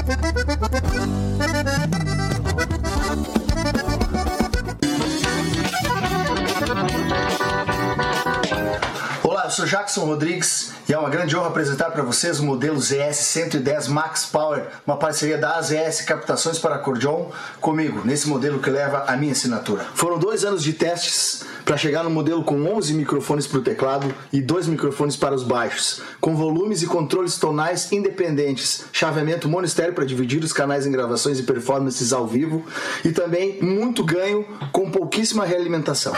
Olá, eu sou Jackson Rodrigues e é uma grande honra apresentar para vocês o modelo ZS-110 Max Power, uma parceria da AZS Captações para Acordeon comigo, nesse modelo que leva a minha assinatura. Foram 2 anos de testes para chegar no modelo com 11 microfones para o teclado e 2 microfones para os baixos, com volumes e controles tonais independentes, chaveamento mono-estéreo para dividir os canais em gravações e performances ao vivo e também muito ganho com pouquíssima realimentação.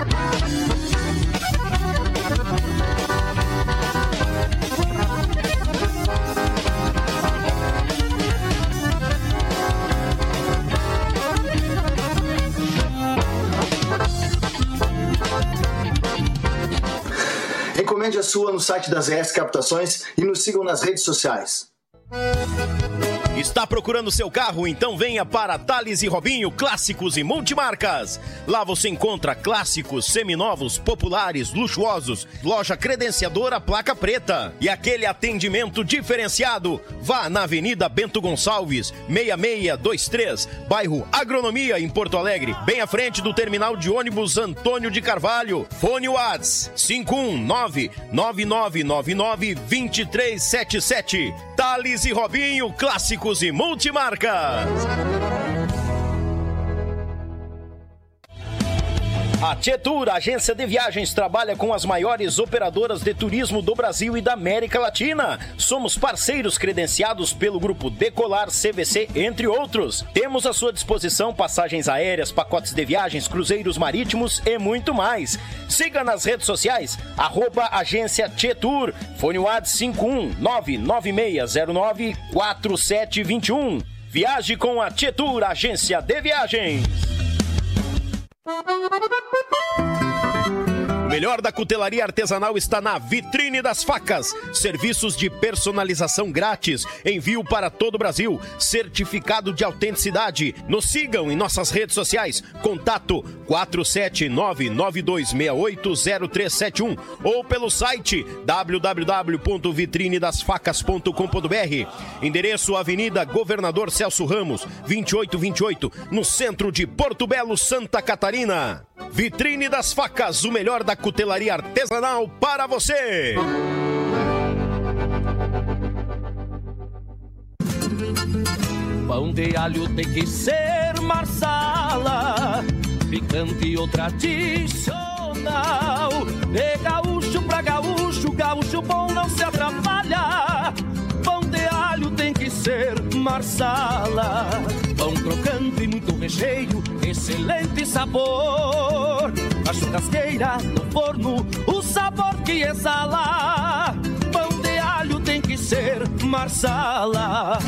Encomende a sua no site das AZS Captações e nos sigam nas redes sociais. Está procurando seu carro? Então venha para Thales e Robinho Clássicos e Multimarcas. Lá você encontra clássicos, seminovos, populares, luxuosos, loja credenciadora placa preta e aquele atendimento diferenciado. Vá na Avenida Bento Gonçalves, 6623, bairro Agronomia, em Porto Alegre, bem à frente do terminal de ônibus Antônio de Carvalho. Fone Whats 519-9999-2377. Thales e Robinho Clássicos e Multimarcas. A Tietur, agência de viagens, trabalha com as maiores operadoras de turismo do Brasil e da América Latina. Somos parceiros credenciados pelo Grupo Decolar, CVC, entre outros. Temos à sua disposição passagens aéreas, pacotes de viagens, cruzeiros marítimos e muito mais. Siga nas redes sociais, @agência Tietur, fone WhatsApp 51996094721. Viaje com a Tietur, agência de viagens. O melhor da cutelaria artesanal está na Vitrine das Facas. Serviços de personalização grátis, envio para todo o Brasil, certificado de autenticidade. Nos sigam em nossas redes sociais. Contato 47992680371 ou pelo site www.vitrinedasfacas.com.br. Endereço Avenida Governador Celso Ramos, 2828, no centro de Porto Belo, Santa Catarina. Vitrine das Facas, o melhor da cutelaria artesanal para você. Pão de alho tem que ser marsala, picante ou tradicional. De gaúcho pra gaúcho, gaúcho bom não se atrapalha. Pão de alho tem que ser marsala. Pão crocante e muito recheio, excelente sabor. Na churrasqueira, no forno, o sabor que exala. Pão de alho tem que ser marsala.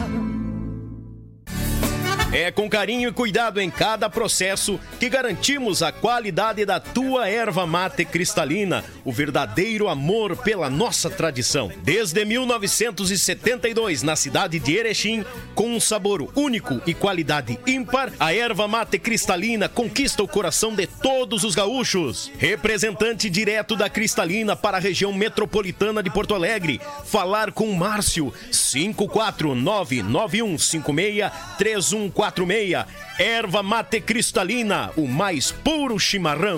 É com carinho e cuidado em cada processo que garantimos a qualidade da tua erva mate cristalina, o verdadeiro amor pela nossa tradição. Desde 1972, na cidade de Erechim, com um sabor único e qualidade ímpar, a erva mate cristalina conquista o coração de todos os gaúchos. Representante direto da Cristalina para a região metropolitana de Porto Alegre. Falar com Márcio, 54991563146. Erva mate cristalina, o mais puro chimarrão.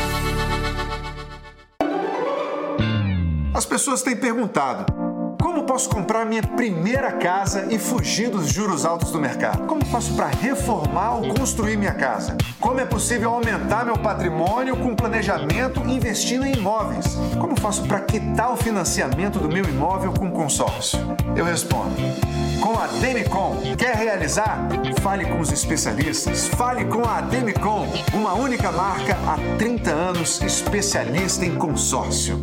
As pessoas têm perguntado: como posso comprar minha primeira casa e fugir dos juros altos do mercado? Como faço para reformar ou construir minha casa? Como é possível aumentar meu patrimônio com planejamento e investindo em imóveis? Como faço para quitar o financiamento do meu imóvel com consórcio? Eu respondo: com a Demicon. Quer realizar? Fale com os especialistas. Fale com a Demicon, uma única marca há 30 anos, especialista em consórcio.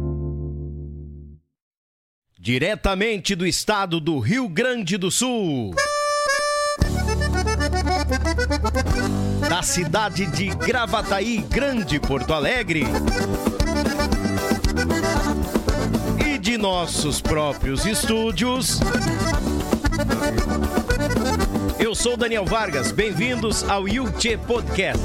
Diretamente do estado do Rio Grande do Sul, da cidade de Gravataí, Grande Porto Alegre, e de nossos próprios estúdios, eu sou Daniel Vargas, bem-vindos ao Yuchê Podcast.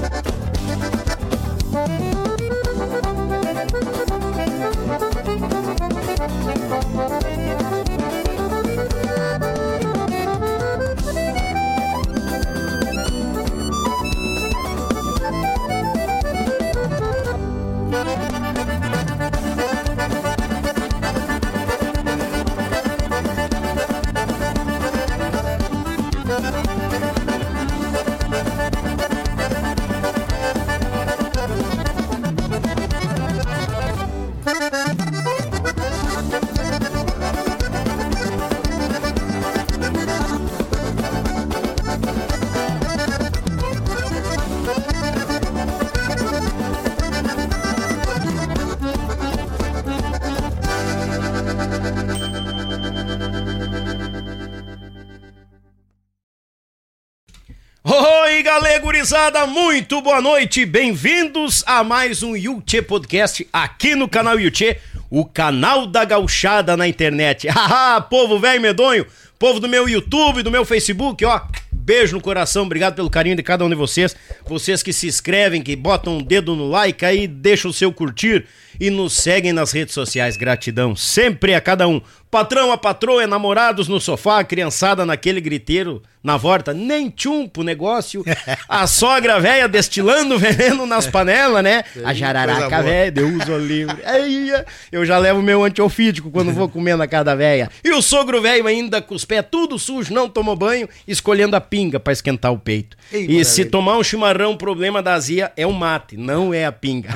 Oi, galera gurizada, muito boa noite, bem-vindos a mais um Yuchê Podcast aqui no canal Yuchê, o canal da gauchada na internet. Haha, povo velho medonho, povo do meu YouTube, do meu Facebook, ó, beijo no coração, obrigado pelo carinho de cada um de vocês, vocês que se inscrevem, que botam um dedo no like aí, deixam o seu curtir e nos seguem nas redes sociais, gratidão, sempre a cada um. Patrão, a patroa, namorados no sofá, criançada naquele griteiro na volta, nem tchumpo negócio, a sogra velha destilando veneno nas panelas, né? A jararaca velha, Deus o livre. Eu já levo meu antiofídico quando vou comer na casa da velha. E o sogro velho ainda com os pés tudo sujo, não tomou banho, escolhendo a pinga pra esquentar o peito. E se tomar um chimarrão, o problema da azia é o mate, não é a pinga.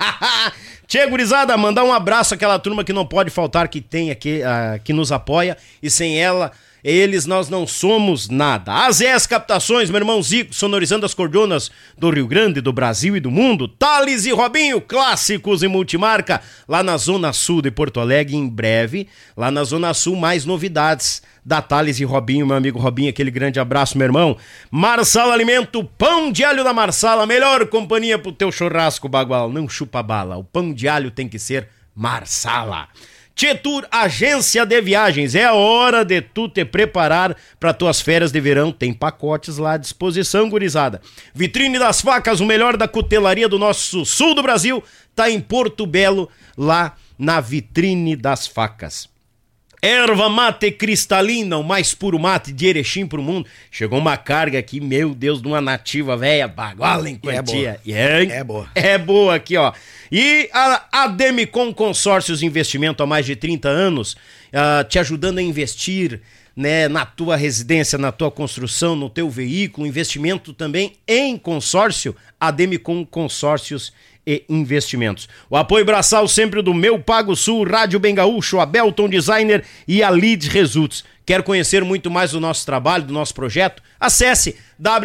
Tchê, gurizada, mandar um abraço àquela turma que não pode faltar, que tem aqui, que nos apoia, e sem eles nós não somos nada. AZS Captações, meu irmão Zico, sonorizando as cordonas do Rio Grande, do Brasil e do mundo. Thales e Robinho, clássicos e multimarca, lá na Zona Sul de Porto Alegre, em breve, lá na Zona Sul, mais novidades da Thales e Robinho, meu amigo Robinho, aquele grande abraço, meu irmão. Marsala Alimento, pão de alho da Marsala, melhor companhia pro teu churrasco, bagual, não chupa bala, o pão de alho tem que ser Marsala. Tietur, agência de viagens, é a hora de tu te preparar para tuas férias de verão, tem pacotes lá à disposição, gurizada. Vitrine das Facas, o melhor da cutelaria do nosso sul do Brasil, tá em Porto Belo, lá na Vitrine das Facas. Erva mate cristalina, o mais puro mate de Erechim pro mundo. Chegou uma carga aqui, meu Deus, de uma nativa velha, baguala em quantia. É boa. É boa aqui, ó. E a Ademicon Consórcios Investimento há mais de 30 anos, te ajudando a investir, né, na tua residência, na tua construção, no teu veículo, investimento também em consórcio, Ademicon Consórcios e Investimentos. O apoio braçal sempre do Meu Pago Sul, Rádio Bem Gaúcho, a Belton Designer e a Lead Results. Quer conhecer muito mais do nosso trabalho, do nosso projeto? Acesse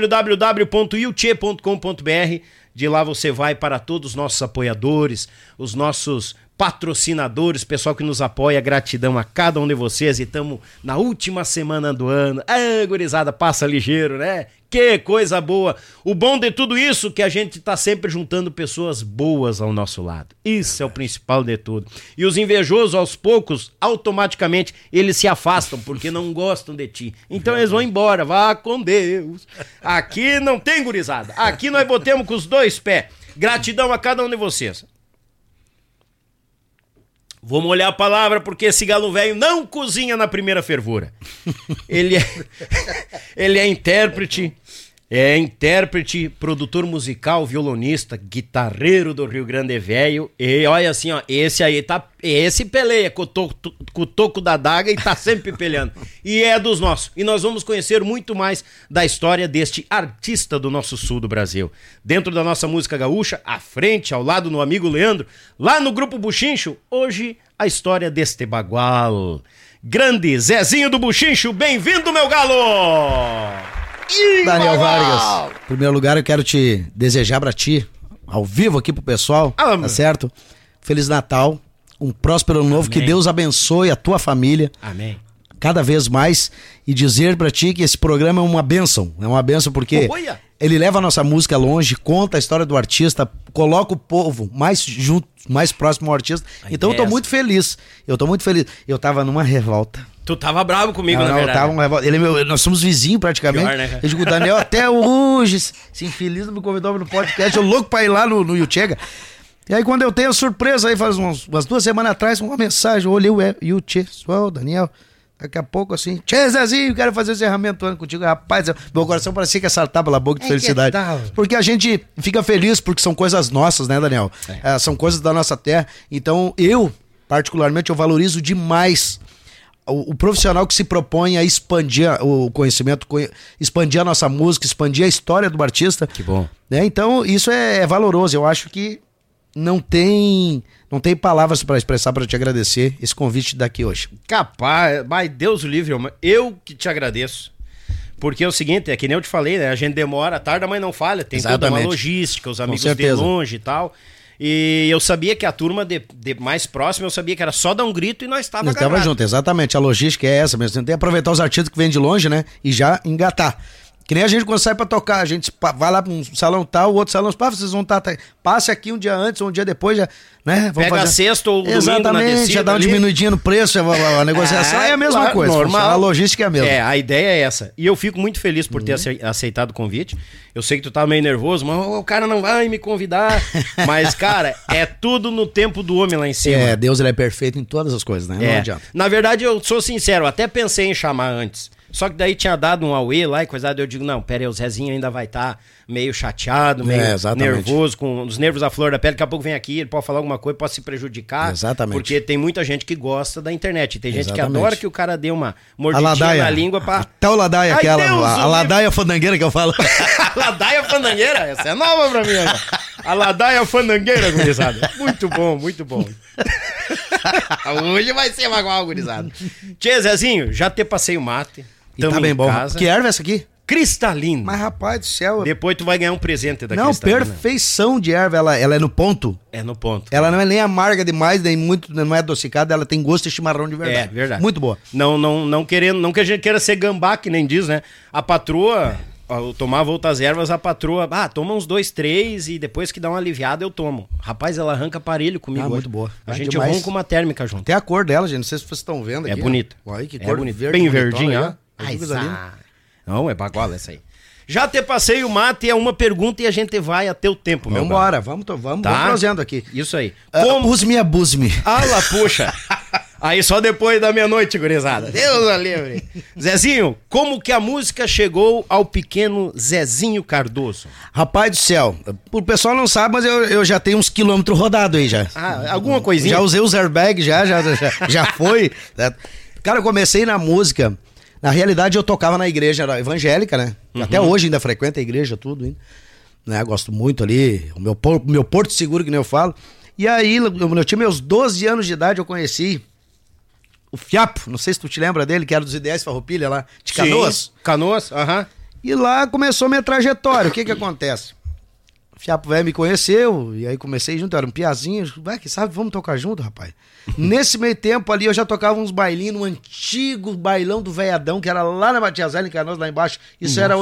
www.yuchê.com.br. De lá você vai para todos os nossos apoiadores, os nossos patrocinadores, pessoal que nos apoia, gratidão a cada um de vocês, e estamos na última semana do ano. Gurizada, passa ligeiro, né? Que coisa boa! O bom de tudo isso é que a gente tá sempre juntando pessoas boas ao nosso lado. Isso é o principal de tudo. E os invejosos, aos poucos, automaticamente, eles se afastam porque não gostam de ti. Então eles vão embora, vá com Deus. Aqui não tem gurizada. Aqui nós botamos com os dois pés. Gratidão a cada um de vocês. Vou molhar a palavra porque esse galo velho não cozinha na primeira fervura. Ele é intérprete, produtor musical, violonista, guitarreiro do Rio Grande Velho. E olha assim, ó, esse peleia com o toco da daga e tá sempre peleando. E é dos nossos. E nós vamos conhecer muito mais da história deste artista do nosso sul do Brasil. Dentro da nossa música gaúcha, à frente, ao lado no amigo Leandro, lá no Grupo Buchincho, hoje a história deste bagual. Grande Zezinho do Buchincho, bem-vindo, meu galo! Daniel Vargas, em primeiro lugar eu quero te desejar pra ti, ao vivo aqui pro pessoal, tá certo? Feliz Natal, um próspero ano novo, amém. Que Deus abençoe a tua família. Amém. Cada vez mais, e dizer pra ti que esse programa é uma bênção porque ele leva a nossa música longe, conta a história do artista, coloca o povo mais junto, mais próximo ao artista. Então eu tô muito feliz, eu tava numa revolta. Tu tava bravo comigo, na verdade. Nós somos vizinhos praticamente. Pior, né, eu digo, o Daniel até hoje, se infeliz, me convidou no podcast, eu louco pra ir lá no Yuchê. E aí quando eu tenho a surpresa, aí faz umas 2 semanas atrás, uma mensagem, eu olhei o Yuchê, Daniel, daqui a pouco assim, Tchê Zezinho, quero fazer o encerramento do ano contigo. Rapaz, meu coração parecia que ia saltar pela boca de felicidade. Porque a gente fica feliz porque são coisas nossas, né, Daniel? São coisas da nossa terra. Então eu, particularmente, eu valorizo demais o profissional que se propõe a expandir o conhecimento, expandir a nossa música, expandir a história do artista. Que bom. Né? Então isso é valoroso. Eu acho que não tem palavras para expressar, para te agradecer esse convite daqui hoje. Capaz, mas Deus o livre, eu que te agradeço. Porque é o seguinte, é que nem eu te falei, né? A gente demora, tarde a mãe não falha, tem toda uma logística, os amigos de longe e tal. E eu sabia que a turma de mais próxima, eu sabia que era só dar um grito e nós estávamos junto, exatamente, a logística é essa mesmo. Tem que aproveitar os artistas que vêm de longe, né? E já engatar. Que nem a gente quando sai pra tocar, a gente vai lá pra um salão tal, o outro salão, vocês vão estar... Passe aqui um dia antes ou um dia depois, já, né? Vamos pega a sexta ou exatamente, já dá uma diminuidinha no preço, a negociação é a mesma coisa. Normal. A logística é a mesma. A ideia é essa. E eu fico muito feliz por ter aceitado o convite. Eu sei que tu tá meio nervoso, mas o cara não vai me convidar. Mas, cara, é tudo no tempo do homem lá em cima. Deus ele é perfeito em todas as coisas, né? Não adianta. Na verdade, eu sou sincero, até pensei em chamar antes. Só que daí tinha dado um auê lá e coisado, eu digo, não, pera aí, o Zezinho ainda vai estar meio chateado, meio nervoso, com os nervos à flor da pele, daqui a pouco vem aqui, ele pode falar alguma coisa, pode se prejudicar. Exatamente. Porque tem muita gente que gosta da internet, tem gente que adora que o cara dê uma mordidinha na língua pra... Até o Ladaia, a Ladaia fandangueira que eu falo. A Ladaia fandangueira? Essa é nova pra mim, né? A Ladaia fandangueira, gurizada. Muito bom, muito bom. Hoje vai ser igual, gurizada. Tchê, Zezinho, já te passei o mate. E tá bem bom. Que erva é essa aqui? Cristalina. Mas, rapaz do céu... Depois tu vai ganhar um presente da Não, Cristalina. Perfeição de erva. Ela é no ponto. É no ponto. Ela não é nem amarga demais, nem muito, não é adocicada. Ela tem gosto de chimarrão de verdade. É, verdade. Muito boa. Não que a gente queira ser gambá, que nem diz, né? A patroa... Eu tomava outras ervas, a patroa... toma uns 2, 3 e depois que dá uma aliviada eu tomo. Rapaz, ela arranca aparelho comigo. Muito boa. A gente ronca uma térmica junto. Tem a cor dela, gente. Não sei se vocês estão vendo aqui. É bonita. Olha que cor bonita. verde. Bem verdinha, ó. Não, é baguala essa aí. Já te passei o mate, é uma pergunta e a gente vai até o tempo, meu. Vambora, vamos trazendo aqui. Isso aí. Use-me, abuse-me. Ala, puxa. Aí só depois da meia-noite, gurizada. Deus a livre. Zezinho, como que a música chegou ao pequeno Zezinho Cardoso? Rapaz do céu, o pessoal não sabe, mas eu já tenho uns quilômetros rodados aí já. Alguma coisinha? Já usei os airbags, já foi. Cara, eu comecei na música... Na realidade, eu tocava na igreja evangélica, né? Até hoje ainda frequento a igreja, tudo, hein? Né? Gosto muito ali, o meu porto seguro, que nem eu falo. E aí, eu tinha meus 12 anos de idade, eu conheci o Fiapo, não sei se tu te lembra dele, que era dos Ideais Farroupilha lá, de Canoas. Sim, Canoas, E lá começou minha trajetória. O que acontece? O Fiapo velho me conheceu, e aí comecei junto, eu era um piazinho, vai que sabe, vamos tocar junto, rapaz. Nesse meio tempo ali, eu já tocava uns bailinhos no antigo bailão do Veiadão, que era lá na Matias Velha, em Canoas, lá embaixo. Isso era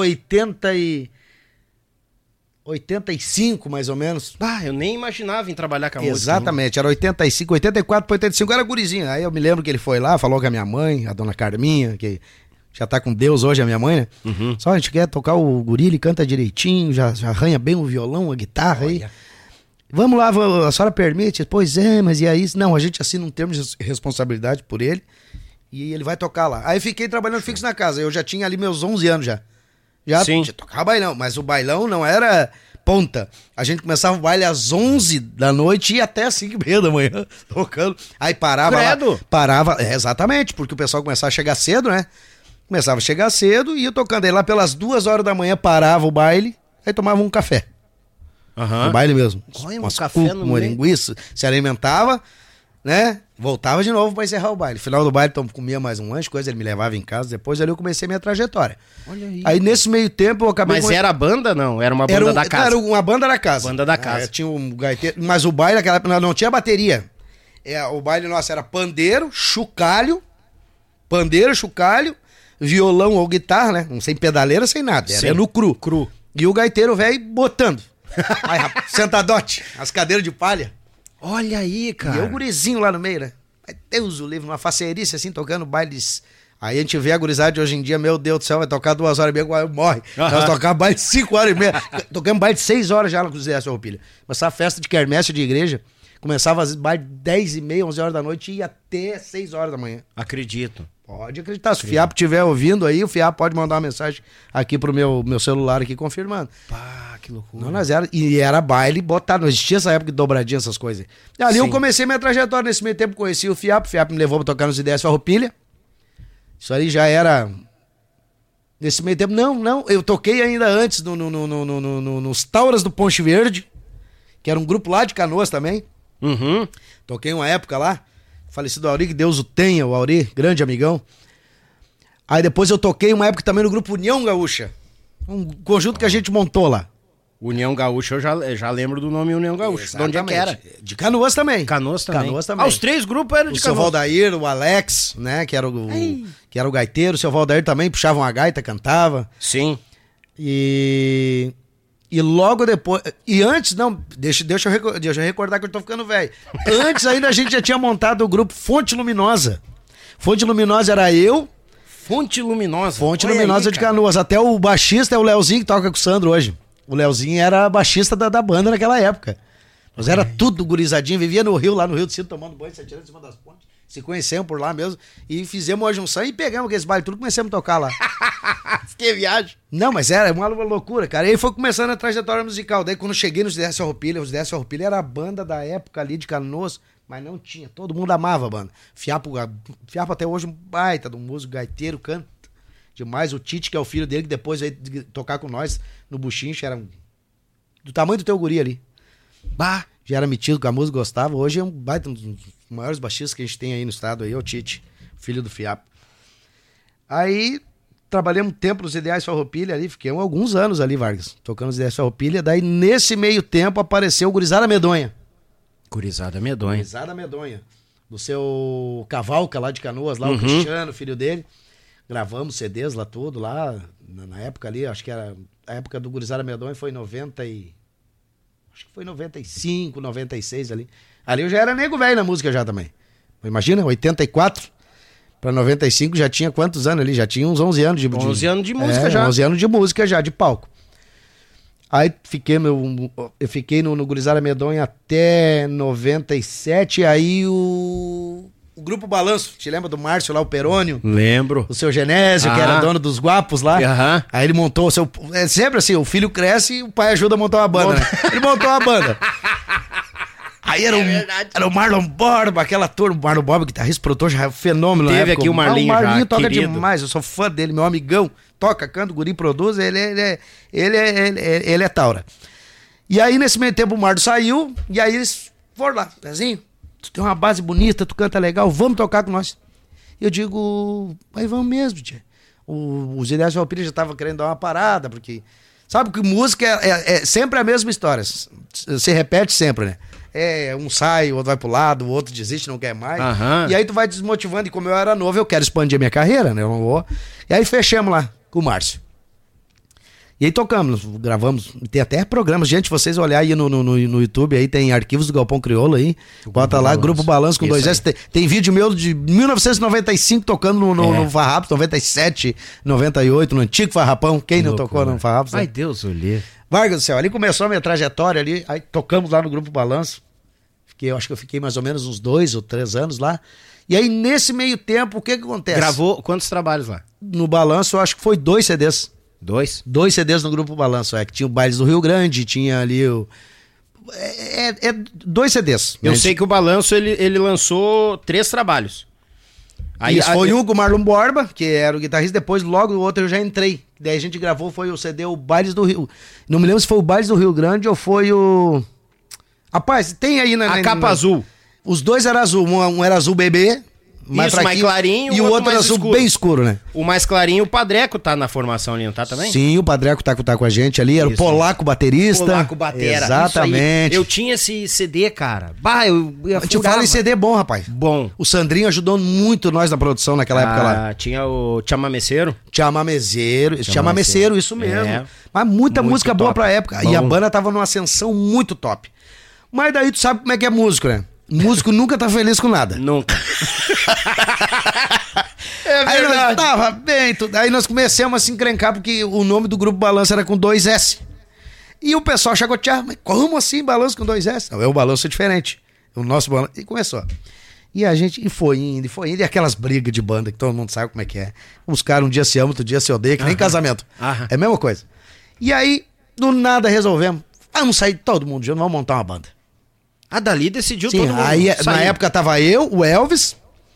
85, mais ou menos. Eu nem imaginava em trabalhar com a música. Exatamente, era 85, 84 para 85, era gurizinho. Aí eu me lembro que ele foi lá, falou com a minha mãe, a dona Carminha, que já tá com Deus hoje, a minha mãe, né? Só a gente quer tocar o guri, ele canta direitinho, já arranha bem o violão, a guitarra aí. Vamos lá, a senhora permite? Pois é, mas e aí? Não, a gente assina um termo de responsabilidade por ele e ele vai tocar lá. Aí fiquei trabalhando fixo na casa, eu já tinha ali meus 11 anos já. Já tocava bailão, mas o bailão não era ponta. A gente começava o baile às 11 da noite e até às 5h30 da manhã, tocando. Aí parava lá, exatamente, porque o pessoal começava a chegar cedo, né? Começava a chegar cedo e ia tocando. Aí lá pelas 2 horas da manhã parava o baile, aí tomava um café. No baile mesmo. Um café no uma linguiça, se alimentava, né? Voltava de novo pra encerrar o baile. Final do baile, então comia mais um lanche, coisa, ele me levava em casa. Depois ali eu comecei minha trajetória. Olha aí. Aí nesse meio tempo eu acabei... Mas era banda, não? Era uma banda da casa? Era uma banda da casa. Banda da casa. Tinha um gaiteiro, mas o baile naquela época não tinha bateria. O baile nosso era pandeiro, chocalho, violão ou guitarra, né? Sem pedaleira, sem nada. Era no cru. E o gaiteiro velho botando. Aí, rapaz, sentadote, as cadeiras de palha. Olha aí, cara. E eu gurizinho lá no meio, né? Deus o livre, uma faceirice assim, tocando bailes. Aí a gente vê a gurizada de hoje em dia, meu Deus do céu, vai tocar 2h30, morre. Nós tocamos baile de 5h30. Tocamos baile de 6 horas já no Cruzeiro Farroupilha. Mas essa festa de quermesse de igreja começava às baile de 10h30, 11 horas da noite e ia até 6 horas da manhã. Acredito. Pode acreditar. Se o Fiapo estiver ouvindo aí, o Fiapo pode mandar uma mensagem aqui pro meu celular aqui confirmando. Que loucura. Não, era baile botado. Não existia essa época de dobradinha, essas coisas. E ali eu comecei minha trajetória. Nesse meio tempo conheci o Fiapo me levou pra tocar nos Ideias Farroupilha. Isso aí já era... Nesse meio tempo, não, eu toquei ainda antes nos Tauras do Ponte Verde, que era um grupo lá de Canoas também. Toquei uma época lá. Falecido Auri, que Deus o tenha, o Auri, grande amigão. Aí depois eu toquei uma época também no grupo União Gaúcha. Um conjunto que a gente montou lá. União Gaúcha, eu já lembro do nome União Gaúcha. Exatamente. De onde é que era? De Canoas também. Canoas também. Os 3 grupos eram de Canoas. O seu Valdair, o Alex, né, que era o gaiteiro. O seu Valdair também puxava uma gaita, cantava. Sim. E logo depois... E antes, não, deixa eu recordar que eu tô ficando velho. Antes ainda a gente já tinha montado o grupo Fonte Luminosa. Fonte Luminosa era eu... Fonte Luminosa. Fonte Luminosa aí, de Canoas. Até o baixista é o Leozinho, que toca com o Sandro hoje. O Leozinho era baixista da banda naquela época. Nós era tudo gurizadinho, vivia no Rio, lá no Rio do Cito, tomando banho, se atirando em cima das pontes. Se conhecemos por lá mesmo. E fizemos uma junção e pegamos aqueles bailes, tudo começamos a tocar lá. Que viagem. Não, mas era uma loucura, cara. E aí foi começando a trajetória musical. Daí quando eu cheguei nos Décio Roupilha, os Décio Roupilha era a banda da época ali de Canoas, mas não tinha. Todo mundo amava a banda. Fiapo até hoje um baita de um músico gaiteiro, canta demais. O Tite, que é o filho dele, que depois veio tocar com nós no Buchinche, era do tamanho do teu guri ali. Bah, já era metido com a música, gostava. Hoje é um baita, um dos maiores baixistas que a gente tem aí no estado, aí é o Tite, filho do Fiapo. Aí trabalhamos um tempo nos Ideais Farroupilha ali, fiquei alguns anos ali, Vargas, tocando os Ideais Farroupilha. Daí nesse meio tempo apareceu o Gurizada Medonha. Gurizada Medonha. Gurizada Medonha. Do seu Cavalca lá de Canoas, lá o Cristiano, filho dele. Gravamos CDs lá tudo, lá na época ali, acho que era a época do Gurizada Medonha, foi 90 e... Acho que foi 95, 96 ali. Ali eu já era nego velho na música já também. Imagina, 84 para 95 já tinha quantos anos ali? Já tinha uns 11 anos de 11 anos de música já. 11 anos de música já, de palco. Aí eu fiquei no Gurizada Medonha até 97, aí o Grupo Balanço, te lembra do Márcio lá, o Perônio? Lembro. O seu Genésio, que era dono dos Guapos lá. Aí ele montou o seu... É sempre assim, o filho cresce e o pai ajuda a montar uma banda, né? Ele montou uma banda. Aí era o Marlon Borba, aquela turma, o Marlon Borba, guitarrista, produtor, já é um fenômeno. Teve aqui o Marlinho já, o Marlinho toca querido. demais, eu sou fã dele, meu amigão. Toca, canta, o guri produz, ele é taura. E aí, nesse meio tempo, o Mardo saiu, e aí eles foram lá, Zezinho, tu tem uma base bonita, tu canta legal, vamos tocar com nós. E eu digo, aí vamos mesmo, tia. Os Ideais Farroupilha já estavam querendo dar uma parada, porque... Sabe que música é sempre a mesma história, se repete sempre, né? Um sai, o outro vai pro lado, o outro desiste, não quer mais. E aí tu vai desmotivando, e como eu era novo, eu quero expandir a minha carreira, né? Eu não vou. E aí fechamos lá com o Márcio. E aí tocamos, gravamos, tem até programas, gente, vocês olharem aí no YouTube, aí tem arquivos do Galpão Crioulo aí, bota lá, Grupo Balanço com 2S, tem vídeo meu de 1995 tocando no Farrapos, 97, 98, no antigo Farrapão, quem não tocou no Farrapos? Ai, Deus, olhei. Vargas do céu, ali começou a minha trajetória ali, aí tocamos lá no Grupo Balanço, eu acho que eu fiquei mais ou menos uns 2 ou 3 anos lá, e aí nesse meio tempo, o que acontece? Gravou quantos trabalhos lá? No Balanço, eu acho que foi 2 CDs. 2 CDs no Grupo Balanço, que tinha o Bailes do Rio Grande, tinha ali o... 2 CDs. Eu sei que o Balanço, ele lançou 3 trabalhos. Aí foi um com o Marlon Borba, que era o guitarrista, depois logo o outro eu já entrei. Daí a gente gravou, foi o CD, o Bailes do Rio. Não me lembro se foi o Bailes do Rio Grande ou foi o... Rapaz, tem aí a capa azul. Os dois eram azul, um era azul bebê, mais clarinho, e o outro era azul escuro. Bem escuro, né? O mais clarinho, o Padreco tá na formação ali, não tá também? Sim, o Padreco tá com a gente ali, era o Polaco baterista. Polaco batera. Exatamente. Eu tinha esse CD, cara. Eu te falo em CD bom, rapaz. Bom. O Sandrinho ajudou muito nós na produção naquela época lá. Tinha o Chamameceiro, isso mesmo. Mas muita música boa pra época. Bom. E a banda tava numa ascensão muito top. Mas daí tu sabe como é que é músico, né? Músico nunca tá feliz com nada. Nunca. Aí nós tava bem, aí nós começamos a se encrencar porque o nome do Grupo Balanço era com 2S. E o pessoal chacoteava, mas como assim Balanço com 2S? Não, o Balanço é diferente. O nosso Balanço... E começou. E a gente foi indo. E aquelas brigas de banda que todo mundo sabe como é que é. Os caras um dia se amam, outro dia se odeiam, que nem casamento. É a mesma coisa. E aí, do nada resolvemos. Vamos sair todo mundo junto, vamos montar uma banda. Dali decidiu. Sim, todo mundo. Aí, na época tava eu, o Elvis.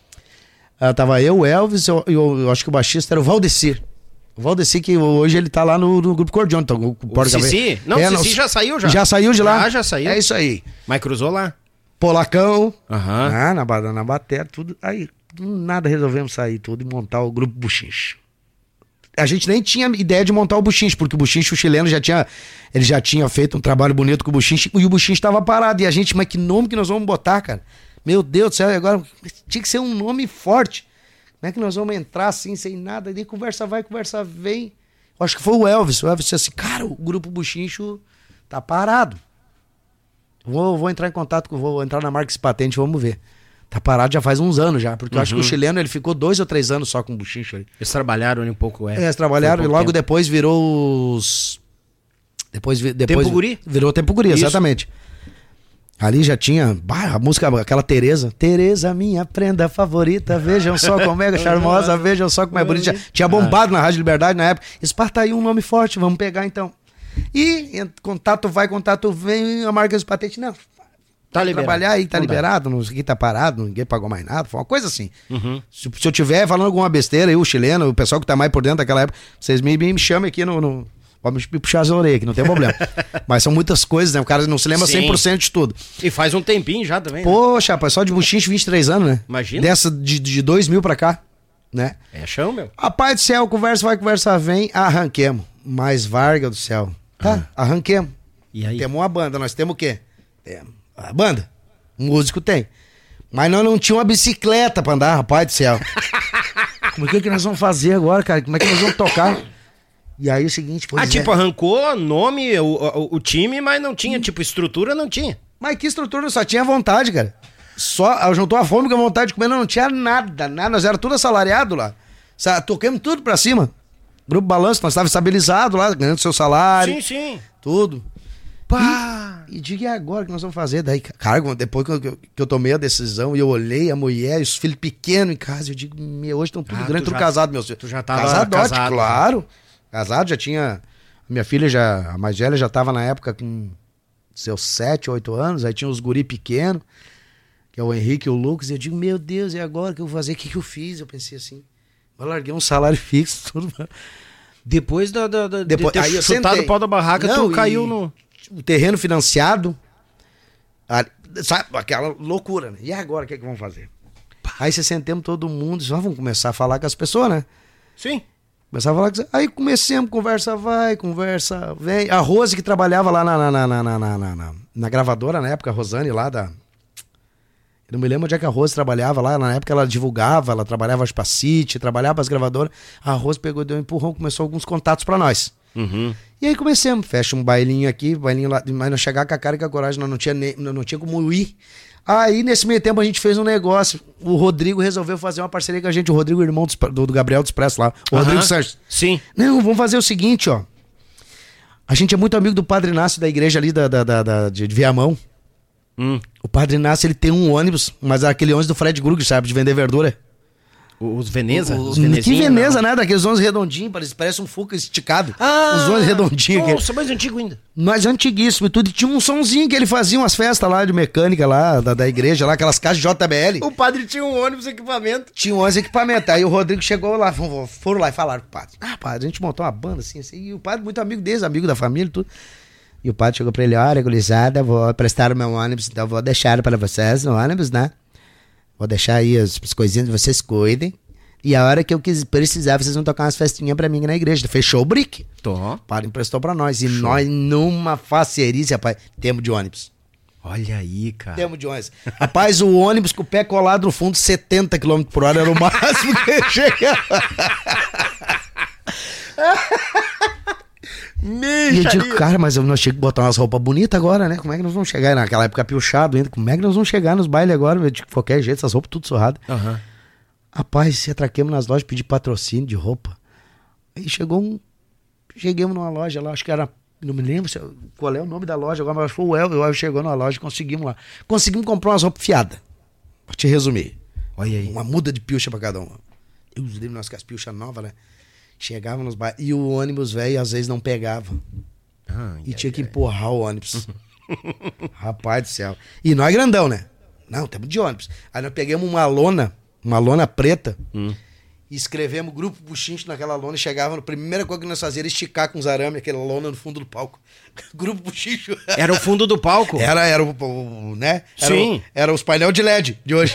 Eu acho que o baixista era o Valdecir. O Valdecir, que hoje ele tá lá no Grupo Cordion. Então, o Cici? Não, o Cici já saiu já. Já saiu de lá? Já saiu. É isso aí. Mas cruzou lá. Polacão. Na bateria, tudo. Aí, do nada resolvemos sair tudo e montar o Grupo Buchinche. A gente nem tinha ideia de montar o Buchinche, porque o Buchinche, o chileno, ele já tinha feito um trabalho bonito com o Buchinche, e o Buchinche estava parado. E a gente, mas que nome que nós vamos botar, cara? Meu Deus do céu, agora tinha que ser um nome forte. Como é que nós vamos entrar assim, sem nada? E daí conversa vai, conversa vem. Acho que foi o Elvis. O Elvis disse assim, cara, o Grupo Buchincho tá parado. Vou entrar em contato, vou entrar na Marques Patente, vamos ver. Tá parado já faz uns anos já, porque eu acho que o chileno ele ficou 2 ou 3 anos só com o Buchincho ali. Eles trabalharam um pouco, eles trabalharam e logo tempo. Depois virou os... Depois Tempo Guri? Virou Tempo Guri, exatamente. Ali já tinha a música, aquela Tereza. Tereza, minha prenda favorita, vejam só como é charmosa, vejam só como é bonita. Tinha bombado na Rádio Liberdade na época. Esparta aí um nome forte, vamos pegar então. E contato vai, contato vem, a Marques Patente, não. Tá liberado. Trabalhar aí, tá não liberado, não sei o que, tá parado, ninguém pagou mais nada, foi uma coisa assim. Se eu tiver falando alguma besteira aí, o chileno, o pessoal que tá mais por dentro daquela época, vocês me chamem aqui pode me puxar as orelhas aqui, não tem problema. Mas são muitas coisas, né? O cara não se lembra 100% de tudo. E faz um tempinho já também, Poxa, rapaz, só de Buchincho 23 anos, né? Imagina. Dessa de 2000 pra cá, né? É chão, meu. Rapaz do céu, conversa vai, conversa vem, arranquemos. Mas Varga do céu, tá? Arranquemos. E aí? Temos uma banda, nós temos o quê? Temos a banda. Um músico tem. Mas nós não tínhamos uma bicicleta pra andar, rapaz do céu. Como é que nós vamos fazer agora, cara? Como é que nós vamos tocar? E aí o seguinte... tipo, arrancou nome, o time, mas não tinha, tipo, estrutura, não tinha. Mas que estrutura? Só tinha vontade, cara. Só juntou a fome com a vontade de comer, não tinha nada. Nós era tudo assalariado lá. Tocamos tudo pra cima. Grupo Balanço, nós estávamos estabilizados lá, ganhando seu salário. Sim. Tudo. Pá! E diga, e agora o que nós vamos fazer? Daí, cara, depois que eu tomei a decisão e eu olhei a mulher e os filhos pequenos em casa, eu digo, hoje estão tudo grande, tudo casado, meu filho. Tu já tava casado, claro. Casado, já tinha... Minha filha, a mais velha, já tava na época com seus 7, 8 anos, aí tinha os guri pequenos, que é o Henrique e o Lucas, e eu digo, meu Deus, e agora o que eu vou fazer? O que eu fiz? Eu pensei assim, eu larguei um salário fixo, tudo. Depois de ter aí eu chutado sentei. O pau da barraca, tu caiu no... O terreno financiado, sabe, aquela loucura, né? E agora, o que é que vamos fazer? Aí você sentemos todo mundo, disse, vamos começar a falar com as pessoas, né? Sim. Começava a falar, aí comecemos, conversa vai, conversa vem. A Rose que trabalhava lá na gravadora na época, a Rosane lá da... Eu não me lembro onde é que a Rose trabalhava lá, na época ela divulgava, ela trabalhava pra City, trabalhava pras gravadoras. A Rose pegou, deu um empurrão, começou alguns contatos pra nós. E aí comecemos, fecha um bailinho aqui, bailinho lá, mas não chegar com a cara e com a coragem, nós não tinha como ir. Aí, nesse meio tempo, a gente fez um negócio. O Rodrigo resolveu fazer uma parceria com a gente. O Rodrigo, irmão do Gabriel do Expresso lá. O Rodrigo Sanches. Sim. Não, vamos fazer o seguinte, ó. A gente é muito amigo do Padre Inácio da igreja ali de Viamão. O Padre Inácio, ele tem um ônibus, mas é aquele ônibus do Fred Krug, sabe? De vender verdura. Os Veneza? Que Veneza, né? Daqueles ônibus redondinhos, parece um Fuca esticado. Os ônibus redondinhos. Nossa, mais antigo ainda. Mas antiguíssimo e tudo. E tinha um sonzinho que ele fazia umas festas lá de mecânica lá, da igreja lá, aquelas caixas de JBL. O padre tinha um ônibus equipamento. Tinha um ônibus equipamento. Aí o Rodrigo chegou lá, foram lá e falaram pro padre. Padre, a gente montou uma banda assim. E o padre, muito amigo deles, amigo da família e tudo. E o padre chegou pra ele, olha, gurizada, vou prestar o meu ônibus, então vou deixar para vocês no ônibus, né? Vou deixar aí as coisinhas, vocês cuidem. E a hora que eu precisar, vocês vão tocar umas festinhas pra mim na igreja. Fechou o brick. Tô. O padre emprestou pra nós. E nós, numa facerice, rapaz, temos de ônibus. Olha aí, cara. Temos de ônibus. Rapaz, o ônibus com o pé colado no fundo, 70 km por hora era o máximo que ia chegar. E eu digo, cara, mas nós tínhamos que botar umas roupas bonitas agora, né? Como é que nós vamos chegar? Naquela época piochado ainda. Como é que nós vamos chegar nos bailes agora? De qualquer jeito, essas roupas tudo surradas. Rapaz, se atraquemos nas lojas, pedi patrocínio de roupa. Aí chegamos numa loja lá, acho que era, não me lembro qual é o nome da loja agora, mas foi o Elvio chegou na loja, conseguimos lá. Conseguimos comprar umas roupas fiadas, pra te resumir. Olha aí. Uma muda de pilcha pra cada uma. Eu usei nós com as pilchas novas, né? Chegava nos bairros, e o ônibus velho às vezes não pegava. E tinha que empurrar o ônibus. Rapaz do céu. E nós grandão, né? Não, temos de ônibus. Aí nós pegamos uma lona preta, e escrevemos Grupo Buchincho naquela lona, e chegava, a primeira coisa que nós fazíamos era esticar com os arames aquela lona no fundo do palco. Grupo Buchincho. Era o fundo do palco? Era o né? Sim. Era os painel de LED de hoje.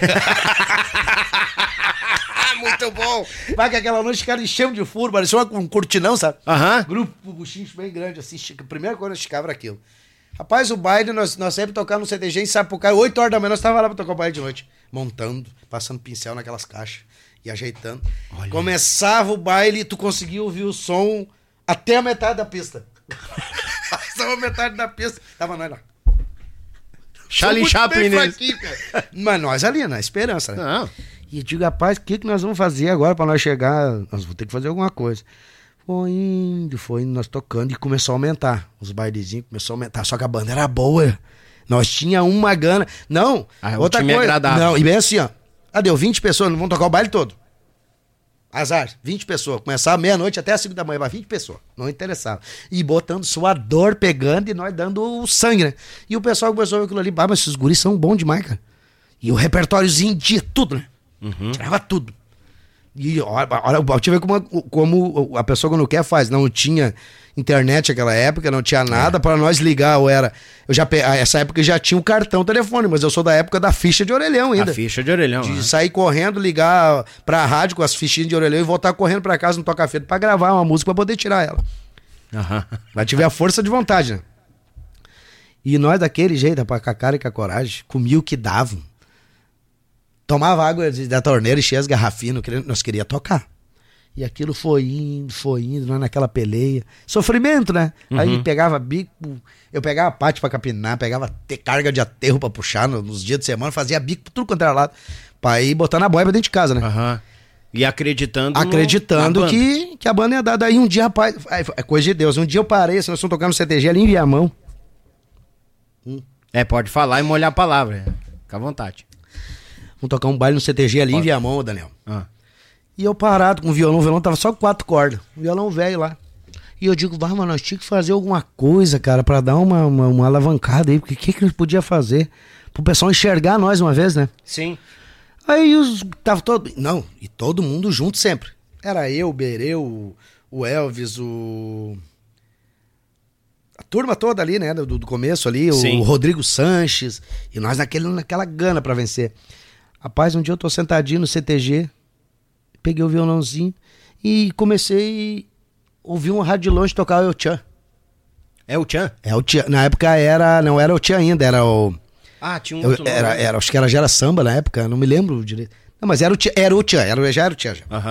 Muito bom. Vai que aquela noite, cara, enchemos de furo, parecia um cortinão, sabe? Grupo Buchincho bem grande, assim, a primeira coisa que nós esticava era aquilo. Rapaz, o baile, nós sempre tocávamos no CTG em Sapucaí, 8 horas da manhã, nós estávamos lá pra tocar o baile de noite. Montando, passando pincel naquelas caixas e ajeitando. Olha. Começava o baile, tu conseguia ouvir o som Até a metade da pista. Passava a metade da pista. Tava nós lá. Charlie Chaplin neles. Mas nós ali, na esperança, né? Não. E eu digo, rapaz, o que nós vamos fazer agora pra nós chegar? Nós vamos ter que fazer alguma coisa. Foi indo, nós tocando e começou a aumentar. Os bailezinhos começou a aumentar. Só que a banda era boa. Nós tinha uma gana. Não, outra coisa. Agradável. Não, e bem assim, ó. Deu 20 pessoas, não vão tocar o baile todo. Azar, 20 pessoas. Começava meia-noite até as 5 da manhã, mas 20 pessoas. Não interessava. E botando suador, pegando e nós dando o sangue, né? E o pessoal começou a ver aquilo ali. Mas esses guris são bons demais, cara. E o repertóriozinho de tudo, né? Tirava tudo. E olha, deixa eu ver como a pessoa quando quer faz. Não tinha internet naquela época, não tinha nada pra nós ligar. Essa época já tinha o cartão telefone, mas eu sou da época da ficha de orelhão ainda. A ficha de orelhão. De sair correndo, ligar pra rádio com as fichinhas de orelhão e voltar correndo pra casa no toca-feira pra gravar uma música pra poder tirar ela. Mas tive a força de vontade, né? E nós daquele jeito, com a cara e com a coragem, comia o que davam. Tomava água da torneira e enchia as garrafinhas, nós queríamos tocar. E aquilo foi indo, nós naquela peleia. Sofrimento, né? Aí pegava bico, eu pegava pate pra capinar, pegava carga de aterro pra puxar nos dias de semana, fazia bico por tudo quanto era lado, pra ir botar na boia pra dentro de casa, né? E acreditando que a banda ia dar. Daí um dia, rapaz, é coisa de Deus, um dia eu parei, assim, nós estamos tocando no CTG ali em Viamão. Pode falar e molhar a palavra, fica à vontade. Vamos tocar um baile no CTG ali em Viamão, Daniel. E eu parado com o violão tava só 4 cordas. Um violão velho lá. E eu digo, mas nós tínhamos que fazer alguma coisa, cara, pra dar uma alavancada aí. Porque o que nós podia fazer? Pro pessoal enxergar nós uma vez, né? Sim. Aí tava todo... Não, e todo mundo junto sempre. Era eu, o Bereu, o Elvis, a turma toda ali, né? Do começo ali, o Rodrigo Sanches. E nós naquela gana pra vencer. Rapaz, um dia eu tô sentadinho no CTG, peguei o violãozinho e comecei a ouvir um rádio de longe tocar o El Chan. É o Chan? É o Chan. Na época não era o Chan ainda, era o... tinha um outro nome. Acho que era Gera Samba na época, não me lembro direito. Não, mas já era o Chan.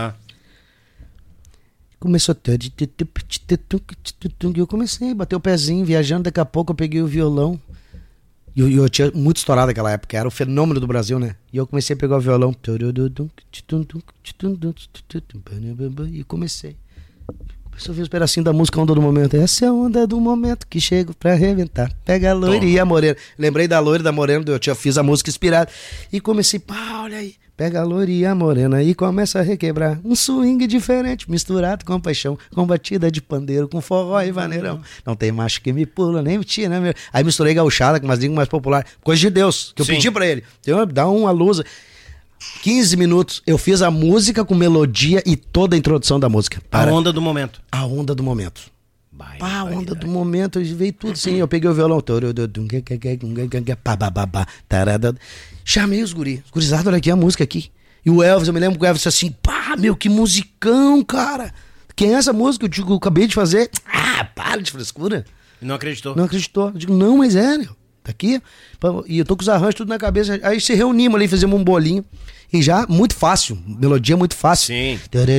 Começou... E eu comecei a bater o pezinho, viajando, daqui a pouco eu peguei o violão. E eu tinha muito estourado naquela época, era o fenômeno do Brasil, né? E eu comecei a pegar o violão. E comecei a ver os pedacinhos da música Onda do Momento. Essa é a onda do momento que chego pra arrebentar. Pega a loira e a morena. Lembrei da loira e da morena, eu fiz a música inspirada. E comecei, olha aí. Pega a loira e a morena e começa a requebrar. Um swing diferente, misturado com paixão, com batida de pandeiro, com forró e vaneirão. Não tem macho que me pula, nem me tira, né? Aí misturei gauchada com umas línguas mais populares. Coisa de Deus, que eu pedi pra ele. Então, dá uma luz. 15 minutos, eu fiz a música com melodia e toda a introdução da música. A onda do momento. A onda do momento. A onda do momento, veio tudo assim. Eu peguei o violão. Chamei os gurizados, olha aqui a música aqui. E o Elvis, eu me lembro que o Elvis disse assim, que musicão, cara. Quem é essa música? Eu acabei de fazer. Para de frescura. E não acreditou? Não acreditou. Eu digo, não, mas é, tá aqui. E eu tô com os arranjos tudo na cabeça. Aí se reunimos ali, fizemos um bolinho. E já, muito fácil. Melodia muito fácil. Sim.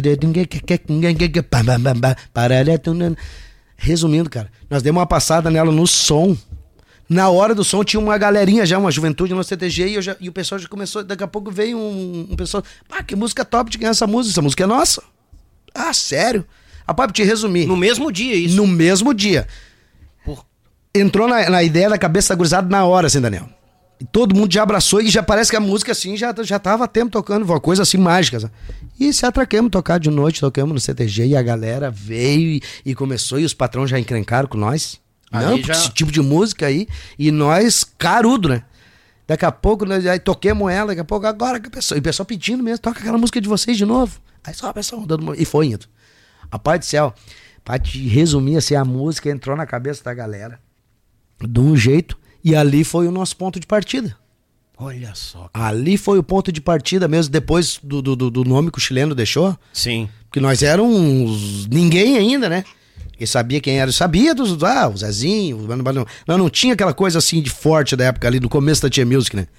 Resumindo, cara, nós demos uma passada nela no som. Na hora do som tinha uma galerinha já, uma juventude no CTG e o pessoal já começou, daqui a pouco veio um pessoal, que música top de quem é essa música? Essa música é nossa? Sério? Rapaz, pra te resumir. No mesmo dia isso? No mesmo dia. Entrou na ideia da cabeça da gurizada na hora, assim, Daniel. E todo mundo já abraçou e já parece que a música assim já tava há tempo tocando, uma coisa assim mágica. Sabe? E se atraquemos tocar de noite, tocamos no CTG e a galera veio e começou e os patrões já encrencaram com nós. Não, esse tipo de música aí. E nós, carudo, né? Daqui a pouco, nós aí toquemos ela, daqui a pouco, agora que a pessoa. E o pessoal pedindo mesmo, toca aquela música de vocês de novo. Aí só a pessoa dando. E foi indo. A Pai do Céu, pra te resumir assim, a música entrou na cabeça da galera de um jeito. E ali foi o nosso ponto de partida. Olha só. Ali foi o ponto de partida mesmo, depois do nome que o chileno deixou. Sim. Porque nós éramos ninguém ainda, né? Ele sabia quem era, sabia o Zezinho, nós não tinha aquela coisa assim de forte da época ali, no começo da Tia Music, né?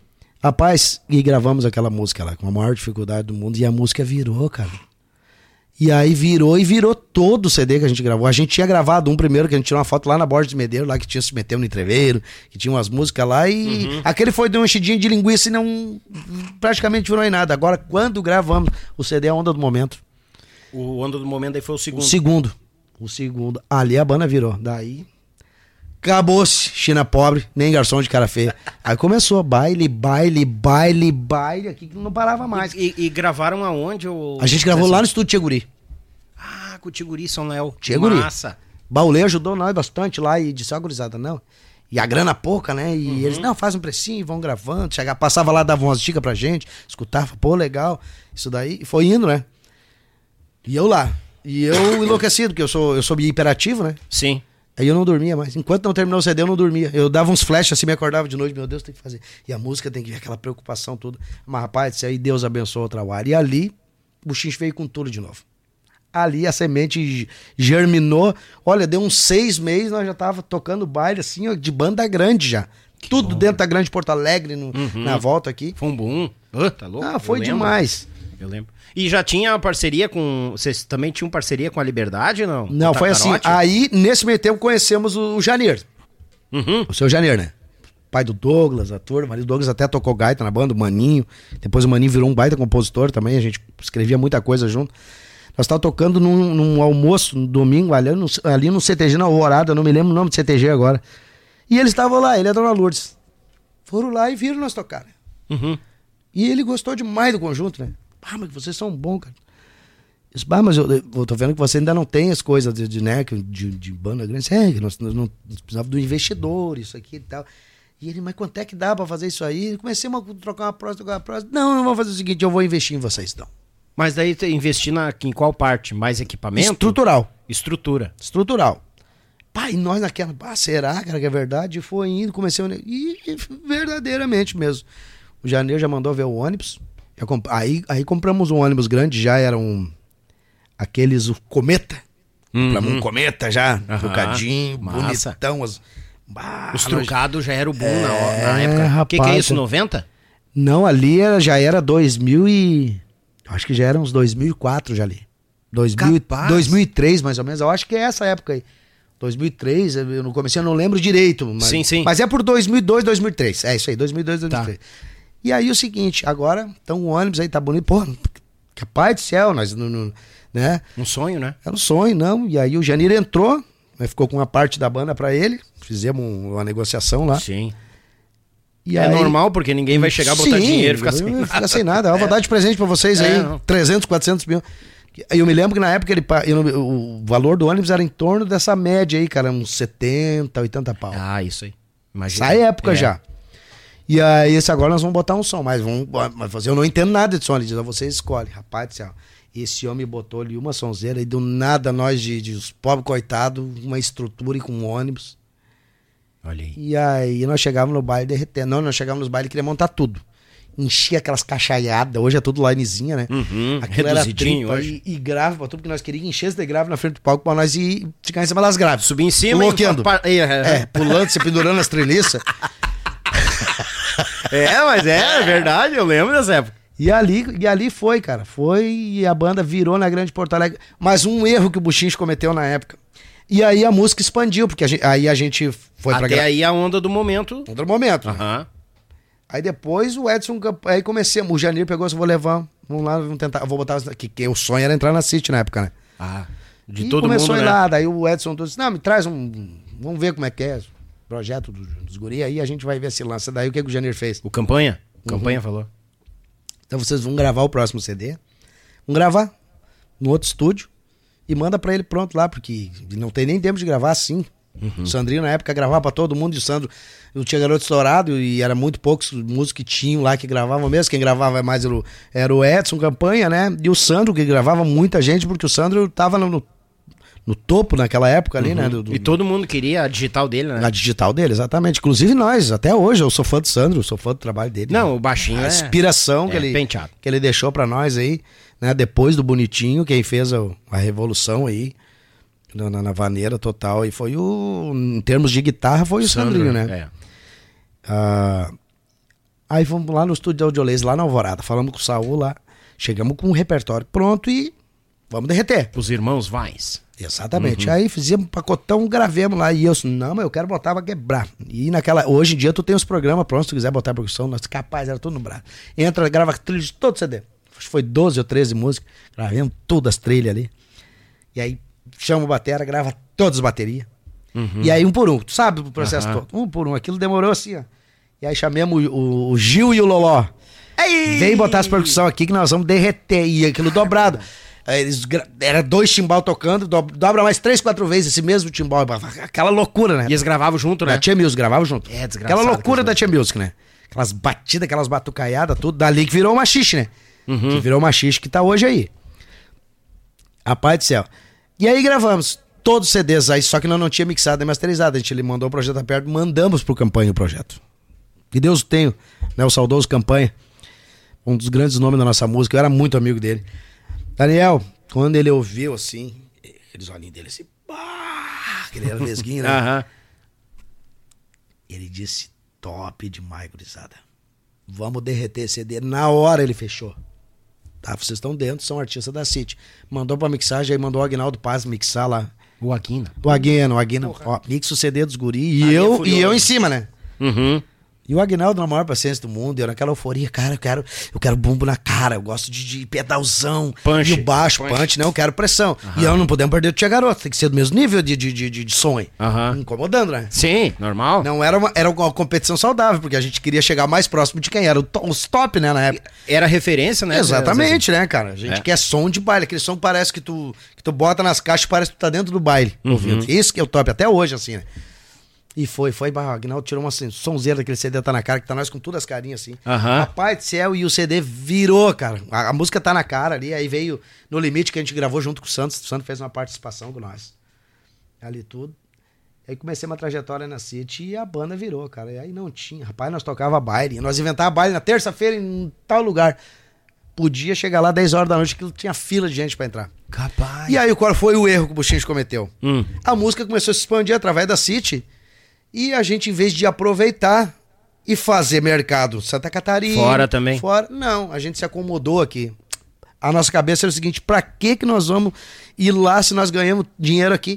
Rapaz, e gravamos aquela música lá, com a maior dificuldade do mundo, e a música virou, cara. E aí virou todo o CD que a gente gravou. A gente tinha gravado um primeiro, que a gente tirou uma foto lá na Borda de Medeiros, lá que tinha Se Meteu no Entreveiro, que tinha umas músicas lá, e aquele foi de uma enchidinha de linguiça e não praticamente virou em nada. Agora, quando gravamos, o CD é a Onda do Momento. O Onda do Momento aí foi o segundo. O segundo. Ali a banda virou. Daí acabou-se, China pobre, nem garçom de cara feia. Aí começou baile, aqui que não parava mais. E gravaram aonde? A gente gravou lá no estúdio Tcheguri. Ah, com o Tcheguri, São Léo. Tcheguri. Massa. Baulê ajudou nós bastante lá e disse, gurizada, não. E a grana pouca, né? E eles, não, faz um precinho, vão gravando. Passava lá, davam umas dicas pra gente, escutava, pô, legal. Isso daí, e foi indo, né? E eu lá. E eu enlouquecido, porque eu sou hiperativo, né? Sim. Aí eu não dormia mais. Enquanto não terminou o CD, eu não dormia. Eu dava uns flashes assim, me acordava de noite. Meu Deus, tem que fazer. E a música tem que ver aquela preocupação toda. Mas, rapaz, isso aí Deus abençoou o trabalho. E ali, o Buchincho veio com tudo de novo. Ali a semente germinou. Olha, deu uns 6 meses, nós já tava tocando baile assim, ó, de banda grande já. Que tudo bom, dentro da Grande Porto Alegre, na volta aqui. Foi um boom. Tá louco? Ah, foi demais. Eu lembro. E já tinha parceria com... Vocês também tinham parceria com a Liberdade, não? Não, foi assim. Aí, nesse meio tempo, conhecemos o Janir. O seu Janir, né? Pai do Douglas, ator. O marido do Douglas até tocou gaita na banda, o Maninho. Depois o Maninho virou um baita compositor também. A gente escrevia muita coisa junto. Nós estávamos tocando num almoço, no domingo, ali no CTG, na Alvorada. Eu não me lembro o nome do CTG agora. E eles estavam lá, ele e a Dona Lourdes. Foram lá e viram nós tocar. E ele gostou demais do conjunto, né? Ah, mas vocês são bons, cara. Disse, mas eu tô vendo que você ainda não tem as coisas de banda grande. Que nós precisávamos do investidor, isso aqui e tal. E ele, mas quanto é que dá pra fazer isso aí? Comecei a trocar uma próxima. Não, vou fazer o seguinte, eu vou investir em vocês, então. Mas daí investir em qual parte? Mais equipamento? Estrutural. Pai, nós naquela, será, cara, que é verdade? E foi indo, comecei a... E verdadeiramente mesmo. O Janeiro já mandou ver o ônibus. Aí compramos um ônibus grande, já eram aqueles, o Cometa. Compramos um Cometa já, trocadinho, bonitão. Os trucados já era o boom na época. O que é isso, 90? Não, ali já era 2000 e... Acho que já era uns 2004 já ali. 2003 mais ou menos, eu acho que é essa época aí. 2003, eu no começo eu não lembro direito. Mas, sim. Mas é por 2002, 2003. É isso aí, 2002, 2003. Tá. E aí o seguinte, agora, então o ônibus aí tá bonito. Pô, capaz do céu, nós né? Um sonho, né? Era um sonho, não. E aí o Janir entrou, né, ficou com uma parte da banda pra ele. Fizemos uma negociação lá. Sim. E é aí, normal, porque ninguém vai chegar a botar dinheiro e ficar sem nada. Fica sem nada. Eu vou dar de presente pra vocês aí, 300, 400 mil. Eu me lembro que na época o valor do ônibus era em torno dessa média aí, cara, uns 70, 80 pau. Ah, isso aí. Imagina. Essa época já. E aí, agora nós vamos botar um som, mas eu não entendo nada de som. Ele diz, vocês escolhem. Rapaz do céu, esse homem botou ali uma sonzeira e do nada nós, os pobres coitados, uma estrutura e com um ônibus. Olha aí. E aí nós chegávamos no baile derretendo. Não, nós chegávamos nos bailes e queria montar tudo. Enchia aquelas cachaiadas, hoje é tudo linezinha, né? Aquilo era tripa e grave pra tudo, porque nós queríamos encher esse de grave na frente do palco pra nós ir ficar em cima das graves. Subir em cima e pulando, se pendurando as treliças. Mas é verdade, eu lembro dessa época. E ali foi, cara. Foi e a banda virou na Grande Porto Alegre. Mas um erro que o Buchincho cometeu na época. E aí a música expandiu, porque aí a gente foi pra... Até aí a onda do momento. Onda do momento. Aí depois o Edson, aí comecei, o Janir pegou, vou levar, vamos lá, vamos tentar, vou botar, que o sonho era entrar na City na época, né? De e todo mundo, começou né? Lá, daí o Edson disse, não, me traz vamos ver como é que é, projeto dos guri, aí a gente vai ver se lança. Daí o que o Janir fez? O Campanha? O Campanha falou. Então vocês vão gravar o próximo CD, vão gravar no outro estúdio e manda pra ele pronto lá, porque não tem nem tempo de gravar assim. O Sandrinho na época gravava pra todo mundo, e o Sandro não tinha garoto estourado e era muito poucos músicos que tinham lá que gravavam mesmo. Quem gravava mais era o Edson Campanha, né? E o Sandro, que gravava muita gente, porque o Sandro tava no topo naquela época ali, né? E todo mundo queria a digital dele, né? A digital dele, exatamente. Inclusive nós, até hoje, eu sou fã do Sandro, sou fã do trabalho dele. Não, o baixinho a inspiração que ele deixou pra nós aí, né? Depois do Bonitinho, quem fez a revolução aí. Na vaneira total, e foi em termos de guitarra, foi o Sandrinho, né? Aí fomos lá no estúdio de Audiolês, lá na Alvorada, falamos com o Saul lá, chegamos com um repertório pronto e vamos derreter. Os irmãos Vaz. Exatamente. Aí fizemos um pacotão, gravemos lá. E eu disse, não, mas eu quero botar pra quebrar. E hoje em dia tu tem os programas prontos, se tu quiser botar percussão, nós capaz, era tudo no braço. Entra, grava trilha de todo CD. Acho que foi 12 ou 13 músicas. Gravemos todas as trilhas ali. E aí chama o batera, grava todas as baterias. E aí um por um, tu sabe o processo todo. Um por um. Aquilo demorou assim, ó. E aí chamamos o Gil e o Loló. Vem botar as percussões aqui que nós vamos derreter. E aquilo dobrado. Era 2 timbal tocando, dobra mais 3, 4 vezes esse mesmo timbal. Aquela loucura, né? E eles gravavam junto, né? Da Tia Music, gravavam junto. Desgraçado. Aquela loucura da Tia Music, né? Aquelas batidas, aquelas batucaiadas, tudo. Dali que virou o machixe, né? Que virou o machixe que tá hoje aí. Rapaz do céu. E aí gravamos todos os CDs aí, só que nós não tinha mixado e masterizado. A gente mandou o projeto aberto, mandamos pro Campanha o projeto. Que Deus o tenha, né? O saudoso Campanha. Um dos grandes nomes da nossa música. Eu era muito amigo dele. Daniel, quando ele ouviu assim, aqueles olhinhos dele assim, pá, aquele era vesguinho, né? Ele disse, top demais, gurizada. Vamos derreter esse CD. Na hora ele fechou. Tá, vocês estão dentro, são artistas da City. Mandou pra mixagem, aí mandou o Aguinaldo Paz mixar lá. O Aguina. O Aguina. Ó, mixa o CD dos guri e eu em cima, né? E o Aguinaldo, na maior paciência do mundo, eu naquela euforia, cara, eu quero bumbo na cara, eu gosto de pedalzão. Punch. E o baixo, punch, não, eu quero pressão. E eu não podemos perder o Tia Garoto, tem que ser do mesmo nível de som aí. Incomodando, né? Sim, normal. Não era uma competição saudável, porque a gente queria chegar mais próximo de quem era os top, né, na época. Era referência, né? Exatamente, né, cara? A gente quer som de baile, aquele som que parece que tu bota nas caixas e parece que tu tá dentro do baile, ouvindo. Esse que é o top, até hoje, assim, né? E foi, o Aguinaldo tirou uma sonzeira daquele CD Tá Na Cara, que tá nós com todas as carinhas assim. Rapaz do céu, e o CD virou, cara. A música tá na cara ali, aí veio No Limite, que a gente gravou junto com o Santos. O Santos fez uma participação com nós. Ali tudo. Aí comecei uma trajetória na City e a banda virou, cara. E aí não tinha. Rapaz, nós tocava baile. Nós inventava baile na terça-feira em tal lugar. Podia chegar lá 10 horas da noite, que tinha fila de gente pra entrar. Capaz. E aí qual foi o erro que o Buchinho cometeu? A música começou a se expandir através da City. E a gente, em vez de aproveitar e fazer mercado Santa Catarina... Fora também? Fora, não, a gente se acomodou aqui. A nossa cabeça era o seguinte, pra que nós vamos ir lá se nós ganhamos dinheiro aqui?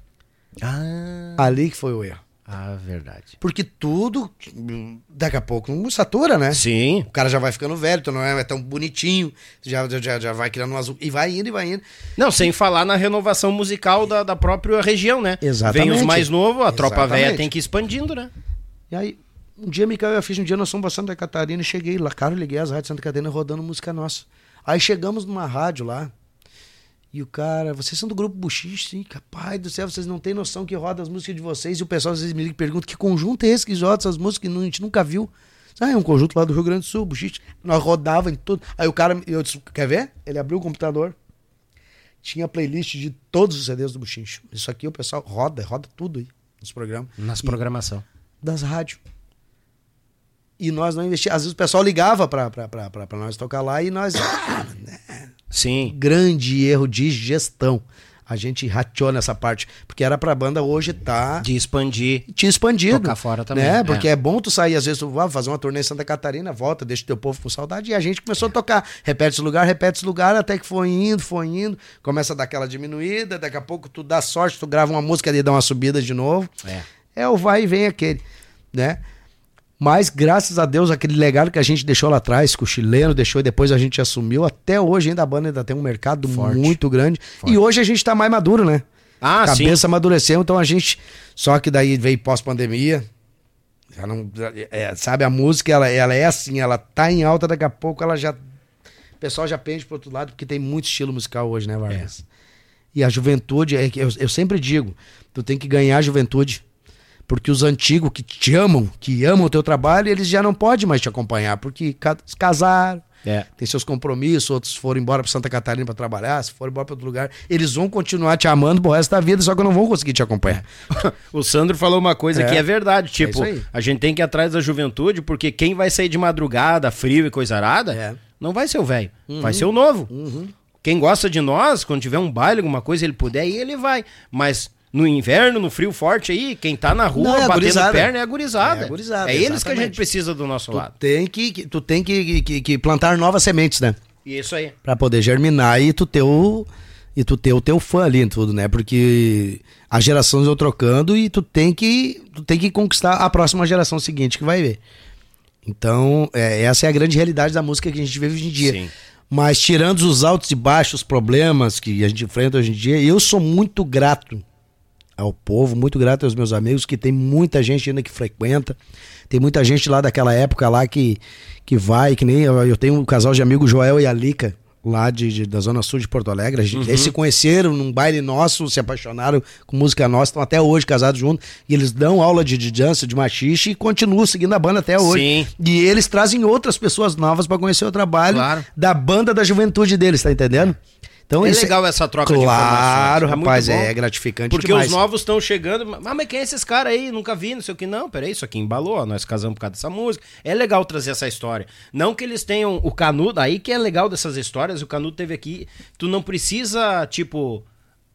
Ali que foi o erro. Verdade. Porque tudo, daqui a pouco, não satura, né? Sim. O cara já vai ficando velho, tu não é tão bonitinho, já vai criando um azul, e vai indo. Não, sem falar na renovação musical da própria região, né? Exatamente. Vem os mais novos, a tropa velha tem que ir expandindo, né? E aí, um dia me caiu a ficha, um dia nós fomos pra Santa Catarina e cheguei lá, cara, eu liguei as rádios de Santa Catarina rodando música nossa. Aí chegamos numa rádio lá, e o cara, vocês são do grupo Buchiche, sim, capaz do céu, vocês não têm noção que roda as músicas de vocês, e o pessoal às vezes me pergunta que conjunto é esse que roda essas músicas que a gente nunca viu. É um conjunto lá do Rio Grande do Sul, Buchiche. Nós rodava em tudo. Aí o cara, eu disse, quer ver? Ele abriu o computador, tinha playlist de todos os CDs do Buchiche. Isso aqui o pessoal roda tudo aí nos programas. Nas programação. Das rádios. E nós não investíamos. Às vezes o pessoal ligava pra nós tocar lá e nós... Sim. Grande erro de gestão. A gente rateou nessa parte. Porque era pra banda hoje de expandir. Tinha expandido. Tocar fora também. Né? Porque é bom tu sair, às vezes tu vai fazer uma turnê em Santa Catarina, volta, deixa o teu povo com saudade. E a gente começou a tocar. Repete esse lugar, até que foi indo. Começa a dar aquela diminuída. Daqui a pouco tu dá sorte, tu grava uma música e dá uma subida de novo. É o vai e vem aquele, né? Mas, graças a Deus, aquele legado que a gente deixou lá atrás, que o chileno deixou e depois a gente assumiu, até hoje ainda a banda ainda tem um mercado forte, muito grande. Forte. E hoje a gente tá mais maduro, né? Cabeça amadureceu, então a gente... Só que daí veio pós-pandemia, já não, sabe, a música, ela é assim, ela tá em alta, daqui a pouco ela já... O pessoal já pende pro outro lado, porque tem muito estilo musical hoje, né, Vargas? E a juventude, eu sempre digo, tu tem que ganhar a juventude. Porque os antigos que amam o teu trabalho, eles já não podem mais te acompanhar, porque casaram, tem seus compromissos, outros foram embora para Santa Catarina para trabalhar, se foram embora para outro lugar, eles vão continuar te amando pro resto da vida, só que não vão conseguir te acompanhar. O Sandro falou uma coisa que é verdade, tipo, a gente tem que ir atrás da juventude, porque quem vai sair de madrugada, frio e coisa arada, não vai ser o velho, vai ser o novo. Quem gosta de nós, quando tiver um baile, alguma coisa, ele puder ir, ele vai, mas... No inverno, no frio forte aí, quem tá na rua batendo perna é a gurizada. É eles que a gente precisa do nosso lado. Tu tem que plantar novas sementes, né? Isso aí. Pra poder germinar e tu ter e tu ter o teu fã ali em tudo, né? Porque as gerações vão trocando e tu tem que conquistar a próxima geração seguinte que vai ver. Então, essa é a grande realidade da música que a gente vive hoje em dia. Sim. Mas tirando os altos e baixos problemas que a gente enfrenta hoje em dia, eu sou muito grato ao povo, muito grato aos meus amigos, que tem muita gente ainda que frequenta, tem muita gente lá daquela época lá que vai, que nem eu tenho um casal de amigos, Joel e Alica, lá da Zona Sul de Porto Alegre. Eles se conheceram num baile nosso, se apaixonaram com música nossa, estão até hoje casados juntos, e eles dão aula de dança, de machixe, e continuam seguindo a banda até hoje. Sim. E eles trazem outras pessoas novas para conhecer o trabalho da banda da juventude deles, tá entendendo? Então, legal essa troca de informações. Claro, rapaz, é gratificante porque demais. Os novos estão chegando, mas quem é esses caras aí? Nunca vi, não sei o que. Não, peraí, isso aqui embalou, ó, nós casamos por causa dessa música. É legal trazer essa história. Não que eles tenham o Canudo, aí que é legal dessas histórias, o Canudo teve aqui, tu não precisa, tipo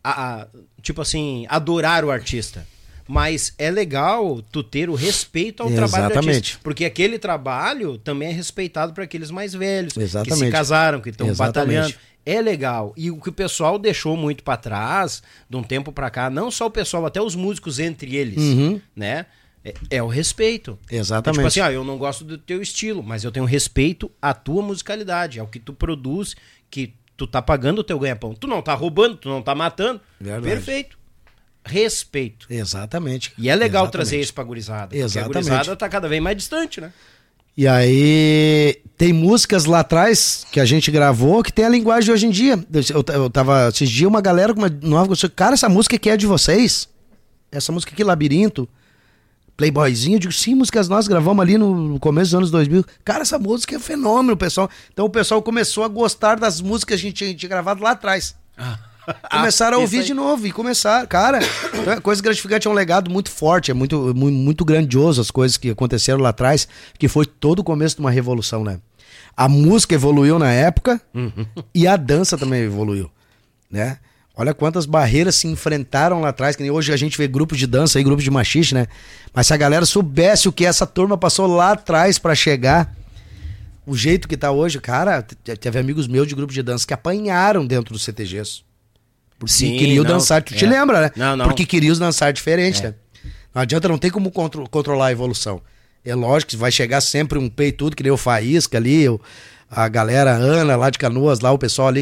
assim, adorar o artista. Mas é legal tu ter o respeito ao trabalho do artista. Porque aquele trabalho também é respeitado para aqueles mais velhos, que se casaram, que estão batalhando. É legal. E o que o pessoal deixou muito pra trás, de um tempo pra cá, não só o pessoal, até os músicos entre eles, né? É o respeito. Exatamente. É tipo assim, eu não gosto do teu estilo, mas eu tenho respeito à tua musicalidade, ao que tu produz, que tu tá pagando o teu ganha-pão. Tu não tá roubando, tu não tá matando. Verdade. Perfeito. Respeito. Exatamente. E é legal trazer isso pra gurizada. Exatamente. Porque a gurizada tá cada vez mais distante, né? E aí, tem músicas lá atrás que a gente gravou que tem a linguagem de hoje em dia. Eu tava esses dias, uma galera com uma nova. Cara, essa música aqui é de vocês? Essa música aqui, Labirinto, Playboyzinho. Eu digo, sim, músicas nós gravamos ali no começo dos anos 2000. Cara, essa música é um fenômeno, pessoal. Então o pessoal começou a gostar das músicas que a gente tinha gravado lá atrás. Começaram a ouvir de novo e começaram, cara, então é coisa gratificante, é um legado muito forte, é muito grandioso as coisas que aconteceram lá atrás, que foi todo o começo de uma revolução, né? A música evoluiu na época e a dança também evoluiu, né? Olha quantas barreiras se enfrentaram lá atrás, que nem hoje a gente vê grupos de dança aí, grupos de machixe, né? Mas se a galera soubesse o que essa turma passou lá atrás pra chegar, o jeito que tá hoje, cara, teve amigos meus de grupo de dança que apanharam dentro dos CTGs. Porque queriam dançar, tu te lembra, né? Não. Porque queriam dançar diferente, né? Não adianta, não tem como controlar a evolução. É lógico que vai chegar sempre um pei tudo, que nem o Faísca ali, a galera, Ana lá de Canoas, lá o pessoal ali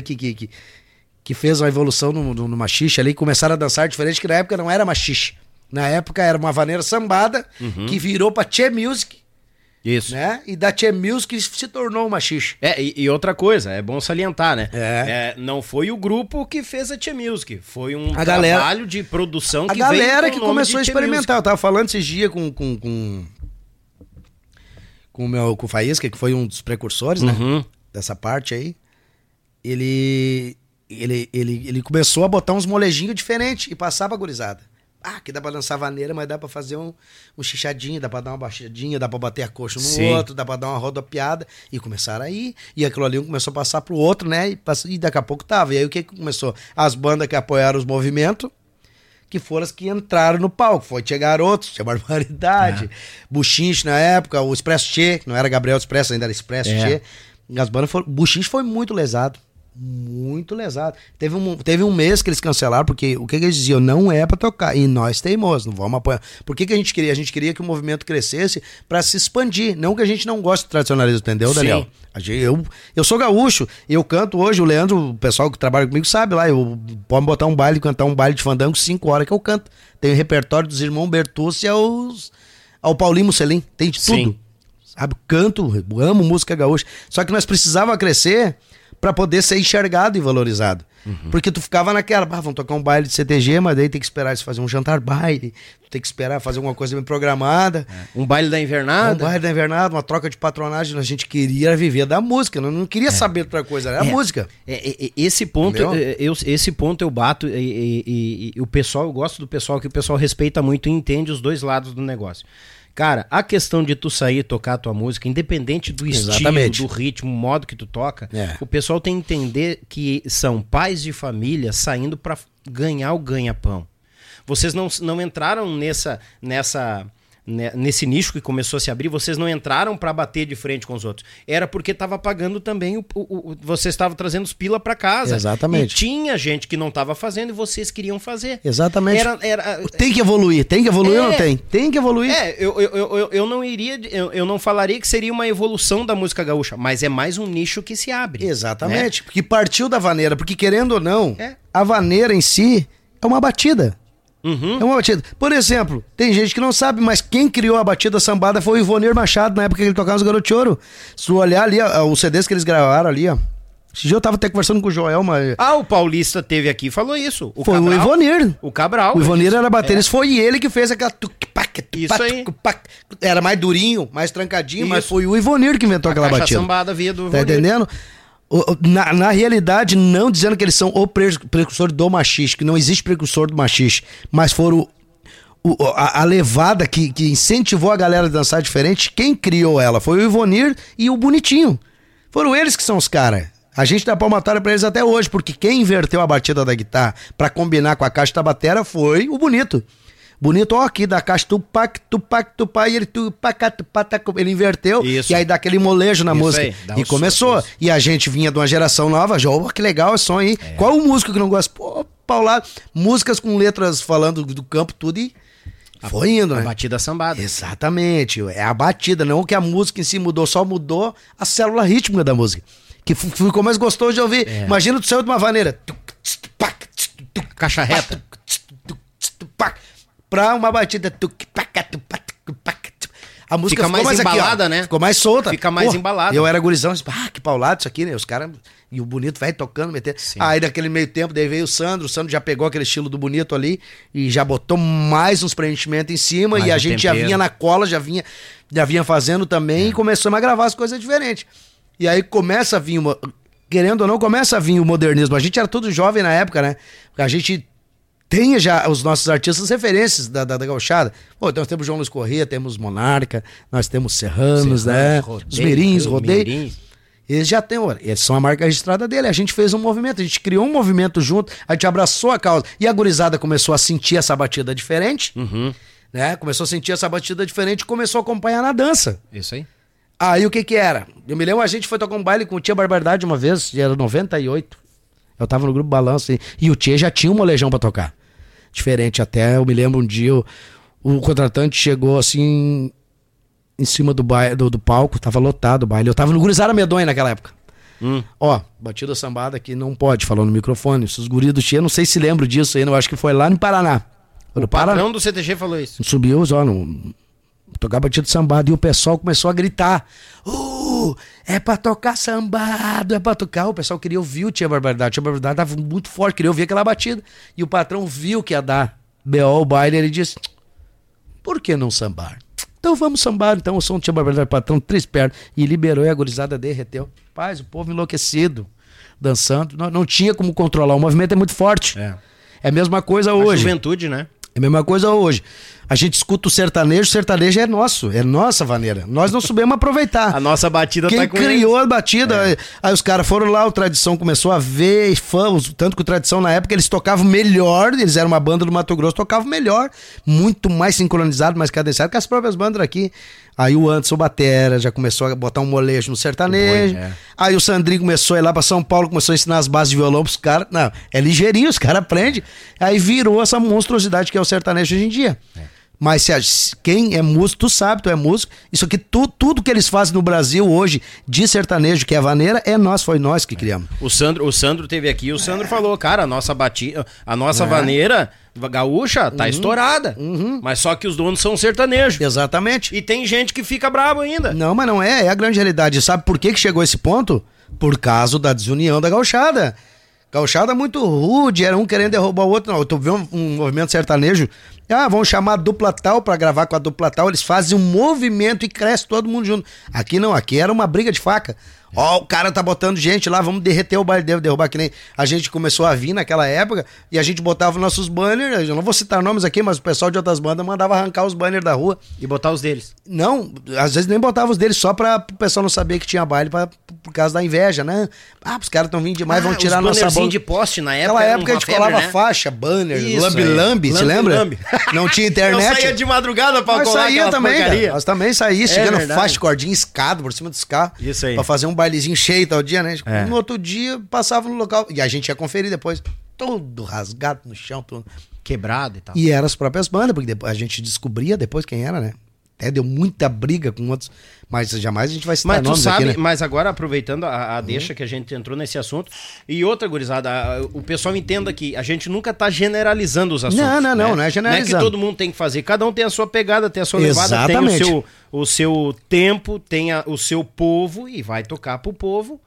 que fez uma evolução no machixe ali, começaram a dançar diferente, que na época não era machixe. Na época era uma vaneira sambada, que virou pra Tchê Music. Isso. Né? E da Tchê Music se tornou uma machixe. E outra coisa, é bom salientar, né? Não foi o grupo que fez a Tchê Music, foi um trabalho de produção que veio com o nome de Tchê Music. A galera que começou a experimentar. Eu tava falando esses dias com o Faísca, que foi um dos precursores, né? Dessa parte aí. Ele começou a botar uns molejinhos diferentes e passar pra gurizada. Que dá pra dançar vaneira, mas dá pra fazer um chichadinho, dá pra dar uma baixadinha, dá pra bater a coxa no outro, dá pra dar uma rodopiada. E começaram aí, e aquilo ali começou a passar pro outro, né? E daqui a pouco tava. E aí o que começou? As bandas que apoiaram os movimentos, que foram as que entraram no palco. Foi Tchê Garotos, Tchê Barbaridade, Buchinche na época, o Expresso Tchê, que não era Gabriel Expresso, ainda era Expresso Tchê. E as bandas foram... Buchinche foi muito lesado. Muito lesado. Teve um mês que eles cancelaram, porque o que eles diziam? Não é pra tocar. E nós teimosos, não vamos apoiar. Por que a gente queria? A gente queria que o movimento crescesse pra se expandir. Não que a gente não goste do tradicionalismo, entendeu, Daniel? Eu sou gaúcho, eu canto hoje, o Leandro, o pessoal que trabalha comigo sabe lá, eu posso botar um baile, cantar um baile de fandango 5 horas que eu canto. Tem o repertório dos irmãos Bertucci ao Paulinho Mussolini, tem de tudo. Sabe, canto, amo música gaúcha. Só que nós precisávamos crescer pra poder ser enxergado e valorizado. Porque tu ficava naquela, vamos tocar um baile de CTG, mas daí tem que esperar eles fazer um jantar baile, tem que esperar fazer alguma coisa bem programada. Um baile da invernada? Um baile da invernada, uma troca de patronagem, a gente queria viver da música, não queria saber outra coisa, era a música. Esse ponto eu bato, e o pessoal, eu gosto do pessoal, que o pessoal respeita muito e entende os dois lados do negócio. Cara, a questão de tu sair e tocar a tua música, independente do estilo, do ritmo, modo que tu toca, o pessoal tem que entender que são pais de família saindo pra ganhar o ganha-pão. Vocês não entraram nesse nicho que começou a se abrir, vocês não entraram para bater de frente com os outros. Era porque tava pagando também, vocês estavam trazendo os pila para casa. Exatamente. E tinha gente que não tava fazendo e vocês queriam fazer. Exatamente. Tem que evoluir ou não tem? Tem que evoluir. Eu não falaria que seria uma evolução da música gaúcha, mas é mais um nicho que se abre. Exatamente, porque partiu da vaneira, porque querendo ou não, a vaneira em si é uma batida. É uma batida. Por exemplo, tem gente que não sabe, mas quem criou a batida sambada foi o Ivonir Machado, na época que ele tocava nos Garoto de Ouro. Se tu olhar ali, os CDs que eles gravaram ali, ó. Esse dia eu tava até conversando com o Joel, mas... o Paulista teve aqui e falou isso. Foi Cabral, o Ivonir. O Cabral. O Ivonir era baterista, foi ele que fez aquela... Isso aí. Era mais durinho, mais trancadinho, isso. Mas foi o Ivonir que inventou aquela batida. A sambada via do Ivonir. Tá entendendo? Na realidade, não dizendo que eles são o precursor do machixe, que não existe precursor do machixe, mas foram a levada que incentivou a galera a dançar diferente. Quem criou ela foi o Ivonir e o Bonitinho. Foram eles que são os caras. A gente dá palmatória pra eles até hoje, porque quem inverteu a batida da guitarra pra combinar com a caixa da batera foi o Bonito. Bonito, ó, aqui da caixa, tupac, e ele ele inverteu, isso. E aí dá aquele molejo na música. Aí, e começou. E a gente vinha de uma geração nova, já, que legal esse som aí. Qual o músico que não gosta? Pô, Paulado, músicas com letras falando do campo, tudo e foi indo, né? A batida sambada. Exatamente, é a batida, não que a música em si mudou, só mudou a célula rítmica da música. Que ficou mais gostoso de ouvir. Imagina tu saiu de uma vaneira. Caixa reta. Pra uma batida. A música fica mais embalada, aqui, né? Ficou mais solta. Fica mais embalada. Eu era gurizão, que paulado isso aqui, né? Os caras. E o Bonito vai tocando, metendo. Aí daquele meio tempo, daí veio o Sandro já pegou aquele estilo do Bonito ali e já botou mais uns preenchimentos em cima, mais e a gente tempero. Já vinha na cola, já vinha fazendo também e começamos a gravar as coisas diferentes. E aí começa a vir querendo ou não, começa a vir o modernismo. A gente era tudo jovem na época, né? A gente tem já os nossos artistas referências da gauchada. Pô, então nós temos João Luiz Corrêa, temos Monarca, nós temos Serranos, né? Rodeio, os Mirins, Rodeio. Eles já têm, eles são a marca registrada dele. A gente fez um movimento, a gente criou um movimento junto, a gente abraçou a causa. E a gurizada começou a sentir essa batida diferente, né? Começou a sentir essa batida diferente e começou a acompanhar na dança. Isso aí. Aí o que era? Eu me lembro, a gente foi tocar um baile com o Tia Barbaridade uma vez, era 98. Eu tava no grupo Balanço e o Tia já tinha um molejão pra tocar. Diferente até, eu me lembro um dia, o contratante chegou assim, em cima do palco, tava lotado o baile. Eu tava no Gurizada Medonha naquela época. Ó, batida sambada aqui não pode, falou no microfone. Os guris do Tia, não sei se lembro disso aí, eu acho que foi lá no Paraná. O patrão do CTG falou isso. Subiu, ó, tocar batida sambada e o pessoal começou a gritar: é pra tocar sambado, é pra tocar. O pessoal queria ouvir o Tia Barbaridade. O Tia Barbaridade tava muito forte, queria ouvir aquela batida. E o patrão viu que ia dar B.O. o baile, ele disse: por que não sambar? Então vamos sambar. Então o som do Tia Barbaridade, patrão, 3 pernas. E liberou e a gurizada derreteu. Paz, o povo enlouquecido, dançando. Não tinha como controlar, o movimento é muito forte. É a mesma coisa hoje. A juventude, né? É a mesma coisa hoje. A gente escuta o sertanejo é nosso, é nossa vaneira. Nós não soubemos aproveitar. A nossa batida Quem tá com criou eles. A batida, aí os caras foram lá, o Tradição começou a ver fãs, tanto que o Tradição na época eles tocavam melhor, eles eram uma banda do Mato Grosso, tocavam melhor, muito mais sincronizado, mais cadenciado que as próprias bandas aqui. Aí o Anderson Batera já começou a botar um molejo no sertanejo. Aí o Sandrinho começou a ir lá pra São Paulo, começou a ensinar as bases de violão pros caras. Não, é ligeirinho, os caras aprendem. Aí virou essa monstruosidade que é o sertanejo hoje em dia. Mas quem é músico, tu sabe, tu é músico. Isso aqui, tudo que eles fazem no Brasil hoje de sertanejo, que é a vaneira, foi nós que criamos. O Sandro teve aqui, o Sandro falou, cara, a nossa vaneira gaúcha tá estourada. Mas só que os donos são sertanejos. Exatamente. E tem gente que fica bravo ainda. Não, mas não é a grande realidade. Sabe por que chegou a esse ponto? Por causa da desunião da gauchada. Gauchada muito rude, era um querendo derrubar o outro. Não, tu vê um movimento sertanejo, vamos chamar a dupla tal pra gravar com a dupla tal, eles fazem um movimento e cresce todo mundo junto. Aqui não, aqui era uma briga de faca. Ó, o cara tá botando gente lá, vamos derreter o baile, derrubar, que nem a gente começou a vir naquela época, e a gente botava nossos banners, eu não vou citar nomes aqui, mas o pessoal de outras bandas mandava arrancar os banners da rua. E botar os deles. Não, às vezes nem botava os deles, só pra o pessoal não saber que tinha baile, por causa da inveja, né? Ah, os caras estão vindo demais, vão tirar nossa bola. De poste na época. Naquela época a gente colava faixa, banner, lambi-lambi, se lembra? Não tinha internet. Eu saía de madrugada pra colar saía também, cara. Nós também saía, chegando faixa, cordinha, escada por cima dos carros. Isso aí. Pra fazer um bailezinho cheio tal dia, né? No outro dia, passava no local, e a gente ia conferir depois, todo rasgado no chão, tudo quebrado e tal. E eram as próprias bandas, porque depois, a gente descobria depois quem era, né? Até deu muita briga com outros, mas jamais a gente vai citar nomes aqui, né? Mas agora, aproveitando a deixa que a gente entrou nesse assunto, e outra, gurizada, o pessoal entenda que a gente nunca tá generalizando os assuntos. Não é generalizando. Não é que todo mundo tem que fazer, cada um tem a sua pegada, tem a sua levada, tem o seu tempo, tem o seu povo, e vai tocar pro povo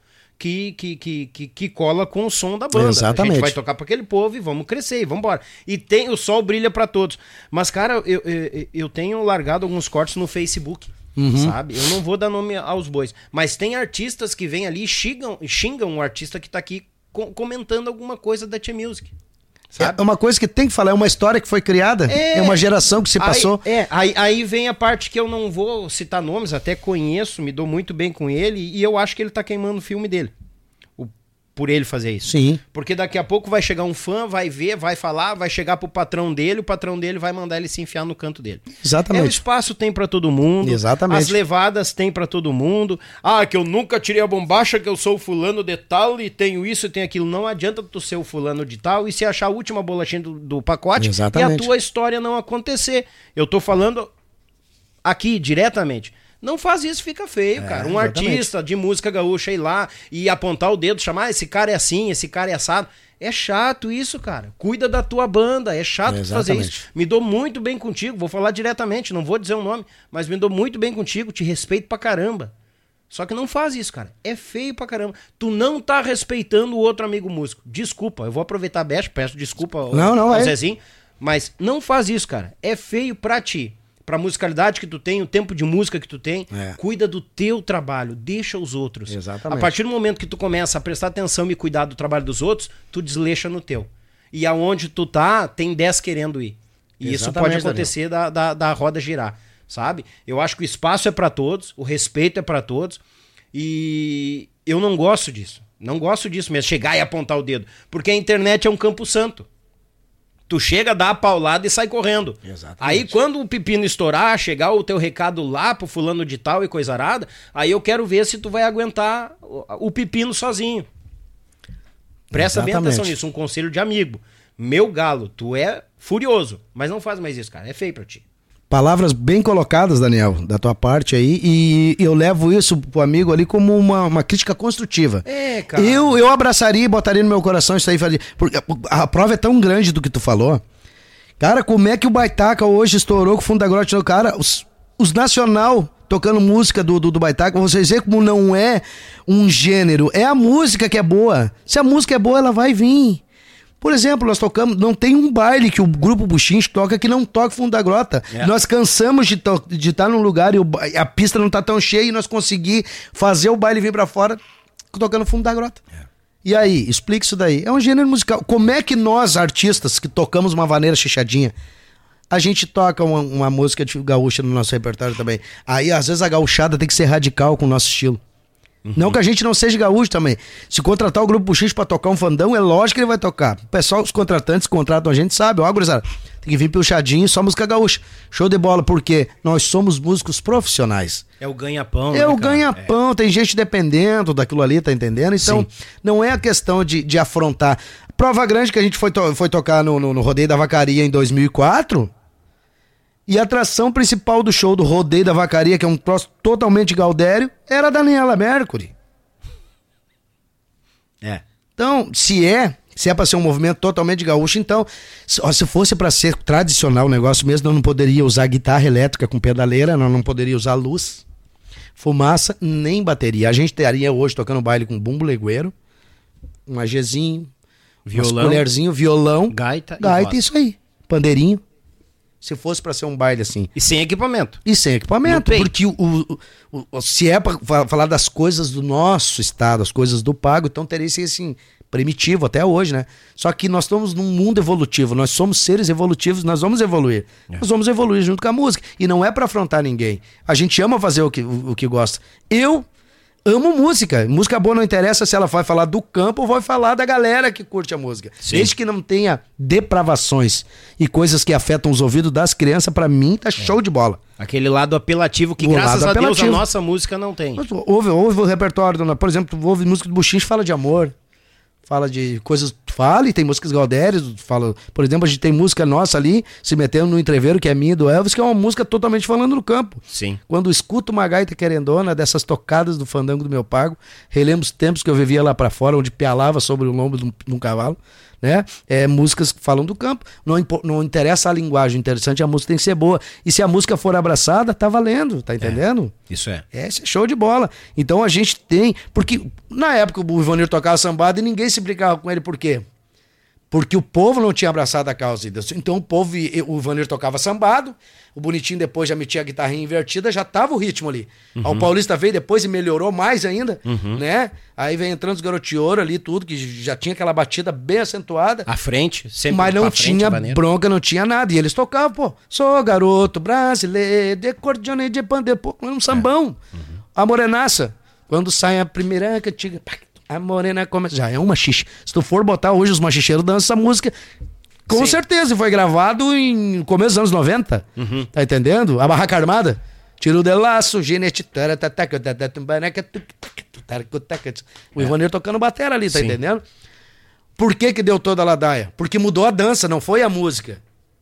que cola com o som da banda. Exatamente. A gente vai tocar para aquele povo e vamos crescer e vamos embora. E o sol brilha para todos. Mas, cara, eu tenho largado alguns cortes no Facebook, sabe? Eu não vou dar nome aos bois. Mas tem artistas que vêm ali e xingam o artista que tá aqui comentando alguma coisa da Tia Music. Sabe? É uma coisa que tem que falar, é uma história que foi criada, é uma geração que se passou. Aí vem a parte que eu não vou citar nomes, até conheço, me dou muito bem com ele, e eu acho que ele tá queimando o filme dele. Por ele fazer isso. Sim. Porque daqui a pouco vai chegar um fã, vai ver, vai falar, vai chegar pro patrão dele, o patrão dele vai mandar ele se enfiar no canto dele. Exatamente. O espaço tem pra todo mundo. Exatamente. As levadas tem pra todo mundo. Ah, que eu nunca tirei a bombacha, que eu sou o fulano de tal e tenho isso e tenho aquilo. Não adianta tu ser o fulano de tal e se achar a última bolachinha do pacote. Exatamente. E a tua história não acontecer. Eu tô falando aqui diretamente. Não faz isso, fica feio, cara. Um artista de música gaúcha ir lá e apontar o dedo, chamar esse cara é assim, esse cara é assado. É chato isso, cara. Cuida da tua banda, é chato fazer isso. Me dou muito bem contigo, vou falar diretamente, não vou dizer o nome, mas me dou muito bem contigo, te respeito pra caramba. Só que não faz isso, cara. É feio pra caramba. Tu não tá respeitando o outro amigo músico. Desculpa, eu vou aproveitar a brecha, peço desculpa ao Zezinho, mas não faz isso, cara. É feio pra ti. Pra musicalidade que tu tem, o tempo de música que tu tem, cuida do teu trabalho, deixa os outros. Exatamente. A partir do momento que tu começa a prestar atenção e cuidar do trabalho dos outros, tu desleixa no teu. E aonde tu tá, tem 10 querendo ir. E isso pode acontecer da roda girar, sabe? Eu acho que o espaço é pra todos, o respeito é pra todos, e eu não gosto disso. Não gosto disso mesmo, chegar e apontar o dedo. Porque a internet é um campo santo. Tu chega, dá a paulada e sai correndo. Exatamente. Aí quando o pepino estourar, chegar o teu recado lá pro fulano de tal e coisa arada, aí eu quero ver se tu vai aguentar o pepino sozinho. Presta bem atenção nisso, um conselho de amigo. Meu galo, tu é furioso, mas não faz mais isso, cara, é feio pra ti. Palavras bem colocadas, Daniel, da tua parte aí, e eu levo isso pro amigo ali como uma crítica construtiva. Cara. Eu abraçaria e botaria no meu coração isso aí, porque a prova é tão grande do que tu falou. Cara, como é que o Baitaca hoje estourou com o Fundo da Grota? Cara, os nacional tocando música do Baitaca, vocês veem como não é um gênero, é a música que é boa. Se a música é boa, ela vai vir. Por exemplo, nós tocamos, não tem um baile que o Grupo Buchinche toca que não toca Fundo da Grota. Nós cansamos de estar num lugar e a pista não tá tão cheia e nós conseguir fazer o baile vir pra fora tocando Fundo da Grota. E aí, explica isso daí. É um gênero musical. Como é que nós, artistas, que tocamos uma vaneira chichadinha, a gente toca uma música de gaúcha no nosso repertório também? Aí, às vezes, a gauchada tem que ser radical com o nosso estilo. Não que a gente não seja gaúcho também. Se contratar o Grupo Buchinche pra tocar um fandão, é lógico que ele vai tocar. O pessoal, os contratantes que contratam a gente sabe, ó, gurizada, tem que vir puxadinho, só música gaúcha. Show de bola, porque nós somos músicos profissionais. É o ganha-pão, né, o ganha-pão, tem gente dependendo daquilo ali, tá entendendo? Então, não é a questão de afrontar. Prova grande que a gente foi tocar no Rodeio da Vacaria em 2004... E a atração principal do show do Rodeio da Vacaria, que é um troço totalmente gaudério, era a Daniela Mercury. Então, se é pra ser um movimento totalmente gaúcho, então, se fosse pra ser tradicional o negócio mesmo, nós não poderia usar guitarra elétrica com pedaleira, nós não poderia usar luz, fumaça, nem bateria. A gente estaria hoje tocando baile com bumbo legueiro, um agezinho, violão, colherzinho, violão, gaita isso aí, pandeirinho. se fosse pra ser um baile assim. E sem equipamento. Porque se é pra falar das coisas do nosso estado, as coisas do pago, então teria que ser assim, primitivo até hoje, né? Só que nós estamos num mundo evolutivo, nós somos seres evolutivos, nós vamos evoluir. Nós vamos evoluir junto com a música. E não é pra afrontar ninguém. A gente ama fazer o que gosta. Eu amo música. Música boa não interessa se ela vai falar do campo ou vai falar da galera que curte a música. Sim. Desde que não tenha depravações e coisas que afetam os ouvidos das crianças, pra mim tá show de bola. Aquele lado apelativo que, graças a Deus, a nossa música não tem. Mas ouve o repertório, por exemplo, ouve música do Buchinche, fala de amor. Fala de coisas, e tem músicas Galdério, por exemplo, a gente tem música nossa ali, Se Metendo no Entreveiro, que é minha, do Elvis, que é uma música totalmente falando no campo. Sim. Quando escuto uma gaita querendona, dessas tocadas do fandango do meu pago, relembro os tempos que eu vivia lá pra fora, onde pialava sobre o lombo de um cavalo, né? Músicas que falam do campo, não interessa a linguagem, o interessante é a música tem que ser boa, e se a música for abraçada, tá valendo, tá entendendo? Isso é. Esse é show de bola. Então a gente tem, porque na época o Ivanir tocava sambado e ninguém se implicava com ele, por quê? Porque o povo não tinha abraçado a causa. Então o Ivanir tocava sambado, o Bonitinho depois já metia a guitarrinha invertida, já tava o ritmo ali. O Paulista veio depois e melhorou mais ainda, né? Aí vem entrando os Garoteouro ali, tudo, que já tinha aquela batida bem acentuada. À frente, sempre. Mas não tinha bronca, não tinha nada. E eles tocavam, pô, sou garoto brasileiro, de cordione de pandeiro, pô, um sambão. A morenaça, quando sai a primeira cantiga, a morena começa. Já é um machixe. Se tu for botar hoje os machicheiros dançam essa música, com certeza. Foi gravado em começo dos anos 90. Tá entendendo? A Barraca Armada. Tiro de laço, ginete. O Ivanir tocando batera ali, tá entendendo? Por que deu toda a ladaia? Porque mudou a dança, não foi a música.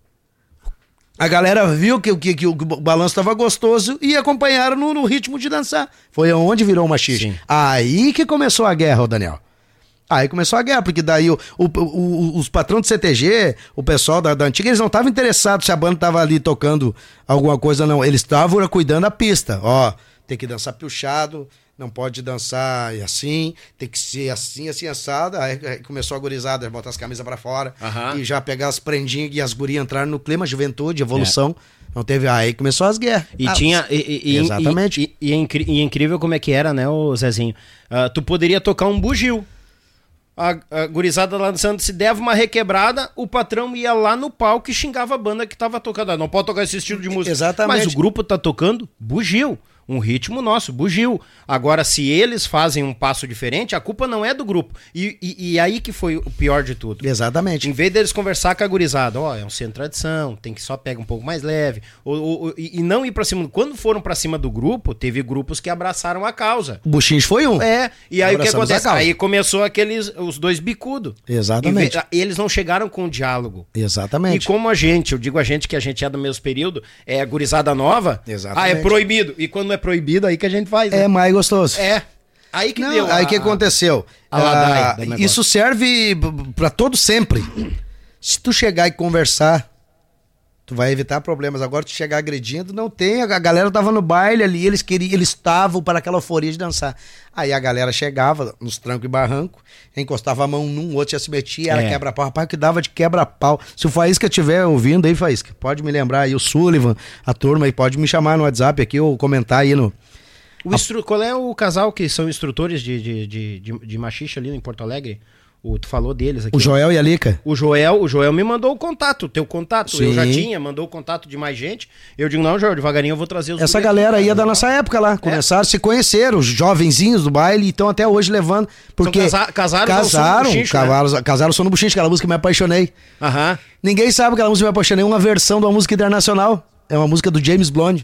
A galera viu que o balanço estava gostoso e acompanharam no ritmo de dançar. Foi onde virou uma machixe. Aí que começou a guerra, ô Daniel. Aí começou a guerra, porque daí os patrões do CTG, o pessoal da antiga, eles não estavam interessados se a banda estava ali tocando alguma coisa, não. Eles estavam cuidando da pista. Ó, tem que dançar piochado, não pode dançar assim, tem que ser assim, assim, assado. Aí começou a gurizada, botar as camisas pra fora e já pegar as prendinhas e as gurias entraram no clima, juventude, evolução. Não teve. Aí começou as guerras. Exatamente. E é incrível como é que era, né, o Zezinho? Tu poderia tocar um bugio. A gurizada lá no Santos, se deva uma requebrada, o patrão ia lá no palco e xingava a banda que tava tocando. Não pode tocar esse estilo de música. Exatamente. Mas o grupo tá tocando bugio. Um ritmo nosso, bugio. Agora, se eles fazem um passo diferente, a culpa não é do grupo. E aí que foi o pior de tudo. Exatamente. Em vez deles conversar com a gurizada, é um centro de tradição, tem que só pegar um pouco mais leve. E não ir pra cima. Quando foram pra cima do grupo, teve grupos que abraçaram a causa. O Buchinche foi um. E aí o que acontece? Aí começou os dois bicudos. Exatamente. Eles não chegaram com diálogo. Exatamente. E como eu digo a gente que a gente é do mesmo período, é gurizada nova. Exatamente. É proibido. E quando não é proibido, aí que a gente faz, né? É mais gostoso. Aí que deu. Aí que aconteceu? Isso serve pra todo sempre. Se tu chegar e conversar, tu vai evitar problemas. Agora tu chegar agredindo, não tem. A galera tava no baile ali, eles estavam para aquela euforia de dançar. Aí a galera chegava nos trancos e barranco, encostava a mão num, outro já se metia, era quebra-pau. Rapaz, o que dava de quebra-pau. Se o Faísca estiver ouvindo aí, Faísca, pode me lembrar aí, o Sullivan, a turma aí, pode me chamar no WhatsApp aqui ou comentar aí no... Qual é o casal que são instrutores de machixe ali em Porto Alegre? Tu falou deles aqui. O Joel e a Lica. O Joel me mandou o teu contato. Sim. Eu já tinha, mandou o contato de mais gente. Eu digo, não, Joel, devagarinho eu vou trazer os... Essa galera aí é da nossa época lá. Começaram a se conhecer, os jovenzinhos do baile, e estão até hoje levando. Porque casaram o Som do Buchinche, aquela música que me apaixonei. Ninguém sabe aquela música que me apaixonei, uma versão de uma música internacional. É uma música do James Blonde.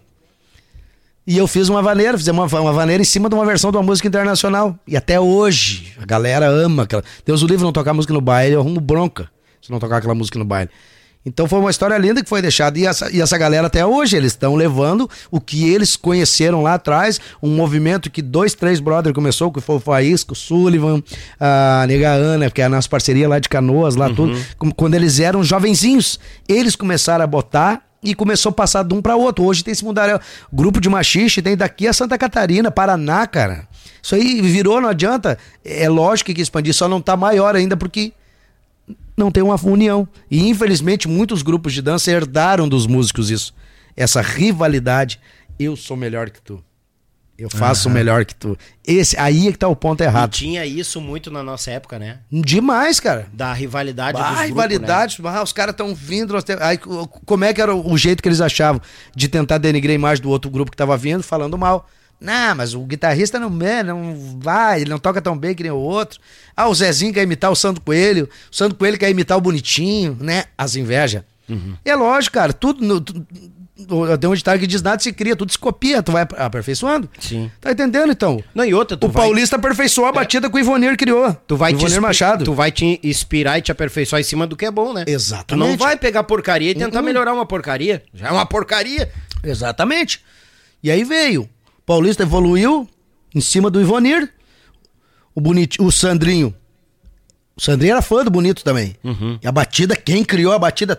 E eu fiz uma vaneira, fizemos uma vaneira em cima de uma versão de uma música internacional. E até hoje, a galera ama aquela... Deus o livre não tocar música no baile, eu arrumo bronca se não tocar aquela música no baile. Então foi uma história linda que foi deixada. E essa galera até hoje, eles estão levando o que eles conheceram lá atrás, um movimento que 2, 3 brothers começou, que foi o Faísca, o Sullivan, a Nega Ana, que é a nossa parceria lá de Canoas, lá tudo. Quando eles eram jovenzinhos, eles começaram a botar e começou a passar de um para outro. Hoje tem esse mundaréu. Grupo de machixe tem daqui a Santa Catarina, Paraná, cara. Isso aí virou, não adianta. É lógico que expandir, só não tá maior ainda porque não tem uma união. E infelizmente muitos grupos de dança herdaram dos músicos isso. Essa rivalidade. Eu sou melhor que tu. Eu faço melhor que tu. Aí é que tá o ponto errado. E tinha isso muito na nossa época, né? Demais, cara. Da rivalidade dos grupos, rivalidade, né? Os caras estão vindo. Aí, como é que era o jeito que eles achavam de tentar denegrir a imagem do outro grupo que tava vindo, falando mal? Não, mas o guitarrista não vai, ele não toca tão bem que nem o outro. Ah, o Zezinho quer imitar o Sandro Coelho quer imitar o Bonitinho, né? As invejas. É lógico, cara, tudo... Tem um ditado que diz, nada se cria, tudo se copia, tu vai aperfeiçoando. Sim. Tá entendendo, então? Não, e outra, Paulista aperfeiçoou a batida que o Ivonir criou. Ivonir Machado. Tu vai te inspirar e te aperfeiçoar em cima do que é bom, né? Exatamente. Tu não vai pegar porcaria e tentar melhorar uma porcaria. Já é uma porcaria. Exatamente. E aí veio. Paulista evoluiu em cima do Ivonir. O Sandrinho. O Sandrinho era fã do Bonito também. E a batida, quem criou a batida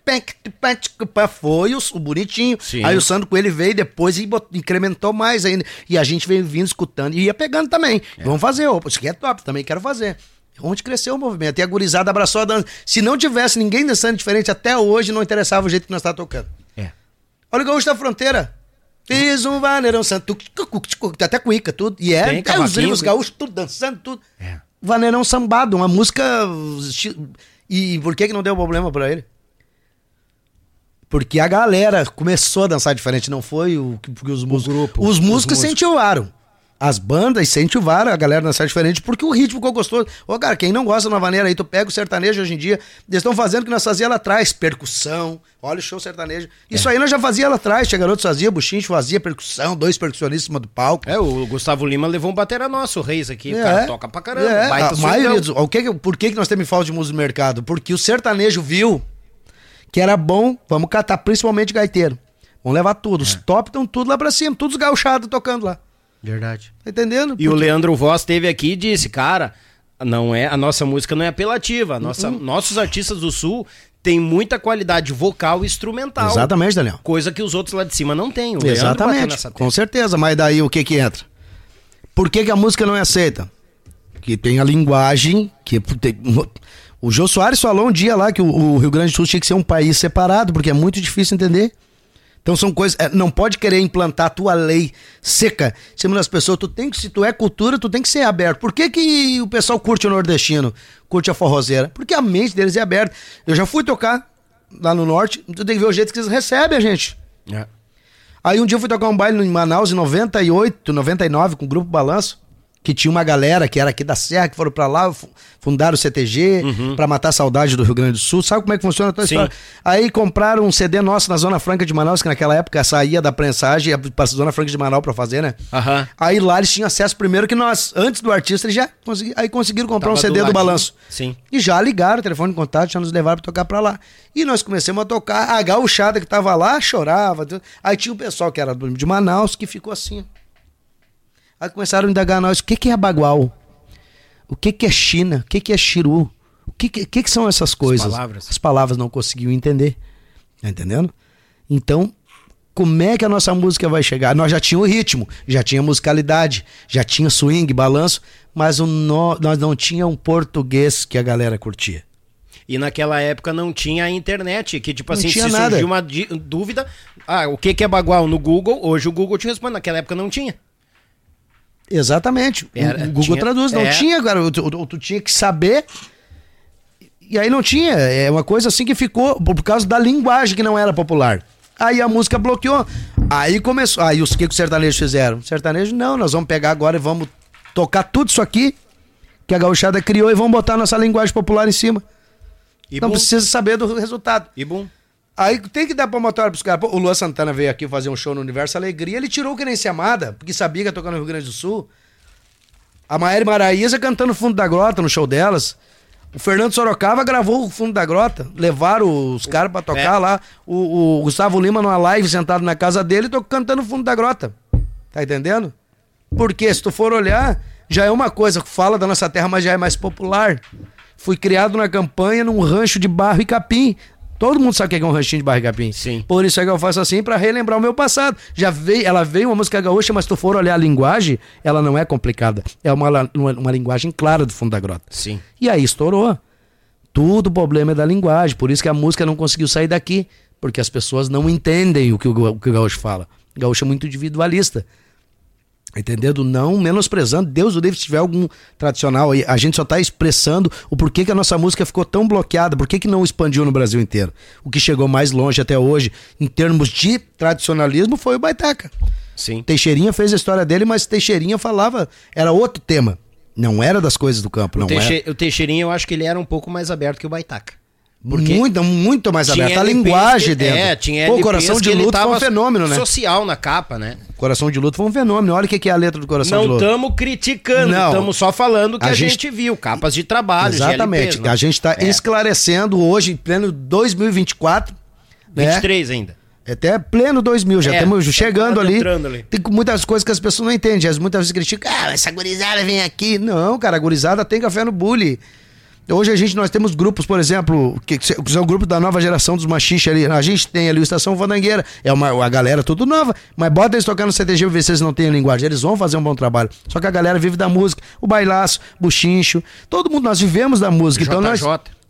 foi o Bonitinho. Sim. Aí o Sandro Coelho veio depois e incrementou mais ainda. E a gente veio vindo escutando e ia pegando também. Vamos fazer, isso aqui é top, também quero fazer. Onde cresceu o movimento. E a gurizada abraçou a dança. Se não tivesse ninguém dançando diferente até hoje, não interessava o jeito que nós estávamos tocando. Olha o Gaúcho da Fronteira. Fiz um vaneirão santo. Até cuíca, tudo. E os gaúchos tudo dançando, tudo. Vaneirão sambado, uma música... E por que não deu problema pra ele? Porque a galera começou a dançar diferente, não foi porque os músicos... Os músicos incentivaram. As bandas incentivaram a galera a dançar diferente porque o ritmo ficou gostoso. Ô, cara, quem não gosta de uma vaneira aí, tu pega o sertanejo hoje em dia, eles estão fazendo o que nós fazíamos lá atrás, percussão, olha o show sertanejo. Isso aí nós já fazia lá atrás, Tia Garotos fazia, Buchincho fazia percussão, 2 percussionistas em cima do palco. O Gustavo Lima levou um batera nosso, o Reis aqui, o cara toca pra caramba. A maioria por que nós temos falta de música no mercado? Porque o sertanejo viu que era bom, vamos catar, principalmente gaiteiro. Vamos levar tudo, os top estão tudo lá pra cima, todos gauchados tocando lá. Verdade. Tá entendendo? E o Leandro Voss esteve aqui e disse, cara, a nossa música não é apelativa. Nossos artistas do Sul têm muita qualidade vocal e instrumental. Exatamente, Daniel. Coisa que os outros lá de cima não têm. Exatamente, com certeza. Mas daí o que entra? Por que a música não é aceita? Que tem a linguagem, o Jô Soares falou um dia lá que o Rio Grande do Sul tinha que ser um país separado, porque é muito difícil entender. Então são coisas... não pode querer implantar a tua lei seca em cima das pessoas. Se tu é cultura, tu tem que ser aberto. Por que o pessoal curte o nordestino? Curte a forrozeira? Porque a mente deles é aberta. Eu já fui tocar lá no norte, tu tem que ver o jeito que eles recebem a gente. Aí um dia eu fui tocar um baile em Manaus em 98, 99, com o Grupo Balanço, que tinha uma galera que era aqui da Serra, que foram pra lá, fundaram o CTG, pra matar a saudade do Rio Grande do Sul. Sabe como é que funciona a tua história? Aí compraram um CD nosso na Zona Franca de Manaus, que naquela época saía da prensagem e ia pra Zona Franca de Manaus pra fazer, né? Aí lá eles tinham acesso primeiro que nós, antes do artista, eles já conseguiram comprar um CD do Balanço. Sim. E já ligaram o telefone de contato, já nos levaram pra tocar pra lá. E nós começamos a tocar, a gauchada que tava lá chorava. Aí tinha o pessoal que era de Manaus que ficou assim. Aí começaram a indagar nós, o que é bagual? O que é China? O que é Chiru? O que são essas coisas? As palavras não conseguiam entender. Tá entendendo? Então, como é que a nossa música vai chegar? Nós já tínhamos o ritmo, já tinha musicalidade, já tinha swing, balanço, mas nós não tínhamos um português que a galera curtia. E naquela época não tinha a internet, que tipo assim, se nada. Surgiu uma dúvida, o que é bagual no Google, hoje o Google te responde, naquela época não tinha. Exatamente, o Google traduz, não tinha, cara, tu tinha que saber, e aí não tinha, é uma coisa assim que ficou, por causa da linguagem que não era popular. Aí a música bloqueou, aí começou, aí os que os sertanejos fizeram? Sertanejo, não, nós vamos pegar agora e vamos tocar tudo isso aqui, que a gauchada criou, e vamos botar nossa linguagem popular em cima. E não precisa saber do resultado. E bom. Aí tem que dar palmatória pros caras. O Luan Santana veio aqui fazer um show no Universo Alegria, ele tirou o Querência Amada, porque sabia que ia tocar no Rio Grande do Sul. A Maíra Maraíza cantando o Fundo da Grota no show delas. O Fernando Sorocaba gravou o Fundo da Grota. Levaram os caras pra tocar lá. O Gustavo Lima numa live sentado na casa dele, cantando o Fundo da Grota. Tá entendendo? Porque se tu for olhar, já é uma coisa que fala da nossa terra, mas já é mais popular. Fui criado na campanha num rancho de barro e capim. Todo mundo sabe o que é um ranchinho de barro e capim. Sim. Por isso é que eu faço assim, pra relembrar o meu passado. Ela veio uma música gaúcha, mas se tu for olhar a linguagem, ela não é complicada. É uma linguagem clara do Fundo da Grota. Sim. E aí estourou. Tudo o problema é da linguagem. Por isso que a música não conseguiu sair daqui. Porque as pessoas não entendem o que o gaúcho fala. O gaúcho é muito individualista. Entendendo? Não menosprezando. Deus o livre, se tiver algum tradicional aí, a gente só está expressando o porquê que a nossa música ficou tão bloqueada, por que não expandiu no Brasil inteiro. O que chegou mais longe até hoje, em termos de tradicionalismo, foi o Baitaca. Sim. Teixeirinha fez a história dele, mas Teixeirinha falava, era outro tema. Não era das coisas do campo. O Teixeirinha, eu acho que ele era um pouco mais aberto que o Baitaca. Muito mais aberto. A linguagem dentro. Tinha o Coração de Luto foi um fenômeno, né? Social na capa, né? Coração de Luto foi um fenômeno. Olha o que é a letra do Coração de Luto. Não estamos criticando, estamos só falando que a gente viu. Capas de trabalho, exatamente. GLPs, a gente está esclarecendo hoje, em pleno 2024. 23 ainda. Até pleno 2000, já estamos chegando ali. Ali. Tem muitas coisas que as pessoas não entendem. Muitas vezes criticam, essa gurizada vem aqui. Não, cara, a gurizada tem café no bule. Hoje nós temos grupos, por exemplo, que são grupos da nova geração dos machiches ali. A gente tem ali o Estação Fandangueira, a galera tudo nova, mas bota eles tocar no CTG pra ver se eles não têm linguagem. Eles vão fazer um bom trabalho. Só que a galera vive da música, o bailaço, buchincho, todo mundo, nós vivemos da música. Então nós...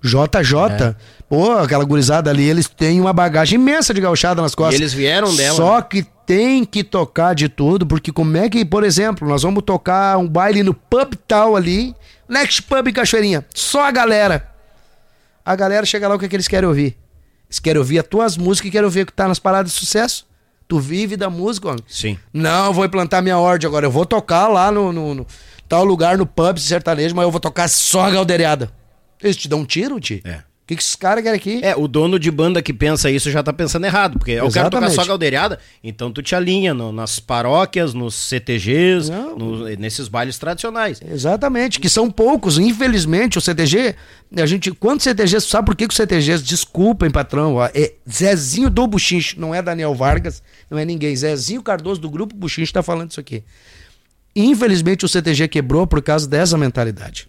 JJ. Pô, aquela gurizada ali, eles têm uma bagagem imensa de gauchada nas costas. E eles vieram dela. Só que tem que tocar de tudo, porque como é que, por exemplo, nós vamos tocar um baile no pub tal ali, Next Pub em Cachoeirinha, só a galera. A galera chega lá, o que é que eles querem ouvir? Eles querem ouvir as tuas músicas e querem ouvir o que tá nas paradas de sucesso. Tu vive da música, homem. Sim. Não, eu vou implantar minha ordem agora, eu vou tocar lá no tal lugar, no pub sertanejo, mas eu vou tocar só a galdeirada. Eles te dão um tiro, tio? O que esses caras querem aqui? O dono de banda que pensa isso já tá pensando errado, porque eu quero tocar só galdeirada, então tu te alinha nas paróquias, nos CTGs, nesses bailes tradicionais. Exatamente, que são poucos, infelizmente o CTG, quantos CTGs, sabe por que os CTGs, desculpem patrão, é Zezinho do Buchincho, não é Daniel Vargas, não é ninguém, Zezinho Cardoso do Grupo Buchincho tá falando isso aqui. Infelizmente o CTG quebrou por causa dessa mentalidade.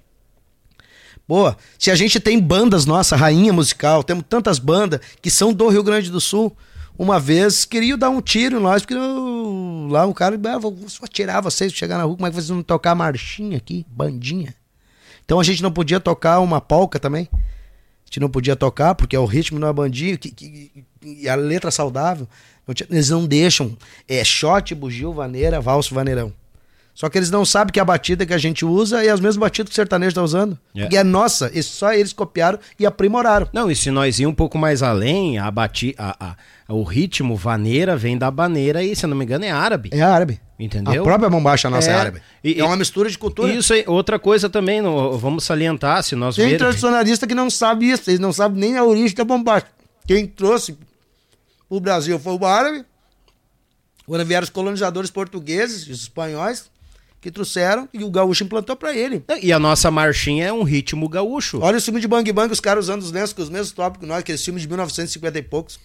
Pô, se a gente tem bandas, nossa, rainha musical, temos tantas bandas que são do Rio Grande do Sul, uma vez queriam dar um tiro em nós, porque lá o cara, vou só tirar vocês, chegar na rua, como é que vocês vão tocar marchinha aqui, bandinha? Então a gente não podia tocar uma polca também, a gente não podia tocar, porque o ritmo não é bandinha, e a letra saudável, eles não deixam, shot, bugio, vaneira, valso, vaneirão. Só que eles não sabem que a batida que a gente usa é as mesmas batidas que o sertanejo está usando. E é nossa, só eles copiaram e aprimoraram. Não, e se nós ir um pouco mais além, o ritmo vaneira vem da baneira e, se eu não me engano, é árabe. É árabe. Entendeu? A própria bombacha nossa é árabe. É uma mistura de cultura. Isso aí, outra coisa também, vamos salientar, se nós Tem tradicionalista que não sabe isso, eles não sabem nem a origem da bombacha. Quem trouxe o Brasil foi o árabe, quando vieram os colonizadores portugueses, os espanhóis, que trouxeram e o gaúcho implantou pra ele. E a nossa marchinha é um ritmo gaúcho. Olha o filme de Bang Bang, os caras usando os lenços com os mesmos tópicos que nós, aqueles filmes de 1950 e poucos.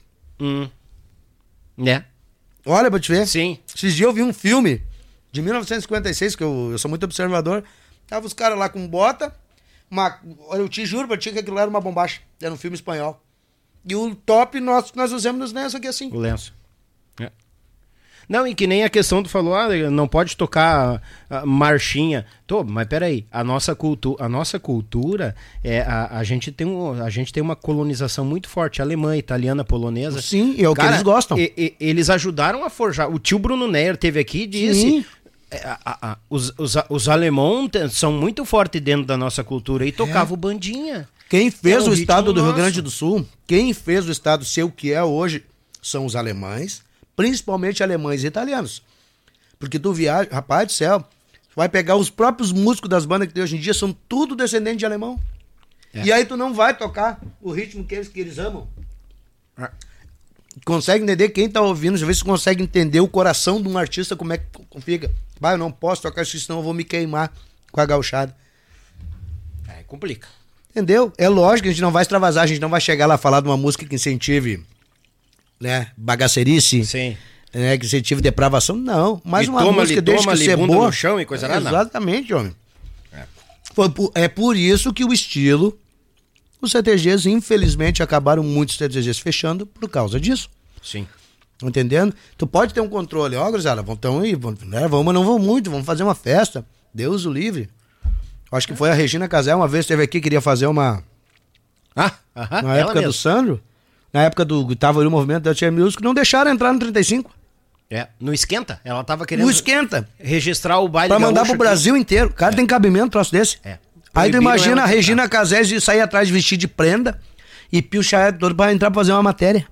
Olha pra te ver. Sim. Esses dias eu vi um filme de 1956, que eu sou muito observador. Tava os caras lá com bota, eu te juro pra ti que aquilo era uma bombacha. Era um filme espanhol. E o top nosso que nós usamos nos lenços aqui assim. O lenço. Não, e que nem a questão, tu falou, não pode tocar marchinha. Mas peraí, a nossa cultura, a gente tem uma colonização muito forte, alemã, italiana, polonesa. Sim, é o que eles gostam. Eles ajudaram a forjar. O tio Bruno Neyer teve aqui e disse... Os alemãos são muito fortes dentro da nossa cultura e tocavam bandinha. Quem fez o estado do Rio Grande do Sul, quem fez o estado ser o que é hoje, são os alemães, principalmente alemães e italianos. Porque tu viaja, rapaz do céu, tu vai pegar os próprios músicos das bandas que tem hoje em dia, são tudo descendentes de alemão. E aí tu não vai tocar o ritmo que eles amam. Consegue entender quem tá ouvindo, às vezes consegue entender o coração de um artista, como é que fica. Eu não posso tocar isso, senão eu vou me queimar com a gauchada. Complica. Entendeu? É lógico que a gente não vai extravasar, a gente não vai chegar lá a falar de uma música que incentive, né, bagacerice. Sim. Né, que incentive depravação, não. Mas uma música desde que ser boa. No chão e coisa nada. Exatamente, homem. É por isso que o estilo, os CTGs, infelizmente, acabaram muitos CTGs fechando por causa disso. Sim. Entendendo? Tu pode ter um controle, gurizada, vamos aí, vamos, não vão muito, vamos fazer uma festa. Deus o livre. Acho que foi a Regina Casé uma vez esteve aqui, queria fazer uma Na época do Sandro, na época do tava ali o movimento da Tia Music, não deixaram entrar no 35. No Esquenta. Ela tava querendo... No Esquenta. Registrar o baile pra mandar pro Brasil inteiro. Cara, tem cabimento um troço desse. Aí tu imagina a Regina Casés de sair atrás de vestir de prenda e piochar todo pra entrar pra fazer uma matéria.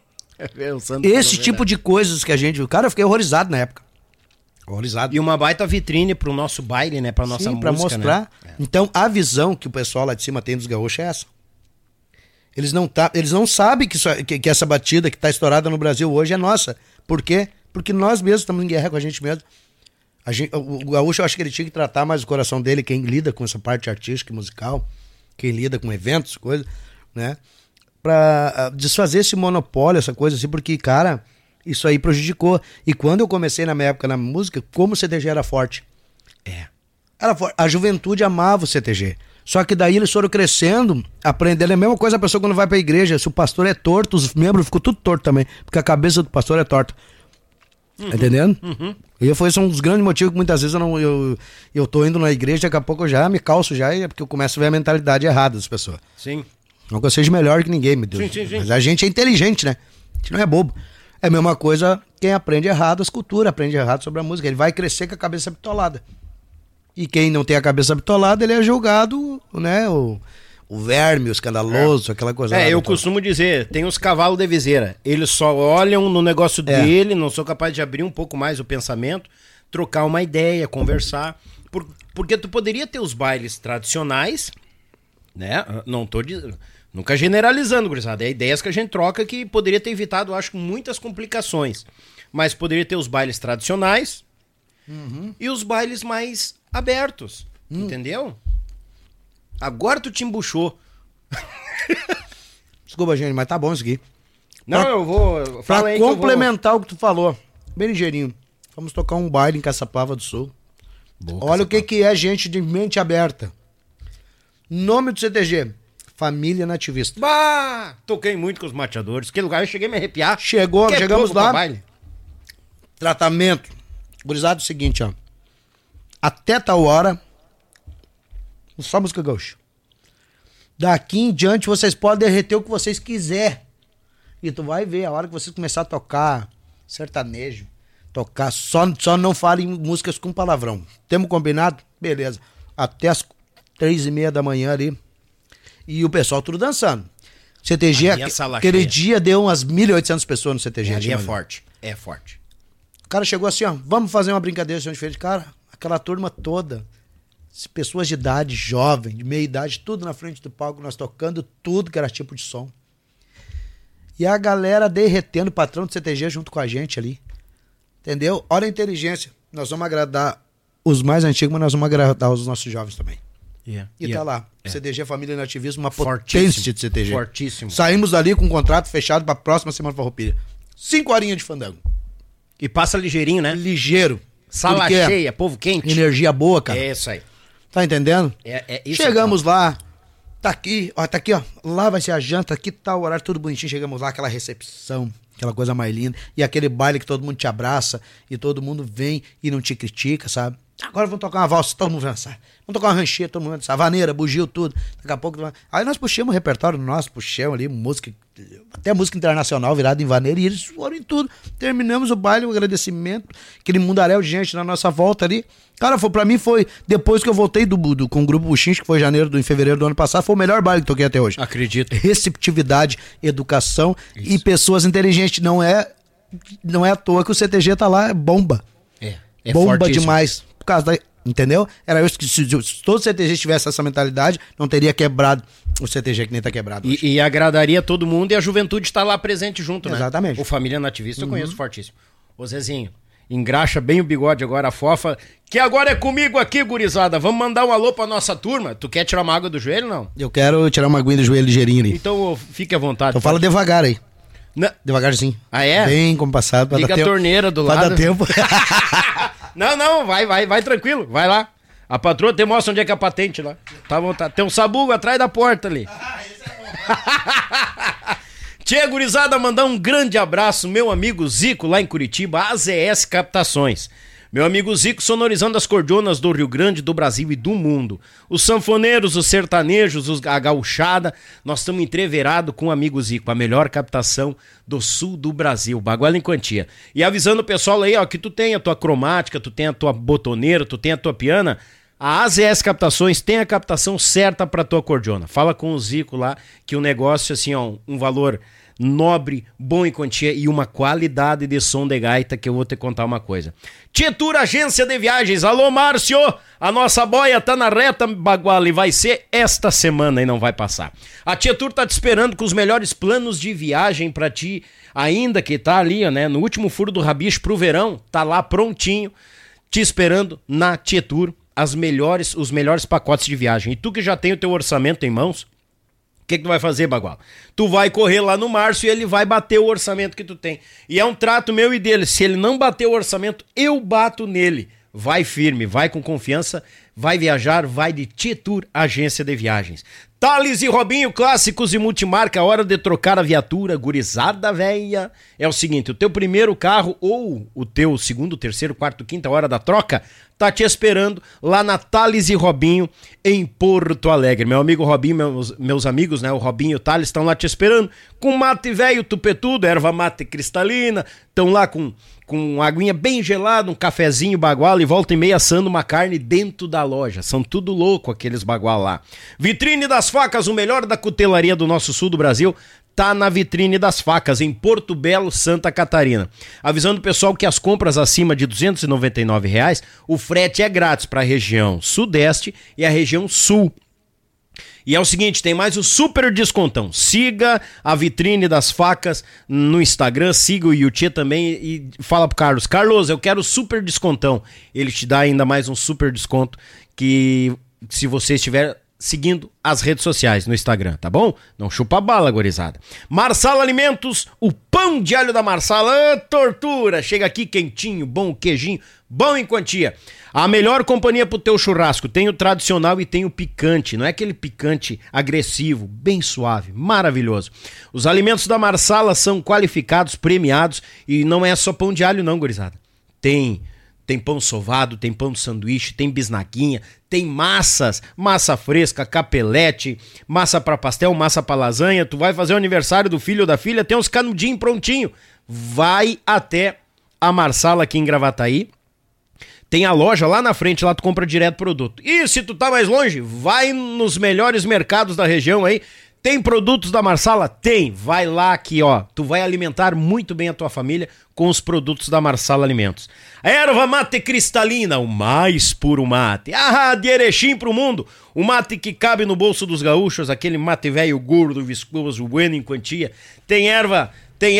Esse tipo de coisas que a gente... Cara, eu fiquei horrorizado na época. Horrorizado. E uma baita vitrine pro nosso baile, né? Pra nossa música, pra mostrar. Né? Então, a visão que o pessoal lá de cima tem dos gaúchos é essa. Eles não sabem que essa batida que tá estourada no Brasil hoje é nossa. Por quê? Porque nós mesmos estamos em guerra com a gente mesmo. O gaúcho, eu acho que ele tinha que tratar mais o coração dele, quem lida com essa parte artística e musical, quem lida com eventos, coisas, né? Pra desfazer esse monopólio, essa coisa assim, porque, cara, isso aí prejudicou. E quando eu comecei na minha época na música, como o CTG era forte. Era forte. A juventude amava o CTG. Só que daí eles foram crescendo, aprendendo. É a mesma coisa a pessoa quando vai pra igreja. Se o pastor é torto, os membros ficam tudo torto também. Porque a cabeça do pastor é torta. Entendendo? E são um dos grandes motivos que muitas vezes eu tô indo na igreja, daqui a pouco eu já me calço porque eu começo a ver a mentalidade errada das pessoas. Sim. Não que eu seja melhor que ninguém, meu Deus. Sim. Mas a gente é inteligente, né? A gente não é bobo. É a mesma coisa quem aprende errado as culturas, aprende errado sobre a música. Ele vai crescer com a cabeça bitolada. E quem não tem a cabeça bitolada, ele é julgado, né? O verme, o escandaloso, aquela coisa. Eu costumo dizer, tem os cavalos de viseira. Eles só olham no negócio dele, não são capazes de abrir um pouco mais o pensamento, trocar uma ideia, conversar. Porque tu poderia ter os bailes tradicionais, né? Não tô dizendo... Nunca generalizando, gurizada. É ideias que a gente troca que poderia ter evitado, acho, muitas complicações. Mas poderia ter os bailes tradicionais e os bailes mais abertos. Entendeu? Agora tu te embuchou. Desculpa, gente, mas tá bom isso aqui. Não, eu vou... Pra complementar o que tu falou, bem ligeirinho, vamos tocar um baile em Caçapava do Sul. Boa, olha Caçapava. O que é gente de mente aberta. Nome do CTG... Família Nativista. Bah! Toquei muito com os mateadores. Que lugar? Eu cheguei a me arrepiar. Chegamos lá. Tratamento. Gurizada, é o seguinte, ó. Até tal hora, só música gaúcha. Daqui em diante, vocês podem derreter o que vocês quiserem. E tu vai ver, a hora que vocês começar a tocar sertanejo, tocar, só não falem músicas com palavrão. Temos combinado? Beleza. Até as 3:30 da manhã ali. E o pessoal tudo dançando. CTG, aquele dia deu umas 1.800 pessoas no CTG. Ali é forte, é forte. O cara chegou assim, ó, vamos fazer uma brincadeira diferente. Cara, aquela turma toda, pessoas de idade, jovem, de meia idade, tudo na frente do palco, nós tocando tudo que era tipo de som. E a galera derretendo, o patrão do CTG junto com a gente ali. Entendeu? Olha a inteligência. Nós vamos agradar os mais antigos, mas nós vamos agradar os nossos jovens também. Tá lá. CTG Família Nativismo, uma potência de CTG. Fortíssimo. Saímos dali com um contrato fechado pra próxima semana Farroupilha. 5 horinhas de fandango. E passa ligeirinho, né? Ligeiro. Sala cheia, povo quente. Energia boa, cara. É isso aí. Tá entendendo? Isso. Chegamos lá. Tá aqui, ó. Lá vai ser a janta, aqui tá o horário, tudo bonitinho. Chegamos lá, aquela recepção, aquela coisa mais linda. E aquele baile que todo mundo te abraça e todo mundo vem e não te critica, sabe? Agora vamos tocar uma valsa, todo mundo vai dançar. Vamos tocar uma rancheira, todo mundo vai dançar. Vaneira, bugio, tudo. Daqui a pouco... Aí nós puxamos o repertório nosso, puxamos ali música, até música internacional virada em vaneira, e eles foram em tudo. Terminamos o baile, o agradecimento, aquele mundaréu de gente na nossa volta ali. Cara, pra mim foi, depois que eu voltei com o Grupo Buchinche, que foi em fevereiro do ano passado, foi o melhor baile que toquei até hoje. Acredito. Receptividade, educação e pessoas inteligentes. Não é à toa que o CTG tá lá, é bomba. É bomba fortíssimo. Demais. Por causa da... Entendeu? Era isso que se todo CTG tivesse essa mentalidade, não teria quebrado o CTG que nem tá quebrado hoje. E agradaria todo mundo e a juventude está lá presente junto, né? Exatamente. O Família Nativista eu conheço fortíssimo. Ô Zezinho, engraxa bem o bigode agora, a fofa, que agora é comigo aqui, gurizada. Vamos mandar um alô pra nossa turma. Tu quer tirar uma água do joelho, não? Eu quero tirar uma aguinha do joelho ligeirinho ali. Então fique à vontade. Então fala devagar aí. Não. Devagarzinho. Ah, é? Bem compassado. Liga a torneira do lado. Pra dar tempo. Não, vai tranquilo, vai lá. A patroa te mostra onde é que é a patente lá. Tá à vontade. Tem um sabugo atrás da porta ali. Esse é bom. Tchê, gurizada, mandar um grande abraço, meu amigo Zico, lá em Curitiba, AZS Captações. Meu amigo Zico sonorizando as cordionas do Rio Grande, do Brasil e do mundo. Os sanfoneiros, os sertanejos, a gauchada, nós estamos entreverados com o amigo Zico, a melhor captação do sul do Brasil, Baguala em Quantia. E avisando o pessoal aí, ó, que tu tem a tua cromática, tu tem a tua botoneira, tu tem a tua piana, a AZS Captações tem a captação certa pra tua cordiona. Fala com o Zico lá, que o negócio, assim, ó, um valor nobre, bom em quantia e uma qualidade de som de gaita que eu vou te contar uma coisa. Tietur Agência de Viagens, alô Márcio, a nossa boia tá na reta, Baguala, e vai ser esta semana e não vai passar. A Tietur tá te esperando com os melhores planos de viagem pra ti, ainda que tá ali, né, no último furo do rabicho pro verão, tá lá prontinho, te esperando na Tietur, os melhores pacotes de viagem. E tu que já tem o teu orçamento em mãos, o que tu vai fazer, Baguala? Tu vai correr lá no Márcio e ele vai bater o orçamento que tu tem. E é um trato meu e dele. Se ele não bater o orçamento, eu bato nele. Vai firme, vai com confiança, vai viajar, vai de Tietur Agência de Viagens. Thales e Robinho, clássicos e multimarca, hora de trocar a viatura, gurizada véia. É o seguinte, o teu primeiro carro ou o teu segundo, terceiro, quarto, quinta hora da troca tá te esperando lá na Thales e Robinho em Porto Alegre. Meu amigo Robinho, meus amigos, né, o Robinho e o Thales estão lá te esperando com mate velho, tupetudo, erva mate cristalina, estão lá com aguinha bem gelada, um cafezinho Baguala e volta e meia assando uma carne dentro da loja. São tudo louco aqueles Baguala lá. Vitrine das Facas, o melhor da cutelaria do nosso sul do Brasil, tá na Vitrine das Facas, em Porto Belo, Santa Catarina. Avisando o pessoal que as compras acima de R$ 299, o frete é grátis para a região sudeste e a região sul. E é o seguinte, tem mais o super descontão. Siga a Vitrine das Facas no Instagram, siga o Yuchê também e fala pro Carlos, Carlos, eu quero super descontão. Ele te dá ainda mais um super desconto que se você estiver seguindo as redes sociais no Instagram, tá bom? Não chupa bala, gorizada. Marsala Alimentos, o pão de alho da Marsala, tortura, chega aqui quentinho, bom queijinho, bom em quantia. A melhor companhia pro teu churrasco, tem o tradicional e tem o picante, não é aquele picante agressivo, bem suave, maravilhoso. Os alimentos da Marsala são qualificados, premiados e não é só pão de alho não, gorizada. Tem pão sovado, tem pão de sanduíche, tem bisnaguinha, tem massas, massa fresca, capelete, massa para pastel, massa para lasanha. Tu vai fazer o aniversário do filho ou da filha, tem uns canudinhos prontinho. Vai até a Marsala aqui em Gravataí. Tem a loja lá na frente, lá tu compra direto produto. E se tu tá mais longe, vai nos melhores mercados da região aí. Tem produtos da Marsala? Tem. Vai lá que, ó, tu vai alimentar muito bem a tua família com os produtos da Marsala Alimentos. A erva mate cristalina, o mais puro mate. Ah, de Erechim pro mundo. O mate que cabe no bolso dos gaúchos, aquele mate velho, gordo, viscoso, bueno em quantia. Tem erva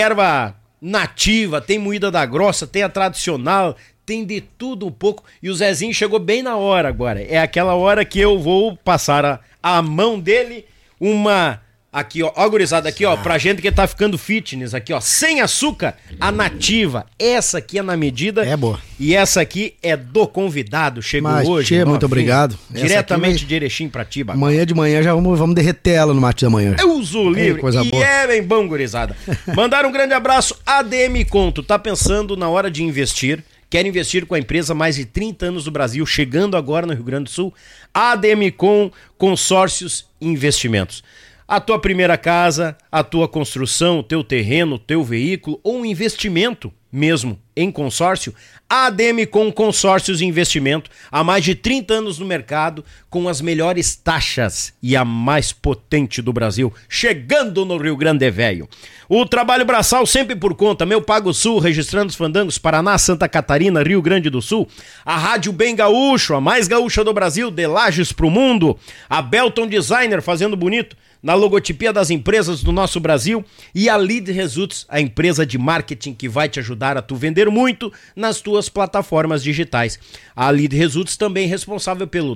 nativa, tem moída da grossa, tem a tradicional, tem de tudo um pouco. E o Zezinho chegou bem na hora agora. É aquela hora que eu vou passar a mão dele. Uma, aqui ó, gurizada, aqui ó, pra gente que tá ficando fitness, aqui ó, sem açúcar, a nativa, essa aqui é na medida. É boa. E essa aqui é do convidado, chegou hoje. Tchê, muito obrigado. Diretamente de Erechim pra ti, Baguala. Amanhã de manhã já vamos derreter ela no mate da manhã. Eu uso livre, coisa e boa. É bem bom, gurizada. Mandar um grande abraço, ADM Conto, tá pensando na hora de investir? Quer investir com a empresa mais de 30 anos do Brasil, chegando agora no Rio Grande do Sul? ADM Com Consórcios e Investimentos. A tua primeira casa, a tua construção, o teu terreno, o teu veículo ou um investimento mesmo em consórcio, ADM Com Consórcios e Investimento, há mais de 30 anos no mercado, com as melhores taxas e a mais potente do Brasil, chegando no Rio Grande Velho. O trabalho braçal sempre por conta, Meu Pago Sul, registrando os fandangos, Paraná, Santa Catarina, Rio Grande do Sul, a Rádio Bem Gaúcho, a mais gaúcha do Brasil, de Lages pro mundo, a Belton Designer fazendo bonito, na logotipia das empresas do nosso Brasil, e a Lead Results, a empresa de marketing que vai te ajudar a tu vender muito nas tuas plataformas digitais. A Lead Results também é responsável pelo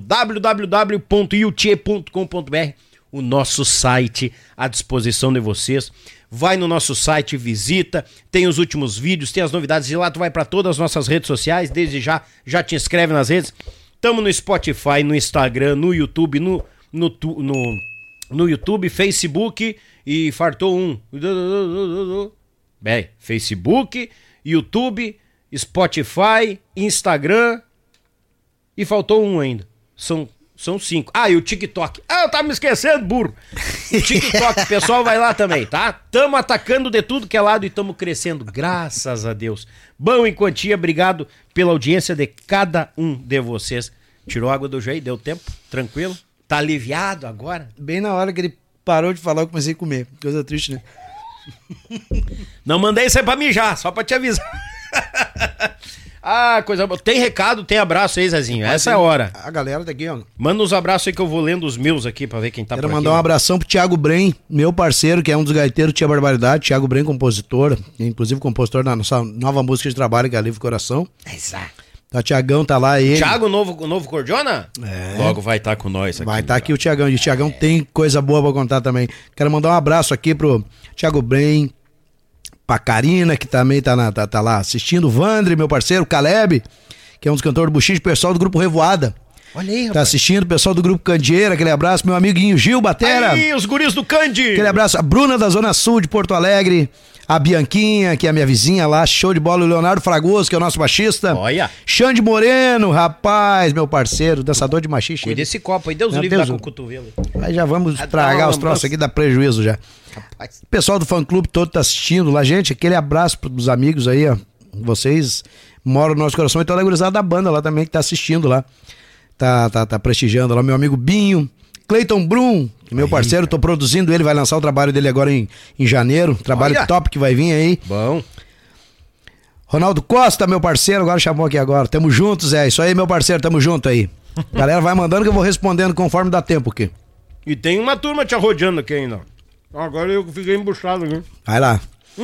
www.yuchê.com.br, o nosso site à disposição de vocês. Vai no nosso site, visita, tem os últimos vídeos, tem as novidades, de lá tu vai para todas as nossas redes sociais, desde já te inscreve nas redes. Tamo no Spotify, no Instagram, no YouTube, no YouTube, Facebook e fartou um. Bem, Facebook, YouTube Spotify, Instagram e faltou um ainda. São 5. Ah, e o TikTok. Ah, eu tava me esquecendo, burro. O TikTok, o pessoal vai lá também, tá? Tamo atacando de tudo que é lado e tamo crescendo, graças a Deus. Bom em quantia, obrigado pela audiência de cada um de vocês. Tirou água do jeito, deu tempo, tranquilo? Tá aliviado agora? Bem na hora que ele parou de falar, eu comecei a comer. Coisa triste, né? Não mandei isso aí pra mijar, só pra te avisar. Ah, coisa boa. Tem recado, tem abraço aí, Zezinho. Essa é a hora. A galera daqui, ó. Manda uns abraços aí que eu vou lendo os meus aqui pra ver quem tá Quero por aqui. mandar um abração pro Thiago Brem, meu parceiro, que é um dos gaiteiros, Tia Barbaridade. Thiago Brem, compositor, inclusive compositor da nossa nova música de trabalho, que é a Livre Coração. Exato. O Thiagão tá lá, ele. Thiago, novo Cordiona? É. Logo vai estar com nós aqui. Vai estar aqui o Thiagão. E o Thiagão tem coisa boa pra contar também. Quero mandar um abraço aqui pro Thiago Brem, pra Karina, que também tá lá assistindo. O Vandre, meu parceiro, o Caleb, que é um dos cantores do Buchiche, pessoal do Grupo Revoada. Olha aí, rapaz. Tá assistindo, pessoal do Grupo Candeeira, aquele abraço. Meu amiguinho Gil Batera. Aí, os guris do Candi. Aquele abraço. A Bruna da Zona Sul de Porto Alegre. A Bianquinha, que é a minha vizinha lá, show de bola. O Leonardo Fragoso, que é o nosso baixista. Olha. Xande Moreno, rapaz, meu parceiro, dançador de machixe. Cuida desse copo aí, Deus livre, dá com o cotovelo. Aí já vamos tragar os troços aqui, dá prejuízo já. Rapaz. O pessoal do fã-clube todo tá assistindo lá. Gente, aquele abraço pros amigos aí, ó. Vocês moram no nosso coração. E toda a gurizada da banda lá também que tá assistindo lá. Tá prestigiando lá. Meu amigo Binho. Cleiton Brum, meu parceiro, tô produzindo ele, vai lançar o trabalho dele agora em janeiro. Trabalho top que vai vir aí. Bom. Ronaldo Costa, meu parceiro, agora chamou aqui agora. Tamo juntos, isso aí, meu parceiro, tamo junto aí. Galera, vai mandando que eu vou respondendo conforme dá tempo aqui. E tem uma turma te arrodeando aqui ainda. Agora eu fiquei embuchado aqui. Vai lá.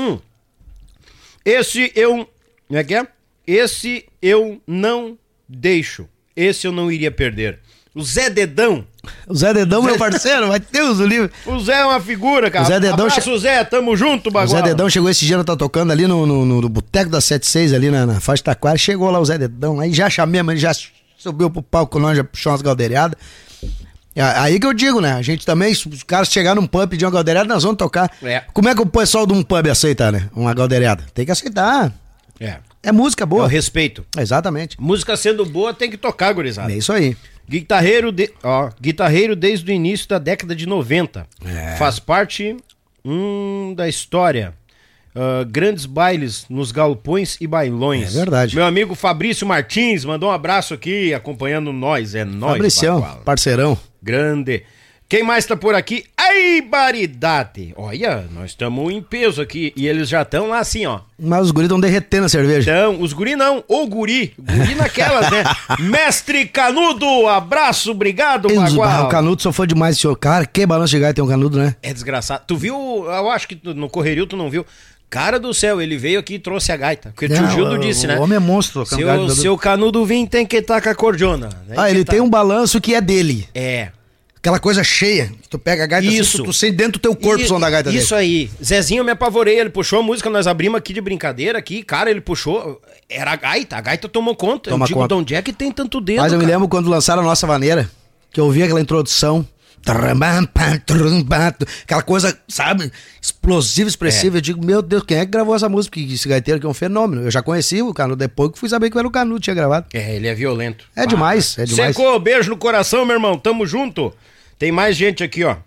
Esse eu... Como é que é? Esse eu não deixo. Esse eu não iria perder. O Zé Dedão. O Zé Dedão, meu parceiro, vai ter os livros. O Zé é uma figura, cara. O Zé Dedão Abraço, Zé, tamo junto, bagulho. O Zé Dedão chegou esse dia, tá tocando ali no Boteco da 76, ali na faixa Taquara. Chegou lá o Zé Dedão, aí já chamei, ele já subiu pro palco, nós já puxou umas galdeiradas. Aí que eu digo, né? A gente também, se os caras chegarem num pub e pedir uma galdeirada, nós vamos tocar. É. Como é que o pessoal de um pub aceita, né? Uma galdeirada? Tem que aceitar. É música boa. É o respeito. Exatamente. Música sendo boa tem que tocar, gurizada. É isso aí. Guitarreiro desde o início da década de 90. Faz parte da história. Grandes bailes nos galpões e bailões. É verdade. Meu amigo Fabrício Martins mandou um abraço aqui, acompanhando nós. É nóis, Fabricião, parceirão. Grande. Quem mais tá por aqui? Ai, Baridade. Olha, nós estamos em peso aqui. E eles já estão lá assim, ó. Mas os guris estão derretendo a cerveja. Então, os guri não, o guri. Guri naquelas, né? Mestre Canudo, abraço, obrigado, Bagual. O Canudo só foi demais, senhor. Cara, que balanço de gaita tem um Canudo, né? É desgraçado. Tu viu, eu acho que no Correrio tu não viu. Cara do céu, ele veio aqui e trouxe a gaita. Porque o tio Gildo disse, né? O homem é monstro. Seu Canudo vir tem que estar com a cordiona. Ele tem um balanço que é dele. É. Aquela coisa cheia, que tu pega a gaita isso. Assim, tu sente dentro do teu corpo o som da gaita dele. Isso aí. Zezinho, eu me apavorei, ele puxou a música, nós abrimos aqui de brincadeira aqui, cara, ele puxou, era a gaita tomou conta. Eu digo, de onde é que tem tanto dedo, Mas eu me lembro quando lançaram a Nossa Vaneira, que eu ouvi aquela introdução, aquela coisa, sabe, explosiva, expressiva. Eu digo, meu Deus, quem é que gravou essa música? Porque esse gaiteiro que é um fenômeno. Eu já conheci o Canudo, depois que fui saber que era o Canudo que tinha gravado. Ele é violento. É demais, é demais. Secou, beijo no coração, meu irmão, tamo junto. Tem mais gente aqui, ó.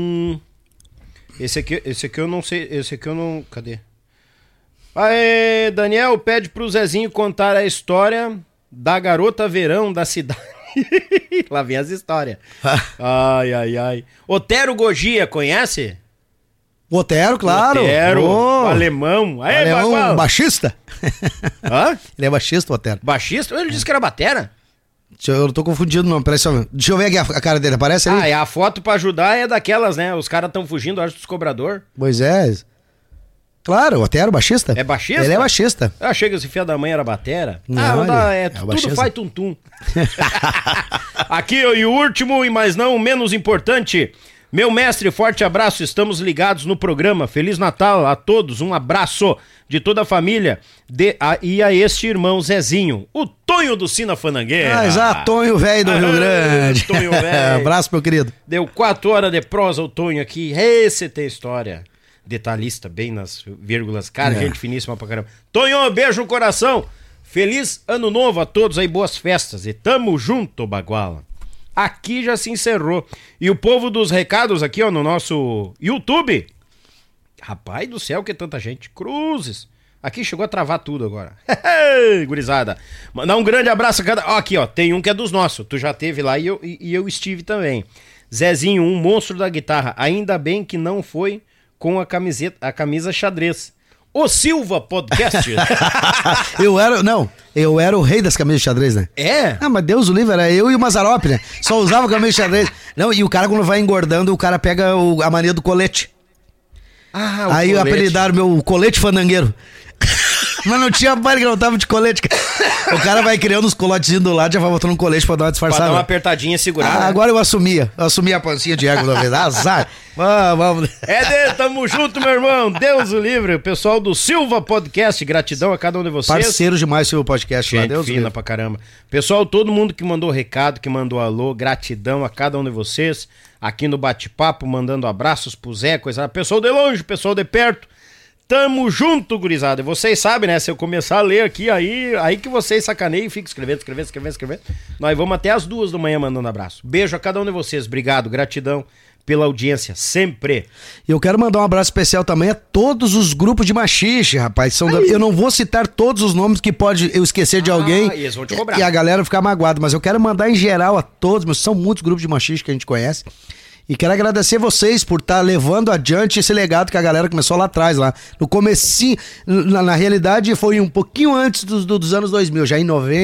Esse aqui eu não sei, esse aqui eu não... Cadê? Aê, Daniel pede pro Zezinho contar a história da garota verão da cidade. Lá vem as histórias. Ai. Otero Gogia, conhece? Otero, claro. Otero, alemão. Aê, alemão, baixista. Hã? Ele é baixista, o Otero. Baixista? Ele disse que era batera. Eu tô confundindo, não. Deixa eu ver aqui a cara dele, aparece ali? A foto pra ajudar é daquelas, né? Os caras tão fugindo, acho, dos cobrador. Pois é. Claro, o Otero, baixista. É baixista? Ele é baixista. Eu achei que esse filho da mãe era batera. Não dá, tudo baixista. faz tum-tum. Aqui, e o último, e mas não o menos importante. Meu mestre, forte abraço, estamos ligados no programa. Feliz Natal a todos, um abraço de toda a família e a este irmão Zezinho, o Tonho do Sina Fanangueira. Exato, Tonho velho do Rio Grande. Tonho velho. Abraço, meu querido. Deu 4 horas de prosa o Tonho aqui, esse tem história. Detalhista, bem nas vírgulas, cara, gente finíssima pra caramba. Tonho, beijo no coração. Feliz ano novo a todos aí, boas festas. E tamo junto, Baguala. Aqui já se encerrou. E o povo dos recados aqui, ó, no nosso YouTube. Rapaz do céu, que tanta gente. Cruzes. Aqui chegou a travar tudo agora. Gurizada. Mandar um grande abraço a cada... Ó, aqui, ó, tem um que é dos nossos. Tu já teve lá e eu estive também. Zezinho, um monstro da guitarra. Ainda bem que não foi com a camisa xadrez. O Silva Podcast. Eu era o rei das camisas de xadrez, né? É? Ah, mas Deus o livre, era eu e o Mazzaropi, né? Só usava camisa de xadrez. Não, e o cara quando vai engordando, o cara pega a mania do colete. Ah, aí colete. Apelidaram meu colete fandangueiro. Mas não tinha baile que não tava de colete. O cara vai criando os colotezinhos do lado, já vai botando um colete pra dar uma disfarçada. Pra dar uma apertadinha e segurar. Agora eu assumia a pancinha de ego da vez. Azar. Vamos. Tamo junto, meu irmão. Deus o livre. O pessoal do Silva Podcast, gratidão a cada um de vocês. Parceiros demais do Silva Podcast. Gente, Deus fina pra caramba. Pessoal, todo mundo que mandou recado, que mandou alô, gratidão a cada um de vocês. Aqui no bate-papo, mandando abraços pro Zé, coisa. Pessoal de longe, pessoal de perto. Tamo junto, gurizada. E vocês sabem, né? Se eu começar a ler aqui, aí que vocês sacaneiam e ficam escrevendo. Nós vamos até as 2 da manhã mandando abraço. Beijo a cada um de vocês. Obrigado, gratidão pela audiência, sempre. E eu quero mandar um abraço especial também a todos os grupos de machixe, rapaz. Eu não vou citar todos os nomes que pode eu esquecer de alguém e eles vão te cobrar. E a galera ficar magoada, mas eu quero mandar em geral a todos, mas são muitos grupos de machixe que a gente conhece. E quero agradecer vocês por estar levando adiante esse legado que a galera começou lá atrás, lá no comecinho. Na realidade, foi um pouquinho antes dos anos 2000, já em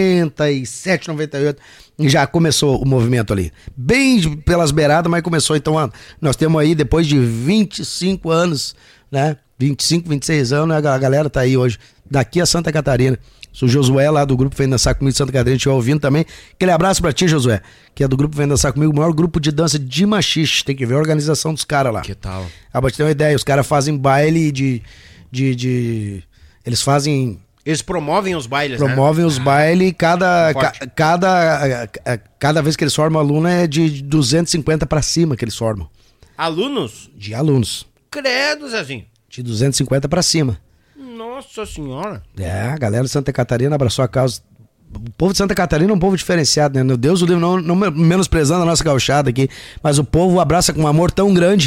97, 98, já começou o movimento ali. Bem pelas beiradas, mas começou. Então, nós temos aí, depois de 25 anos, né? 25, 26 anos, a galera tá aí hoje, daqui a Santa Catarina. Se o Josué lá do grupo Vem Dançar Comigo de Santa Catarina estiver ouvindo também, aquele abraço pra ti, Josué, que é do grupo Vem Dançar Comigo, o maior grupo de dança de machixe. Tem que ver a organização dos caras lá. Que tal? Pra te ter uma ideia, os caras fazem baile eles fazem... Eles promovem os bailes, Promovem os bailes, cada vez que eles formam aluno é de 250 pra cima que eles formam. Alunos? De alunos. Credo, Zezinho. De 250 pra cima. Nossa senhora. A galera de Santa Catarina abraçou a causa. O povo de Santa Catarina é um povo diferenciado, né? Meu Deus, o livro não menosprezando a nossa gauchada aqui, mas o povo abraça com um amor tão grande.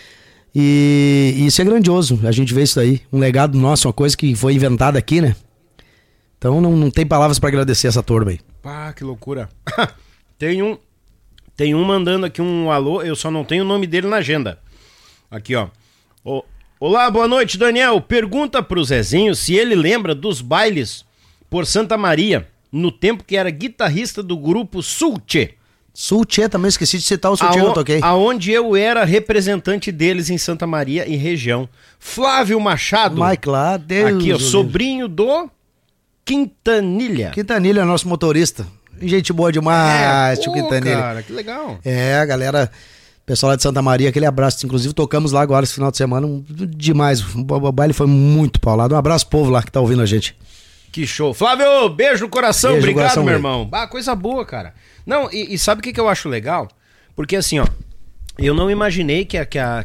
E isso é grandioso, a gente vê isso aí. Um legado nosso, uma coisa que foi inventada aqui, né? Então não tem palavras pra agradecer essa turma aí. Pá, que loucura. Tem um mandando aqui um alô, eu só não tenho o nome dele na agenda. Aqui, ó. Olá, boa noite, Daniel. Pergunta pro Zezinho se ele lembra dos bailes por Santa Maria, no tempo que era guitarrista do grupo Sultê. Sultê, também esqueci de citar o Sultê, eu toquei. Aonde eu era representante deles em Santa Maria e região. Flávio Machado. Mas claro, Deus. Aqui, ó, sobrinho do Quintanilha. Quintanilha é nosso motorista. Gente boa demais, tio Quintanilha. Cara, que legal. A galera... Pessoal lá de Santa Maria, aquele abraço. Inclusive, tocamos lá agora esse final de semana. Demais. O baile foi muito paulado. Um abraço, povo lá que tá ouvindo a gente. Que show. Flávio, beijo no coração. Beijo obrigado, coração, meu irmão. Coisa boa, cara. Não, e sabe o que eu acho legal? Porque assim, ó, eu não imaginei que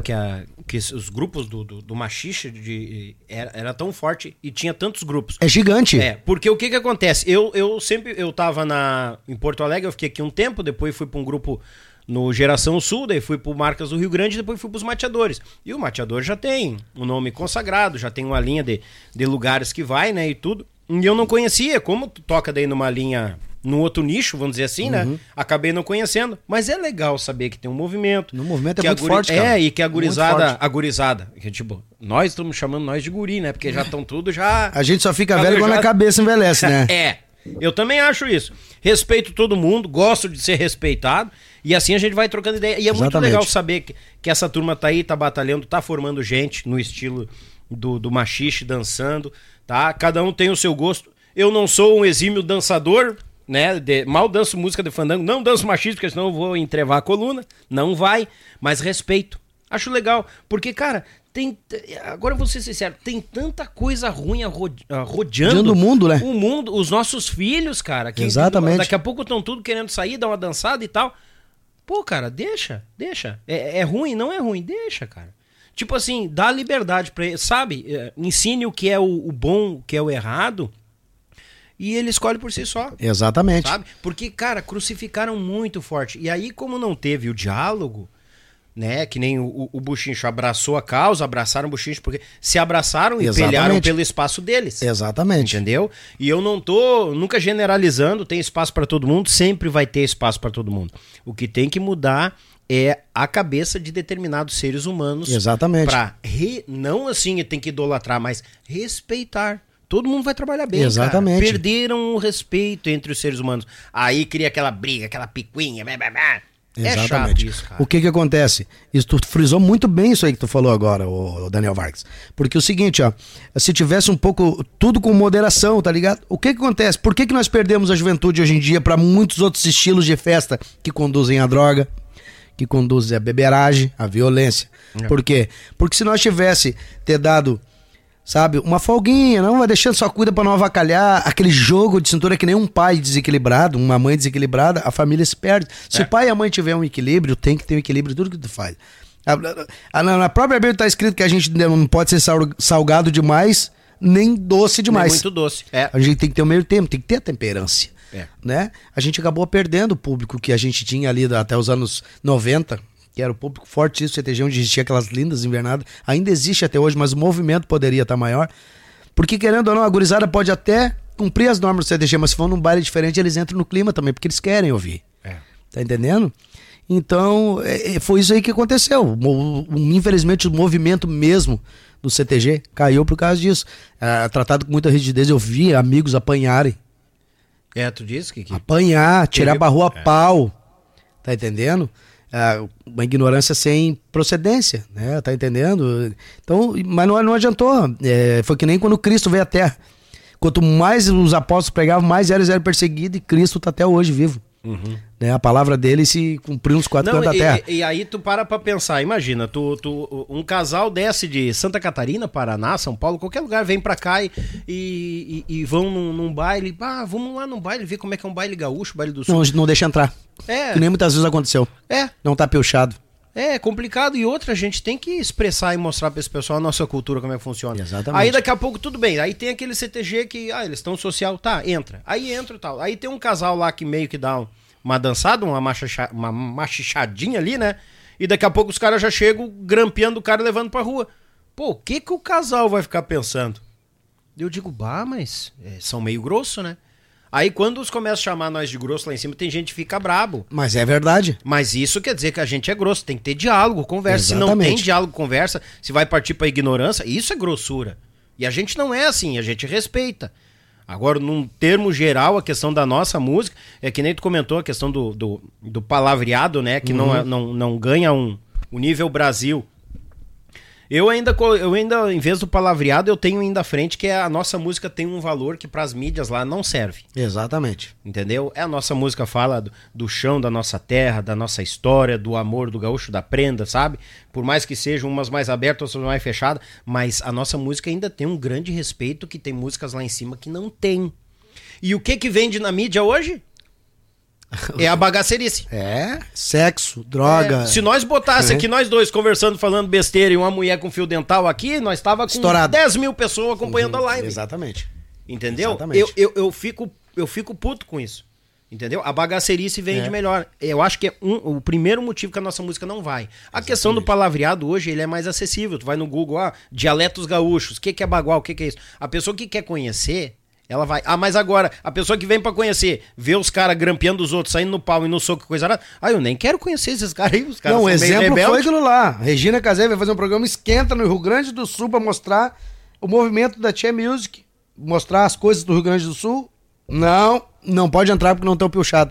os grupos do machixe era tão forte e tinha tantos grupos. É gigante. Porque o que acontece? Eu tava em Porto Alegre, eu fiquei aqui um tempo, depois fui pra um grupo no Geração Sul, daí fui pro Marcas do Rio Grande, depois fui pros Mateadores. E o Mateador já tem um nome consagrado, já tem uma linha de lugares que vai, né, e tudo. E eu não conhecia, como tu toca daí numa linha, num outro nicho, vamos dizer assim, né? Acabei não conhecendo. Mas é legal saber que tem um movimento. No movimento é muito forte, cara. E que a gurizada, que tipo, nós estamos chamando nós de guri, né? Porque já estão tudo já... A gente só fica velho quando a cabeça envelhece, né? Eu também acho isso. Respeito todo mundo, gosto de ser respeitado. E assim a gente vai trocando ideia. E é muito legal saber que essa turma tá aí, tá batalhando, tá formando gente no estilo do machixe, dançando, tá? Cada um tem o seu gosto. Eu não sou um exímio dançador, né? Mal danço música de fandango, não danço machixe, porque senão eu vou entrevar a coluna. Não vai, mas respeito. Acho legal, porque, cara, agora eu vou ser sincero, tem tanta coisa ruim rodeando o mundo, né? O mundo, os nossos filhos, cara. Exatamente. Daqui a pouco estão tudo querendo sair, dar uma dançada e tal. Pô, cara, deixa. É ruim, não é ruim, deixa, cara. Tipo assim, dá liberdade pra ele, sabe? Ensine o que é o bom, o que é o errado. e ele escolhe por si só. Exatamente. Sabe? Porque, cara, crucificaram muito forte. E aí, como não teve o diálogo, né? Que nem o Buchincho abraçou a causa, abraçaram o Buchincho, porque se abraçaram e pelearam pelo espaço deles. Exatamente. Entendeu? E eu não tô nunca generalizando, tem espaço pra todo mundo, sempre vai ter espaço pra todo mundo. O que tem que mudar é a cabeça de determinados seres humanos. Exatamente. Não assim, tem que idolatrar, mas respeitar. Todo mundo vai trabalhar bem, exatamente. Cara. Perderam o respeito entre os seres humanos. Aí cria aquela briga, aquela picuinha, blá, blá, blá. Exatamente. É chato isso, cara. O que acontece? Isso, tu frisou muito bem isso aí que tu falou agora, o Daniel Vargas. Porque é o seguinte, ó, se tivesse um pouco, tudo com moderação, tá ligado? O que acontece? Por que nós perdemos a juventude hoje em dia para muitos outros estilos de festa que conduzem à droga, que conduzem à beberagem, à violência? Por quê? Porque se nós tivesse ter dado, sabe, uma folguinha, não vai deixando, só cuida pra não avacalhar, aquele jogo de cintura que nem um pai desequilibrado, uma mãe desequilibrada, a família se perde. Se o pai e a mãe tiver um equilíbrio, tem que ter um equilíbrio em tudo que tu faz. Na própria Bíblia tá escrito que a gente não pode ser salgado demais, nem doce demais. Nem muito doce. A gente tem que ter o meio tempo, tem que ter a temperância. Né? A gente acabou perdendo o público que a gente tinha ali até os anos 90, que era o público forte do CTG, onde existia aquelas lindas invernadas. Ainda existe até hoje, mas o movimento poderia estar maior. Porque, querendo ou não, a gurizada pode até cumprir as normas do CTG, mas se for num baile diferente, eles entram no clima também, porque eles querem ouvir. Tá entendendo? Então, foi isso aí que aconteceu. Infelizmente, o movimento mesmo do CTG caiu por causa disso. Tratado com muita rigidez, eu vi amigos apanharem. Tu disse que... Apanhar, tirar pra rua pau. Tá entendendo? Uma ignorância sem procedência, né? Tá entendendo? Então, mas não adiantou. Foi que nem quando Cristo veio à Terra. Quanto mais os apóstolos pregavam, mais eles eram perseguidos, e Cristo tá até hoje vivo. Né? A palavra dele se cumpriu nos 4 cantos da terra. E aí tu para pensar, imagina, um casal desce de Santa Catarina, Paraná, São Paulo, qualquer lugar, vem pra cá e vão num baile, vamos lá num baile, ver como é que é um baile gaúcho, baile do sul. Não deixa entrar. Que nem muitas vezes aconteceu. Não tá piochado. É complicado, e outra, a gente tem que expressar e mostrar pra esse pessoal a nossa cultura, como é que funciona. Exatamente. Aí daqui a pouco tudo bem, aí tem aquele CTG que, eles estão social, entra. Aí entra e tal. Aí tem um casal lá que meio que dá uma dançada, uma machichadinha ali, né? E daqui a pouco os caras já chegam grampeando o cara e levando pra rua. Pô, o que o casal vai ficar pensando? Eu digo, mas são meio grosso, né? Aí quando os começam a chamar nós de grosso lá em cima, tem gente que fica brabo. Mas é verdade. Mas isso quer dizer que a gente é grosso, tem que ter diálogo, conversa. Exatamente. Se não tem diálogo, conversa, se vai partir pra ignorância, isso é grossura. E a gente não é assim, a gente respeita. Agora, num termo geral, a questão da nossa música, é que nem tu comentou, a questão do palavreado, né? Que não ganha o nível Brasil. Eu ainda, em vez do palavreado, eu tenho ainda à frente que a nossa música tem um valor que pras mídias lá não serve. Exatamente. Entendeu? A nossa música fala do chão da nossa terra, da nossa história, do amor do gaúcho, da prenda, sabe? Por mais que sejam umas mais abertas, outras mais fechadas, mas a nossa música ainda tem um grande respeito, que tem músicas lá em cima que não tem. E o que vende na mídia hoje? É a bagacerice. Sexo, droga. Se nós botasse aqui nós dois conversando, falando besteira, e uma mulher com fio dental aqui, nós tava com estourado. 10 mil pessoas acompanhando a live. Exatamente. Entendeu? Exatamente. Eu fico puto com isso. Entendeu? A bagacerice vende melhor. Eu acho que é o primeiro motivo que a nossa música não vai. A questão do palavreado hoje, ele é mais acessível. Tu vai no Google, dialetos gaúchos, o que é bagual, o que é isso? A pessoa que quer conhecer, ela vai. Mas agora, a pessoa que vem pra conhecer, vê os caras grampeando os outros, saindo no pau e no soco, coisa arada. Eu nem quero conhecer esses caras aí. Os caras não, o exemplo foi aquilo lá. Regina Casé vai fazer um programa Esquenta no Rio Grande do Sul pra mostrar o movimento da Tchê Music, mostrar as coisas do Rio Grande do Sul. Não pode entrar porque não estão piochados.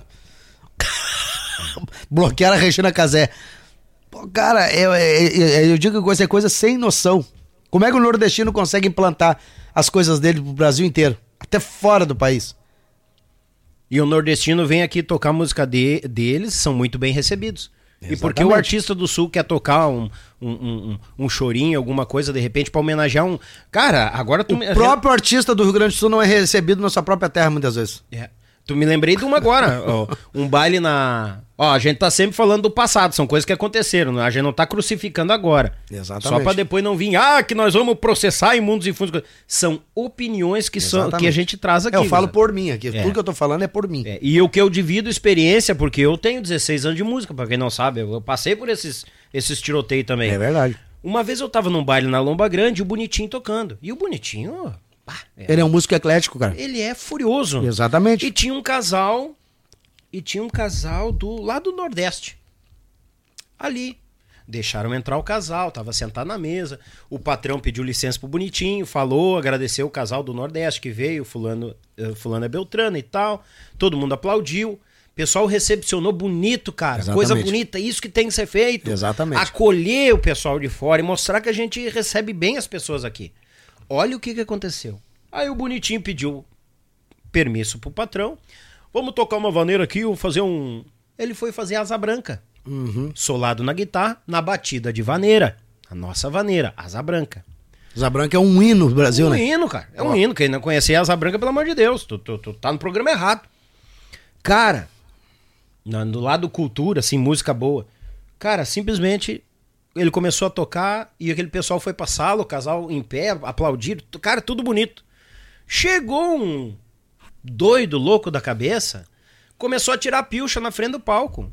Bloquearam a Regina Casé. Pô, cara, eu digo que isso é coisa sem noção. Como é que o nordestino consegue implantar as coisas dele pro Brasil inteiro? Até fora do país. E o nordestino vem aqui tocar a música deles, são muito bem recebidos. Exatamente. E porque o artista do sul quer tocar um chorinho, alguma coisa, de repente, pra homenagear um... Cara, agora tu... O próprio artista do Rio Grande do Sul não é recebido na sua própria terra, muitas vezes. Tu me lembrei de uma agora. Um baile Ó, a gente tá sempre falando do passado, são coisas que aconteceram, né? A gente não tá crucificando agora. Exatamente. Só pra depois não vir, que nós vamos processar em mundos e fundos. São opiniões que a gente traz aqui. Eu falo por mim aqui, tudo que eu tô falando é por mim. E o que eu divido experiência, porque eu tenho 16 anos de música, pra quem não sabe, eu passei por esses tiroteios também. É verdade. Uma vez eu tava num baile na Lomba Grande e o Bonitinho tocando. E o Bonitinho... ele é um músico eclético, cara. Ele é furioso. Exatamente. E tinha um casal do lado do Nordeste. Ali. Deixaram entrar o casal, tava sentado na mesa. O patrão pediu licença pro Bonitinho, falou, agradeceu o casal do Nordeste que veio, fulano é Beltrano e tal. Todo mundo aplaudiu. O pessoal recepcionou bonito, cara. Exatamente. Coisa bonita, isso que tem que ser feito. Exatamente. Acolher o pessoal de fora e mostrar que a gente recebe bem as pessoas aqui. Olha o que aconteceu. Aí o Bonitinho pediu permisso pro patrão. Vamos tocar uma vaneira aqui, vou fazer um... Ele foi fazer Asa Branca. Solado na guitarra, na batida de vaneira. A nossa vaneira, Asa Branca. Asa Branca é um hino do Brasil, né? É um hino, cara. É um hino. Quem não conhecia Asa Branca, pelo amor de Deus. Tu tá no programa errado. Cara, do lado cultura, assim, música boa. Cara, simplesmente... Ele começou a tocar e aquele pessoal foi pra sala, o casal em pé, aplaudiram. Cara, tudo bonito. Chegou um doido, louco da cabeça, começou a tirar pilcha na frente do palco.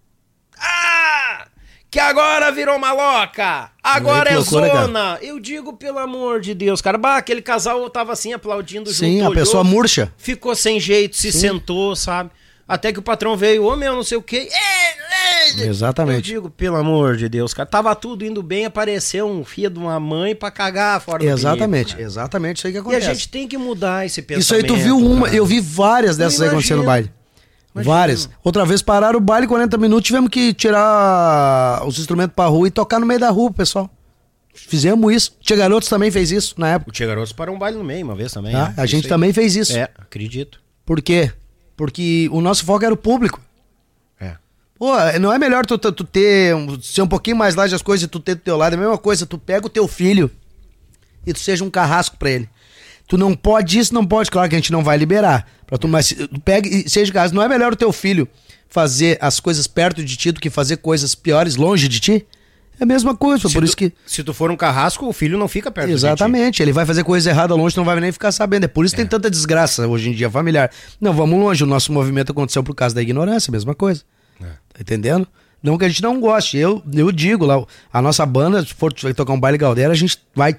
Que agora virou maloca! Agora é loucura, zona! Cara. Eu digo, pelo amor de Deus, cara. aquele casal tava assim, aplaudindo junto. Sim, a pessoa murcha. Ficou sem jeito, se sentou, sabe? Até que o patrão veio, meu, não sei o quê. Exatamente. Eu digo, pelo amor de Deus, cara, tava tudo indo bem, apareceu um filho de uma mãe pra cagar fora do Exatamente, exatamente, isso aí que acontece. E a gente tem que mudar esse pensamento. Isso aí tu viu uma, eu vi várias dessas aí acontecendo no baile. Várias. Outra vez pararam o baile, 40 minutos, tivemos que tirar os instrumentos pra rua e tocar no meio da rua, pessoal. Fizemos isso. Tia Garotos também fez isso na época. O Tia Garotos parou um baile no meio uma vez também. A gente também fez isso. Acredito. Por quê? Porque o nosso foco era o público. Pô, não é melhor tu ser um pouquinho mais large as coisas e tu ter do teu lado? É a mesma coisa, tu pega o teu filho e tu seja um carrasco pra ele. Tu não pode isso, não pode, claro que a gente não vai liberar. Mas tu pega e seja carrasco. Não é melhor o teu filho fazer as coisas perto de ti do que fazer coisas piores longe de ti? É a mesma coisa, por isso que... Se tu for um carrasco, o filho não fica perto de ti. Exatamente, ele vai fazer coisa errada longe, tu não vai nem ficar sabendo. É por isso que tem tanta desgraça hoje em dia familiar. Não, vamos longe, o nosso movimento aconteceu por causa da ignorância, a mesma coisa. Tá entendendo? Não que a gente não goste. Eu digo lá, a nossa banda, se for tocar um baile Galdério, a gente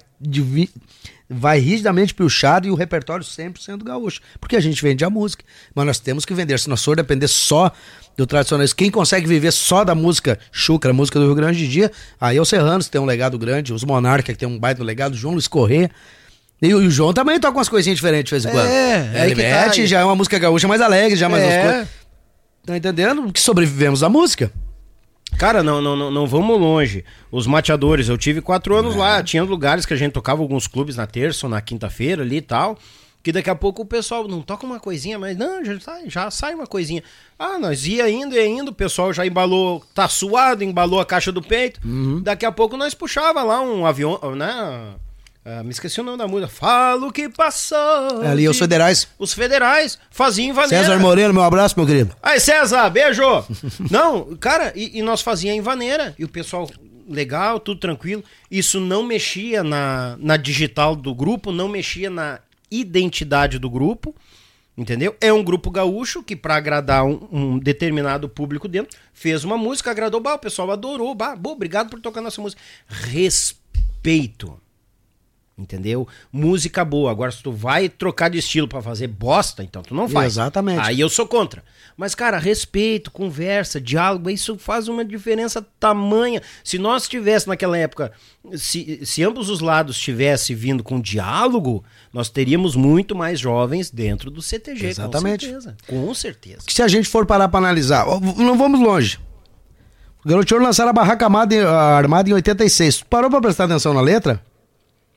vai rigidamente pilchado e o repertório sempre sendo gaúcho. Porque a gente vende a música. Mas nós temos que vender. Se nós for depender só do tradicional, quem consegue viver só da música chucra, a música do Rio Grande de Dia, aí é o Serranos, que tem um legado grande, os Monarca, que tem um baita legado, o João Luiz Corrêa. E o João também toca umas coisinhas diferentes de vez em quando. Ele mete, já é uma música gaúcha mais alegre, já mais umas coisas. Tá entendendo? Que sobrevivemos da música. Cara, não vamos longe. Os mateadores, eu tive 4 anos lá. Tinha lugares que a gente tocava alguns clubes na terça ou na quinta-feira ali e tal. Que daqui a pouco o pessoal não toca uma coisinha, mas não, já sai uma coisinha. Nós ia indo, o pessoal já embalou, tá suado, embalou a caixa do peito. Daqui a pouco nós puxava lá um avião, né? Me esqueci o nome da música. Fala o que passou. Ali, os federais. Os federais faziam em vaneira. César Moreno, meu abraço, meu querido. Aí, César, beijo. Não, cara, e nós fazíamos em vaneira. E o pessoal, legal, tudo tranquilo. Isso não mexia na digital do grupo, não mexia na identidade do grupo. Entendeu? É um grupo gaúcho que, pra agradar um determinado público dentro, fez uma música, agradou, o pessoal adorou. Obrigado por tocar nossa música. Respeito. Entendeu? Música boa. Agora, se tu vai trocar de estilo pra fazer bosta, então tu não faz. Exatamente. Aí eu sou contra. Mas, cara, respeito, conversa, diálogo, isso faz uma diferença tamanha. Se nós tivéssemos naquela época, se ambos os lados tivessem vindo com diálogo, nós teríamos muito mais jovens dentro do CTG. Exatamente. Com certeza. Com certeza. Que se a gente for parar pra analisar, não vamos longe. O Garotinho lançaram a Barraca Armada em 86. Tu parou pra prestar atenção na letra?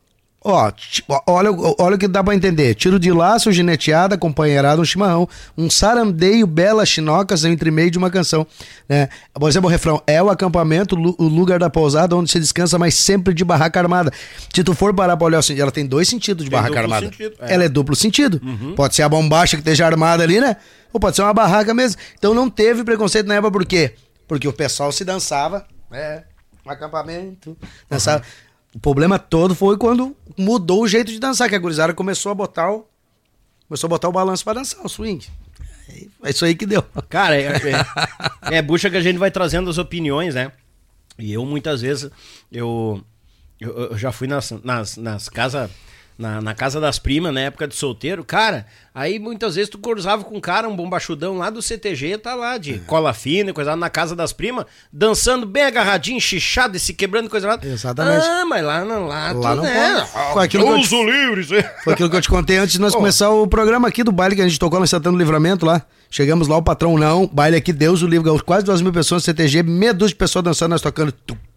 Ó, olha o que dá pra entender. Tiro de laço, gineteada, companheirada, um chimarrão, um sarandeio, belas chinocas entre meio de uma canção. Né? Por exemplo, o refrão, é o acampamento, o lugar da pousada onde se descansa, mas sempre de barraca armada. Se tu for parar pra olhar assim, ela tem 2 sentidos de barraca armada. Ela é duplo sentido. Pode ser a bombacha que esteja armada ali, né? Ou pode ser uma barraca mesmo. Então não teve preconceito na época, por quê? Porque o pessoal se dançava, no acampamento, dançava. O problema todo foi quando mudou o jeito de dançar, que a gurizada começou a botar o balanço pra dançar, o swing. É isso aí que deu. Cara, bucha que a gente vai trazendo as opiniões, né? E eu, muitas vezes, eu já fui nas casas... Na casa das primas, na época de solteiro, cara, aí muitas vezes tu cruzava com um cara, um bombachudão lá do CTG, tá lá de cola fina e coisa, na casa das primas, dançando bem agarradinho, chichado e se quebrando coisa lá. Exatamente. Mas lá não Foi aquilo foi aquilo que eu te contei antes de nós começar o programa aqui do baile que a gente tocou no Santana do Livramento lá. Chegamos lá, o patrão não, baile aqui, Deus o livre, quase 2.000 pessoas no CTG, meia dúzia de pessoas dançando, nós tocando,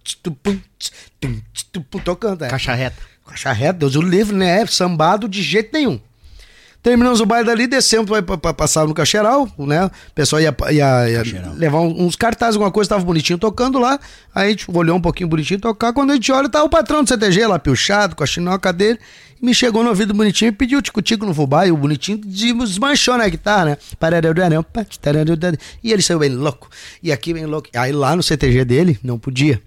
tocando, Caixa reta. Caixa reta, Deus o livre, né? Sambado de jeito nenhum. Terminamos o baile dali, descemos pra passar no Cacheral, né? O pessoal ia levar uns cartazes, alguma coisa, tava bonitinho tocando lá. Aí a gente olhou um pouquinho bonitinho tocar. Quando a gente olha, tá o patrão do CTG lá, piochado, com a chinoca dele. E me chegou no ouvido bonitinho e pediu tico-tico no fubá. E o bonitinho desmanchou na guitarra, né? E ele saiu bem louco. E aqui bem louco. Aí lá no CTG dele, não podia.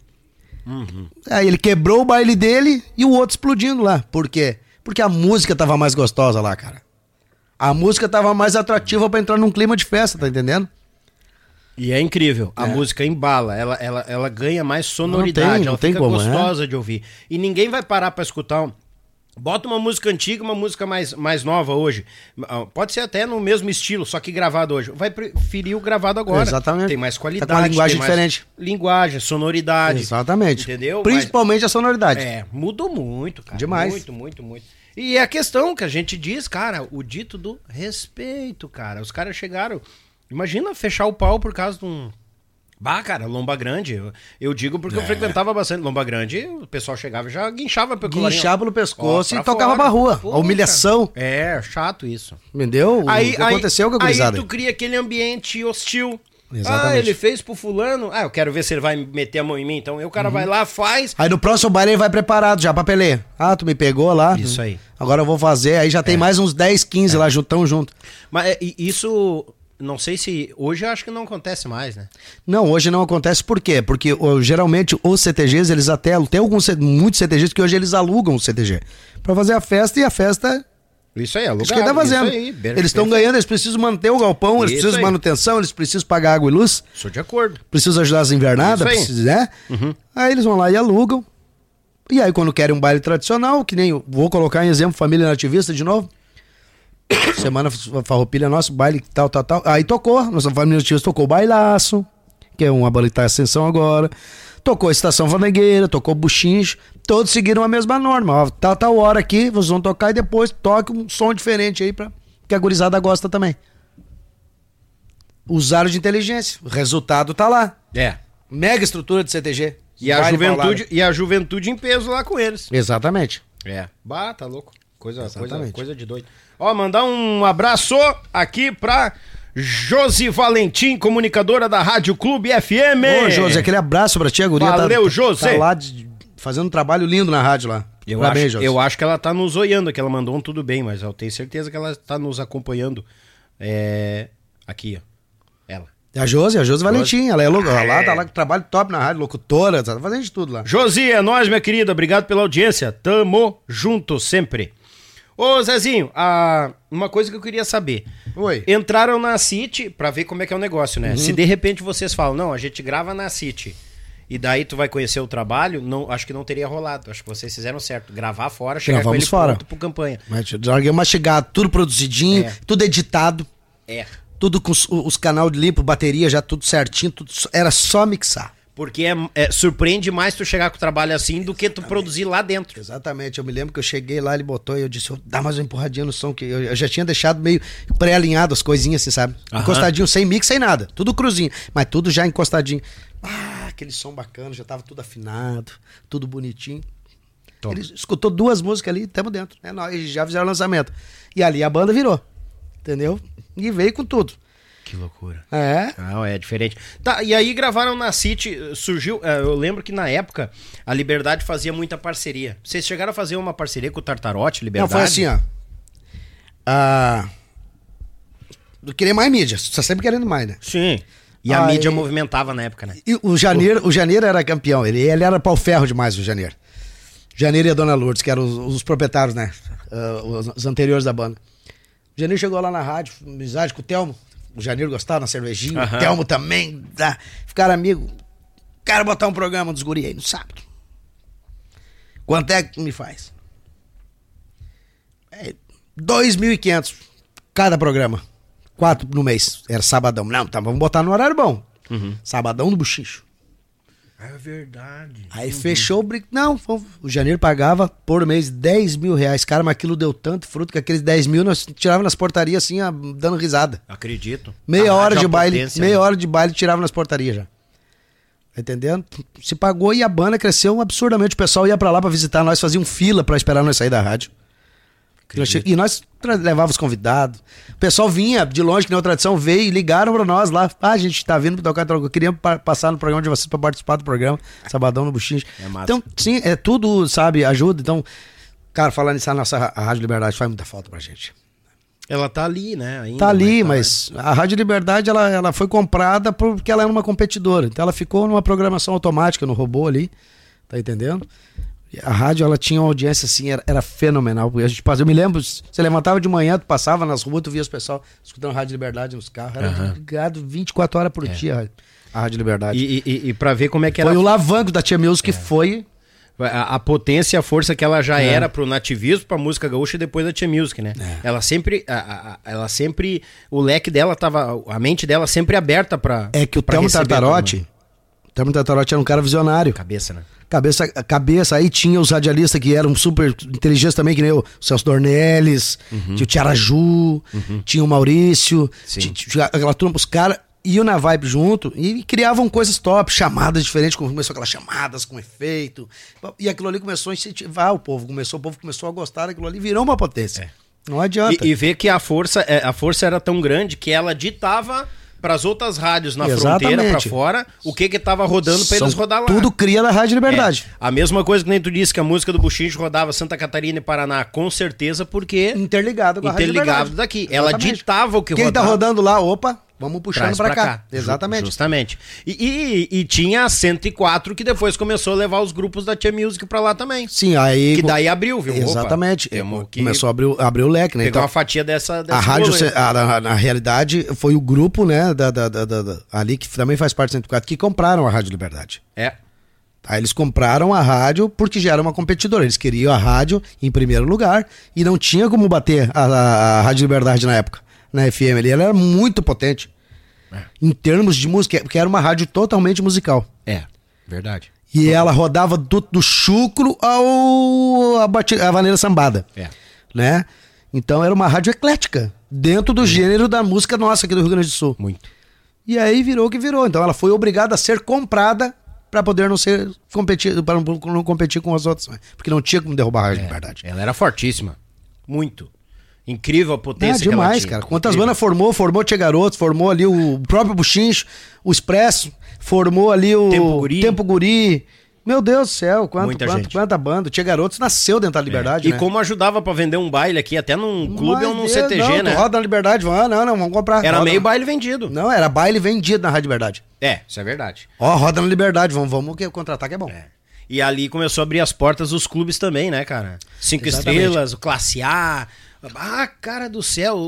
Aí ele quebrou o baile dele e o outro explodindo lá. Por quê? Porque a música tava mais gostosa lá, cara. A música tava mais atrativa pra entrar num clima de festa, tá entendendo? E é incrível, a música embala, ela ganha mais sonoridade, ela fica gostosa de ouvir. E ninguém vai parar pra escutar bota uma música antiga, uma música mais nova hoje. Pode ser até no mesmo estilo, só que gravado hoje. Vai preferir o gravado agora. Exatamente. Tem mais qualidade. Tá com uma linguagem diferente. Linguagem, sonoridade. Exatamente. Entendeu? Principalmente a sonoridade. Mudou muito, cara. Demais. Muito. E é a questão que a gente diz, cara, o dito do respeito, cara. Os caras chegaram... Imagina fechar o pau por causa de um... Bah, cara, Lomba Grande, eu digo porque eu frequentava bastante Lomba Grande, o pessoal chegava e já guinchava pelo colarinho. Guinchava no pescoço e tocava pra rua. A humilhação. Chato isso. Entendeu? Aí aconteceu com a gurizada. Aí tu cria aquele ambiente hostil. Exatamente. Ele fez pro fulano, eu quero ver se ele vai meter a mão em mim, então aí o cara vai lá, faz... Aí no próximo baile ele vai preparado já pra peleia. Tu me pegou lá. Isso aí. Agora eu vou fazer, aí já tem mais uns 10, 15 lá junto. Mas isso... Não sei se... Hoje eu acho que não acontece mais, né? Não, hoje não acontece por quê? Porque geralmente os CTGs, eles até... Tem muitos CTGs que hoje eles alugam o CTG pra fazer a festa e a festa... Isso aí, alugado. Isso que tá fazendo. Eles estão ganhando, eles precisam manter o galpão, eles precisam de manutenção, eles precisam pagar água e luz. Sou de acordo. Precisam ajudar as invernadas, né? Aí eles vão lá e alugam. E aí quando querem um baile tradicional, que nem... Vou colocar em exemplo Família Nativista de novo. Semana Farroupilha, nosso baile, tal. Aí tocou, nossa família nativista tocou o Bailaço, que é uma banda que tá em ascensão agora. Tocou a Estação Vanegueira, tocou Buchincho. Todos seguiram a mesma norma. Tal hora aqui, vocês vão tocar e depois toque um som diferente aí, que a gurizada gosta também. Usaram de inteligência. O resultado tá lá. Mega estrutura de CTG. E a juventude em peso lá com eles. Exatamente. Bah, tá louco. Coisa de doido. Mandar um abraço aqui pra Josi Valentim, comunicadora da Rádio Clube FM. Ô, Josi, aquele abraço pra ti, a guria. Valeu, Josi. Tá lá fazendo um trabalho lindo na rádio lá. Eu acho que ela tá nos olhando, que ela mandou um tudo bem, mas eu tenho certeza que ela tá nos acompanhando. Aqui, ó. Ela. A Josi Valentim, ela tá lá com trabalho top na rádio, locutora, tá fazendo de tudo lá. Josi, é nóis, minha querida, obrigado pela audiência, tamo junto sempre. Ô Zezinho, uma coisa que eu queria saber. Oi. Entraram na City pra ver como é que é o negócio, né? Se de repente vocês falam, não, a gente grava na City e daí tu vai conhecer o trabalho, não, acho que não teria rolado. Acho que vocês fizeram certo. Gravar fora, chegar com ele pronto pro campanha. Mas já mastigado, tudo produzidinho, tudo editado. Tudo com os canal de limpo, bateria já tudo certinho, era só mixar. Porque surpreende mais tu chegar com o trabalho assim do que tu produzir lá dentro. Exatamente, eu me lembro que eu cheguei lá, ele botou e eu disse, dá mais uma empurradinha no som, que eu já tinha deixado meio pré-alinhado as coisinhas assim, sabe? Encostadinho, sem mix, sem nada, tudo cruzinho, mas tudo já encostadinho. Aquele som bacana, já tava tudo afinado, tudo bonitinho. Ele escutou 2 músicas ali, tamo dentro. Nós já fizeram o lançamento. E ali a banda virou. Entendeu? E veio com tudo. Que loucura. Não, é diferente. Tá, e aí gravaram na City, surgiu, eu lembro que na época a Liberdade fazia muita parceria. Vocês chegaram a fazer uma parceria com o Tartarote, Liberdade? Não, foi assim, ó. Eu queria mais mídia, você tá sempre querendo mais, né? Sim. E a mídia movimentava na época, né? E o Janeiro era campeão, ele era pau-ferro demais, o Janeiro. Janeiro e a Dona Lourdes, que eram os proprietários, né? Os anteriores da banda. O Janeiro chegou lá na rádio, amizade com o Telmo. O Janeiro gostava na cervejinha, o Telmo também. Ficaram amigos. Quero botar um programa dos guri aí no sábado. Quanto é que me faz? 2.500 cada programa. 4 no mês. Era sabadão. Não, tá, vamos botar no horário bom. Sabadão do Buchincho. É verdade. Aí fechou o brinco. Não, o Janeiro pagava por mês 10 mil reais. Cara, mas aquilo deu tanto fruto que aqueles 10 mil nós tirava nas portarias assim, dando risada. Acredito. Meia hora de baile tirava nas portarias já. Tá entendendo? Se pagou e a banda cresceu absurdamente. O pessoal ia pra lá pra visitar nós, faziam fila pra esperar nós sair da rádio. E nós levávamos convidados. O pessoal vinha de longe, que nem a tradição, veio e ligaram pra nós lá. A gente tá vindo pra tocar, eu queria passar no programa de vocês pra participar do programa. Sabadão no Buchincho. Então, sim, é tudo, sabe, ajuda. Então, cara, falando nisso, a Rádio Liberdade faz muita falta pra gente. Ela tá ali, né? Ainda tá ali, mas a Rádio Liberdade, ela foi comprada porque ela era uma competidora. Então ela ficou numa programação automática, no robô ali. Tá entendendo? A rádio, ela tinha uma audiência assim, era fenomenal. A gente eu me lembro, você levantava de manhã, tu passava nas ruas, tu via os pessoal escutando Rádio Liberdade nos carros. Era ligado 24 horas por dia a Rádio Liberdade. E pra ver como é que era. Foi o lavanco da Tia Mills que foi. A potência e a força que ela já era pro nativismo, pra música gaúcha e depois da Tia Music, né? Ela sempre, o leque dela tava, a mente dela sempre aberta pra. É que o Telmo Tartarote era um cara visionário. Cabeça, né? Cabeça, aí tinha os radialistas que eram super inteligentes também, que nem o Celso Dornelles, tinha o Tiaraju, tinha o Maurício, tinha aquela turma, os caras iam na vibe junto e criavam coisas top, chamadas diferentes, começou aquelas chamadas com efeito, e aquilo ali começou a incentivar o povo começou a gostar daquilo ali, virou uma potência. Não adianta. E ver que a força era tão grande que ela ditava para as outras rádios na fronteira, para fora, o que tava rodando para eles rodar lá. Tudo cria na Rádio Liberdade. A mesma coisa que nem tu disse que a música do Buchincho rodava Santa Catarina e Paraná, com certeza, porque interligado com a Rádio Liberdade. Daqui. Ela ditava o que rodava. Quem tá rodando lá, opa, vamos puxando pra cá. Exatamente. Justamente. E tinha a 104 que depois começou a levar os grupos da Tia Music pra lá também. Sim, aí... Que daí abriu, viu? Exatamente. Começou a abrir o leque, né? Pegar uma fatia dessa a rádio, na realidade, foi o grupo, né, ali, que também faz parte do 104, que compraram a Rádio Liberdade. Aí eles compraram a rádio porque já era uma competidora. Eles queriam a rádio em primeiro lugar e não tinha como bater a Rádio Liberdade na época. Na FM ali, ela era muito potente em termos de música, porque era uma rádio totalmente musical. Verdade. E ela rodava do chucro a vaneira sambada, né? Então era uma rádio eclética, dentro do gênero da música nossa aqui do Rio Grande do Sul. Muito. E aí virou o que virou. Então ela foi obrigada a ser comprada para poder para não competir com as outras, porque não tinha como derrubar a Rádio Liberdade. Ela era fortíssima, muito. Incrível a potência demais, que ela tinha. Cara. Quantas bandas formou Tia Garotos, formou ali o próprio Buchincho, o Expresso, formou ali o Tempo Guri. Meu Deus do céu, quanta banda. Tia Garotos nasceu dentro da Liberdade, E como ajudava pra vender um baile aqui, até num clube ou num CTG, né? Roda na Liberdade, vamos comprar. Era meio baile vendido. Não, era baile vendido na Rádio Liberdade. Isso é verdade. Roda na Liberdade, vamos contratar que é bom. E ali começou a abrir as portas dos clubes também, né, cara? 5 estrelas, o Classe A. Cara do céu,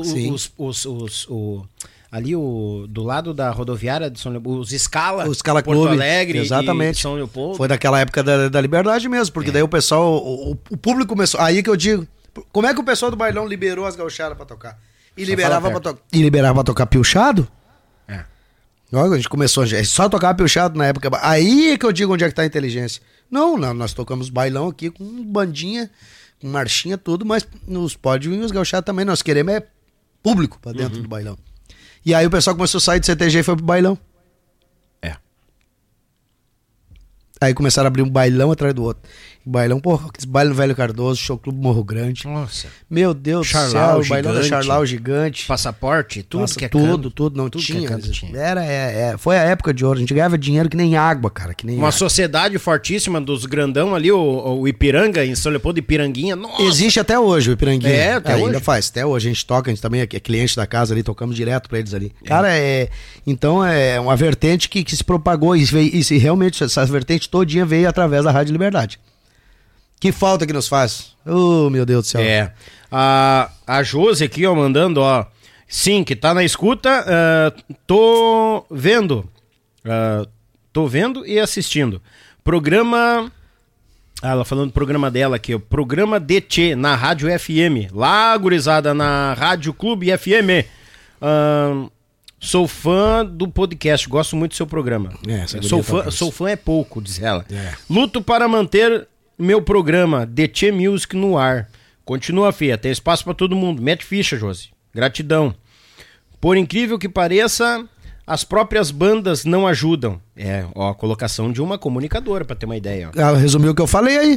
ali do lado da rodoviária de São Leopoldo, os Scala Porto Clube, Alegre exatamente. e São Leopoldo. Foi daquela época da Liberdade mesmo, porque daí o pessoal, o público começou, aí que eu digo, como é que o pessoal do bailão liberou as gauchadas pra tocar? E liberava pra tocar piochado? A gente começou, só tocava piochado na época, aí que eu digo onde é que tá a inteligência. Não, nós tocamos bailão aqui com bandinha, com marchinha, tudo, mas nos pódios e os gauchados também, nós queremos público pra dentro do bailão. E aí o pessoal começou a sair do CTG e foi pro bailão. Aí começaram a abrir um bailão atrás do outro. Bailão, porra, aqueles baile no Velho Cardoso, Show Clube Morro Grande. Nossa. Meu Deus do céu, o bailão da Charlau gigante. Passaporte, tudo. Nossa, que é tudo, não tudo tinha. que é tinha. Foi a época de ouro, a gente ganhava dinheiro que nem água, cara, que nem Uma água. sociedade fortíssima dos grandão ali, o Ipiranga, em São Leopoldo, Ipiranguinha, nossa. Existe até hoje o Ipiranguinha. Até hoje. Ainda faz, até hoje a gente toca, a gente também é cliente da casa ali, tocamos direto pra eles ali. Cara, então é uma vertente que se propagou e realmente essa vertente todinha veio através da Rádio Liberdade. Que falta que nos faz. Oh, meu Deus do céu. A Josi aqui, ó, mandando, ó. Sim, que tá na escuta. Tô vendo. Tô vendo e assistindo. Programa... ela falando do programa dela aqui, o programa DT na Rádio FM. Lá, gurizada, na Rádio Clube FM. Sou fã do podcast, gosto muito do seu programa. Sou fã é pouco, diz ela. Luto para manter meu programa DT Music no ar. Continua, Fê, tem espaço para todo mundo. Mete ficha, Josi. Gratidão. Por incrível que pareça, as próprias bandas não ajudam. A colocação de uma comunicadora, para ter uma ideia. Ó. Ela resumiu o que eu falei aí.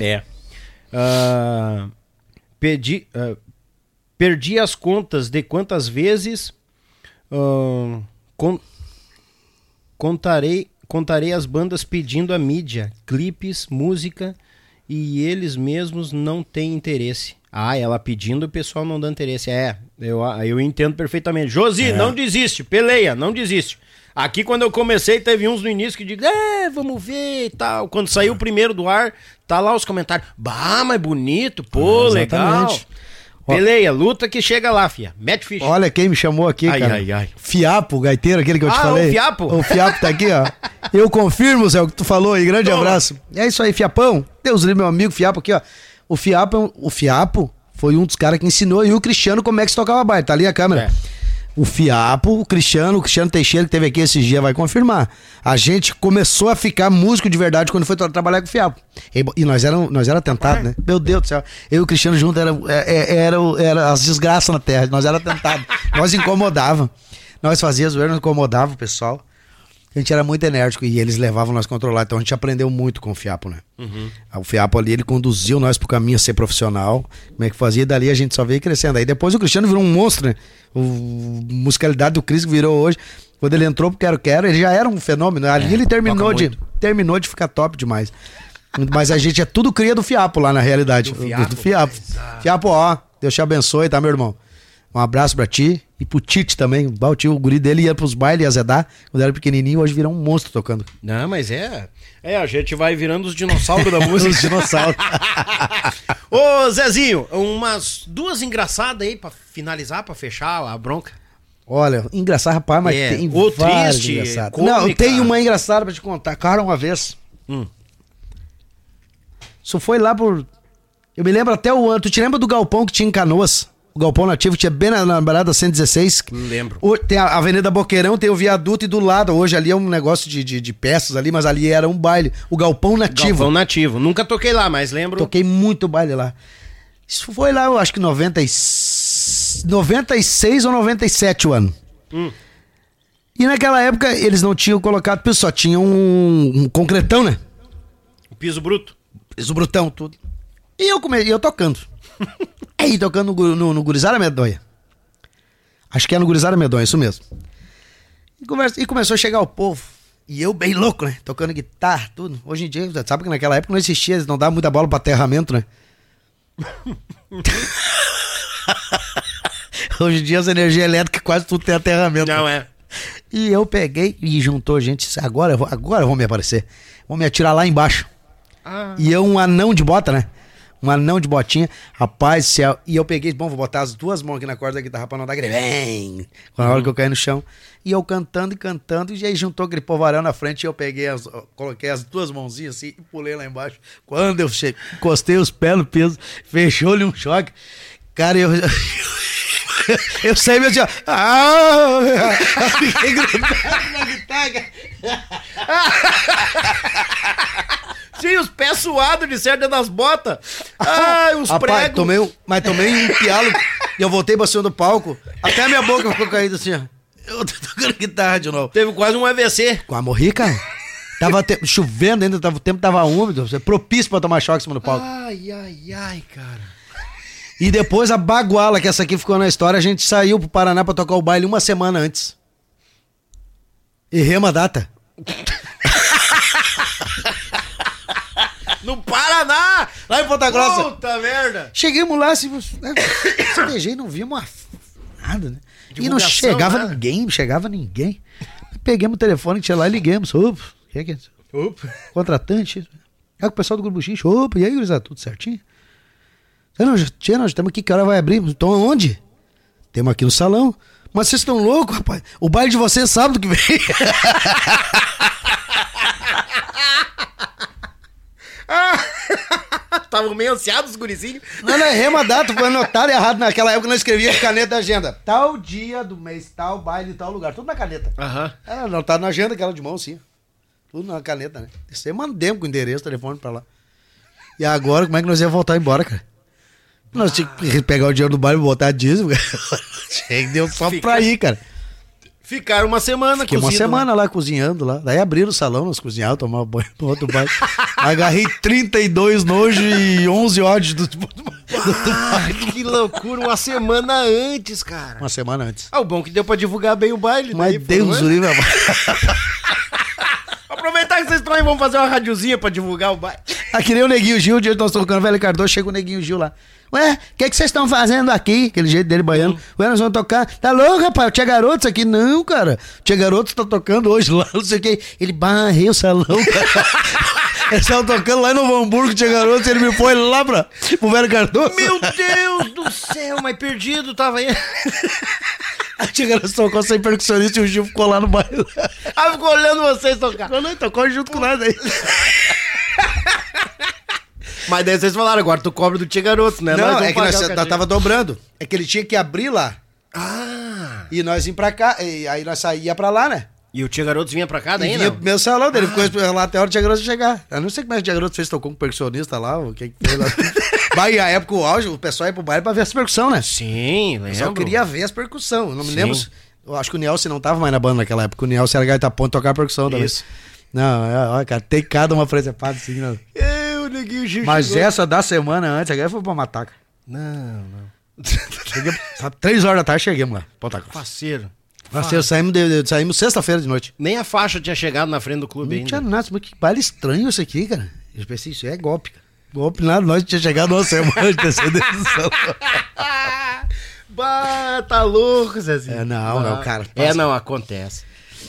Perdi as contas de quantas vezes contarei as bandas pedindo a mídia, clipes, música, e eles mesmos não têm interesse. Ela pedindo, o pessoal não dá interesse. Eu entendo perfeitamente. Josi, não desiste, peleia, não desiste. Aqui quando eu comecei, teve uns no início que digam, vamos ver e tal. Quando saiu o primeiro do ar, tá lá os comentários. Bah, mas bonito, pô, legal. Peleia, luta que chega lá, fia. Mete ficha. Olha quem me chamou aqui, cara. Fiapo, o gaiteiro, aquele que eu te falei. O Fiapo? O Fiapo tá aqui, ó. Eu confirmo, Zé, o que tu falou aí. Grande abraço. É isso aí, Fiapão. Deus livre, meu amigo Fiapo aqui, ó. O Fiapo foi um dos caras que ensinou e o Cristiano como é que se tocava baile. Tá ali a câmera. O Fiapo, o Cristiano Teixeira, que teve aqui esses dias, vai confirmar. A gente começou a ficar músico de verdade quando foi trabalhar com o Fiapo. E nós era tentado, né? Meu Deus do céu. Eu e o Cristiano junto era as desgraças na terra. Nós era tentado. Nós incomodava. Nós fazíamos zoeira, nós incomodava o pessoal. A gente era muito enérgico e eles levavam nós a controlar. Então a gente aprendeu muito com o Fiapo, né? O Fiapo ali, ele conduziu nós pro caminho a ser profissional. Como é que fazia? E dali a gente só veio crescendo. Aí depois o Cristiano virou um monstro, né? Musicalidade do Cris que virou hoje. Quando ele entrou pro Quero, ele já era um fenômeno. Ali ele terminou de ficar top demais. Mas a gente é tudo cria do Fiapo lá na realidade. Do Fiapo. Fiapo, ó, Deus te abençoe, tá, meu irmão? Um abraço pra ti e pro Tite também. O guri dele ia pros bailes, ia azedar. Quando era pequenininho, hoje virou um monstro tocando. Não, mas a gente vai virando os dinossauros da música. Os dinossauros. Ô, Zezinho, umas duas engraçadas aí pra finalizar, pra fechar a bronca. Olha, engraçado, rapaz, mas tem ou várias triste, engraçadas. cômica. Não, tem uma engraçada pra te contar. Cara, uma vez. Isso foi lá por... Eu me lembro até o ano. Tu te lembra do galpão que tinha em Canoas? O galpão nativo tinha bem na Barada 116. Lembro. Tem a Avenida Boqueirão, tem o viaduto e do lado. Hoje ali é um negócio de peças ali, mas ali era um baile. O galpão nativo. Galpão nativo. Nunca toquei lá, mas lembro. Toquei muito baile lá. Isso foi lá, eu acho que 96 ou 97 o ano. E naquela época eles não tinham colocado piso, só tinham um concretão, né? O piso bruto. Piso brutão, tudo. E eu tocando. Aí, tocando no Gurizada Medonha. Acho que é no Gurizada Medonha, isso mesmo. E começou a chegar o povo. E eu bem louco, né? Tocando guitarra, tudo. Hoje em dia, sabe que naquela época não existia, eles não davam muita bola pra aterramento, né? Hoje em dia as energias elétricas quase tudo tem aterramento. Não é. E eu peguei e juntou gente. Disse, agora eu vou me aparecer. Vou me atirar lá embaixo. E eu, um anão de bota, né? Um anão de botinha. Rapaz do céu. E eu peguei, vou botar as duas mãos aqui na corda da guitarra pra não dar aquele bem. Na hora que eu caí no chão. E eu cantando. E aí juntou aquele povarão na frente. E eu coloquei as duas mãozinhas assim e pulei lá embaixo. Quando eu encostei os pés no peso, fechou-lhe um choque. Cara, eu saí mesmo assim, ó. Fiquei grudado na guitarra. Sim, os pés suados de certo das botas. Os rapaz, pregos. tomei um pialo e eu voltei pra cima do palco. Até a minha boca ficou caída assim, ó. Eu tô tocando guitarra de novo. Teve quase um AVC. Quase morri, cara. Tava chovendo ainda, o tempo tava úmido, propício pra tomar choque em cima do palco. Ai, cara. E depois a baguala, que essa aqui ficou na história, a gente saiu pro Paraná pra tocar o baile uma semana antes. Errei uma data. No Paraná! Lá em Ponta Grossa. Puta merda! Chegamos lá, assim, CDG, não vimos nada, né? E não chegava ninguém. Peguemos o telefone, tinha lá e liguemos. Opa, que é isso? Opa. Contratante. É o pessoal do Grupo X. Opa, e aí, gurizada, tudo certinho? Nós estamos aqui, que hora vai abrir? Estão aonde? Temos aqui no salão. Mas vocês estão loucos, rapaz? O baile de vocês é sábado que vem. Estavam meio ansiados os gurizinhos. Não, errei a data, foi anotado errado naquela época, nós escrevia de caneta da agenda. Tal dia do mês, tal baile, tal lugar, tudo na caneta. Era anotado na agenda, aquela de mão, sim. Tudo na caneta, né? Você mandemos com o endereço, telefone pra lá. E agora, como é que nós íamos voltar embora, cara? Nós tínhamos que pegar o dinheiro do baile e botar dízimo, cara. Deu só pra ir, cara. Ficaram uma semana cozinhando. Uma semana lá cozinhando lá. Daí abriram o salão, nós cozinhávamos, tomávamos banho no outro baile. Agarrei 32 nojos e 11 ódios do baile. Que loucura, uma semana antes, cara. Uma semana antes. O bom que deu pra divulgar bem o baile. Mas daí, Deus do livro. Aproveitar que vocês estão aí, vamos fazer uma radiozinha pra divulgar o baile. Que nem o Neguinho Gil, o dia que nós tocando Velho Cardoso, chega o Neguinho Gil lá. Ué, o que vocês estão fazendo aqui? Aquele jeito dele baiano. Ué, nós vamos tocar. Tá louco, rapaz? O Tia Garotos aqui. Não, cara. O Tia Garotos tá tocando hoje lá, não sei o que. Ele barrei o salão, cara. Eles estavam tocando lá em Novo Hamburgo, o Tia Garotos, ele me foi lá pro Velho Cardoso. Meu Deus do céu, mas perdido tava aí. A Tia Garotos tocou sem percussionista e o Gil ficou lá no baile. Ficou olhando vocês tocar. Não, tocou junto com nós aí. Mas daí vocês falaram, agora tu cobra do Tia Garotos, né? Não, é que nós tava dobrando. É que ele tinha que abrir lá. E nós íamos pra cá, e aí nós saía pra lá, né? E o Tia Garotos vinha pra cá daí, né? Vinha pro meu salão dele, ficou esperando lá até a hora do Tia Garotos chegar. Eu não sei como é que o Tia Garotos fez, tocou com percussionista lá, o que fez lá. Mas na época o auge, o pessoal ia pro baile pra ver as percussões, né? Sim, lembro. Eu só queria ver as percussões. Eu não me lembro. Eu acho que o Nielsen não tava mais na banda naquela época. O Nielsen era gaita ponto e tocava percussão também. Isso. Não, cara, tem cada uma presepada assim, né? Mas chegou. Essa da semana antes, agora foi pra matar, cara. Não. Cheguei, 3 horas da tarde chegamos lá. Parceiro. Saímos sexta-feira de noite. Nem a faixa tinha chegado na frente do clube ainda. Não tinha nada, mas que baile estranho isso aqui, cara. Eu pensei, isso é golpe, cara. Golpe nada, nós tinha chegado uma semana de antecedência. Tá louco, Zezinho. Não, cara. Não, acontece.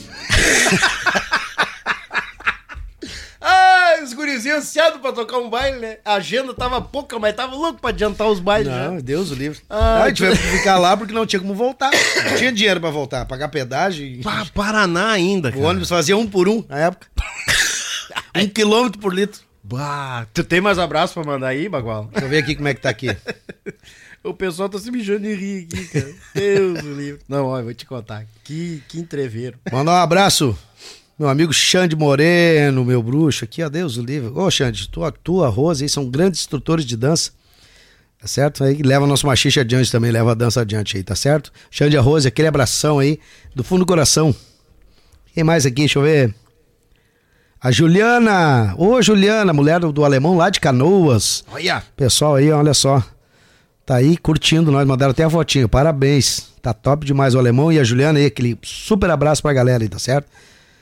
Os gurizinhos ansiados pra tocar um baile, né? A agenda tava pouca, mas tava louco pra adiantar os bailes. Não, já. Deus o livre. A gente veio ficar lá porque não tinha como voltar. Não tinha dinheiro pra voltar, pagar pedágio. Paraná ainda, cara. O ônibus fazia 1 por 1 na época. 1 quilômetro por litro. Tu tem mais abraço pra mandar aí, Bagual? Deixa eu ver aqui como é que tá aqui. O pessoal tá se mijando de rir aqui, cara. Deus do livre. Não, ó, eu vou te contar. Que entreveiro. Mandar um abraço. Meu amigo Xande Moreno, meu bruxo aqui, ó, Deus o livre. Ô, Xande, tu, a Rose aí são grandes instrutores de dança, tá certo? Aí leva nosso machixe adiante também, leva a dança adiante aí, tá certo? Xande, a Rose, aquele abração aí, do fundo do coração. Quem mais aqui, deixa eu ver. A Juliana, Juliana, mulher do alemão lá de Canoas. Olha! Pessoal aí, olha só, tá aí curtindo nós, mandaram até a fotinho, parabéns. Tá top demais o alemão e a Juliana aí, aquele super abraço pra galera aí, tá certo?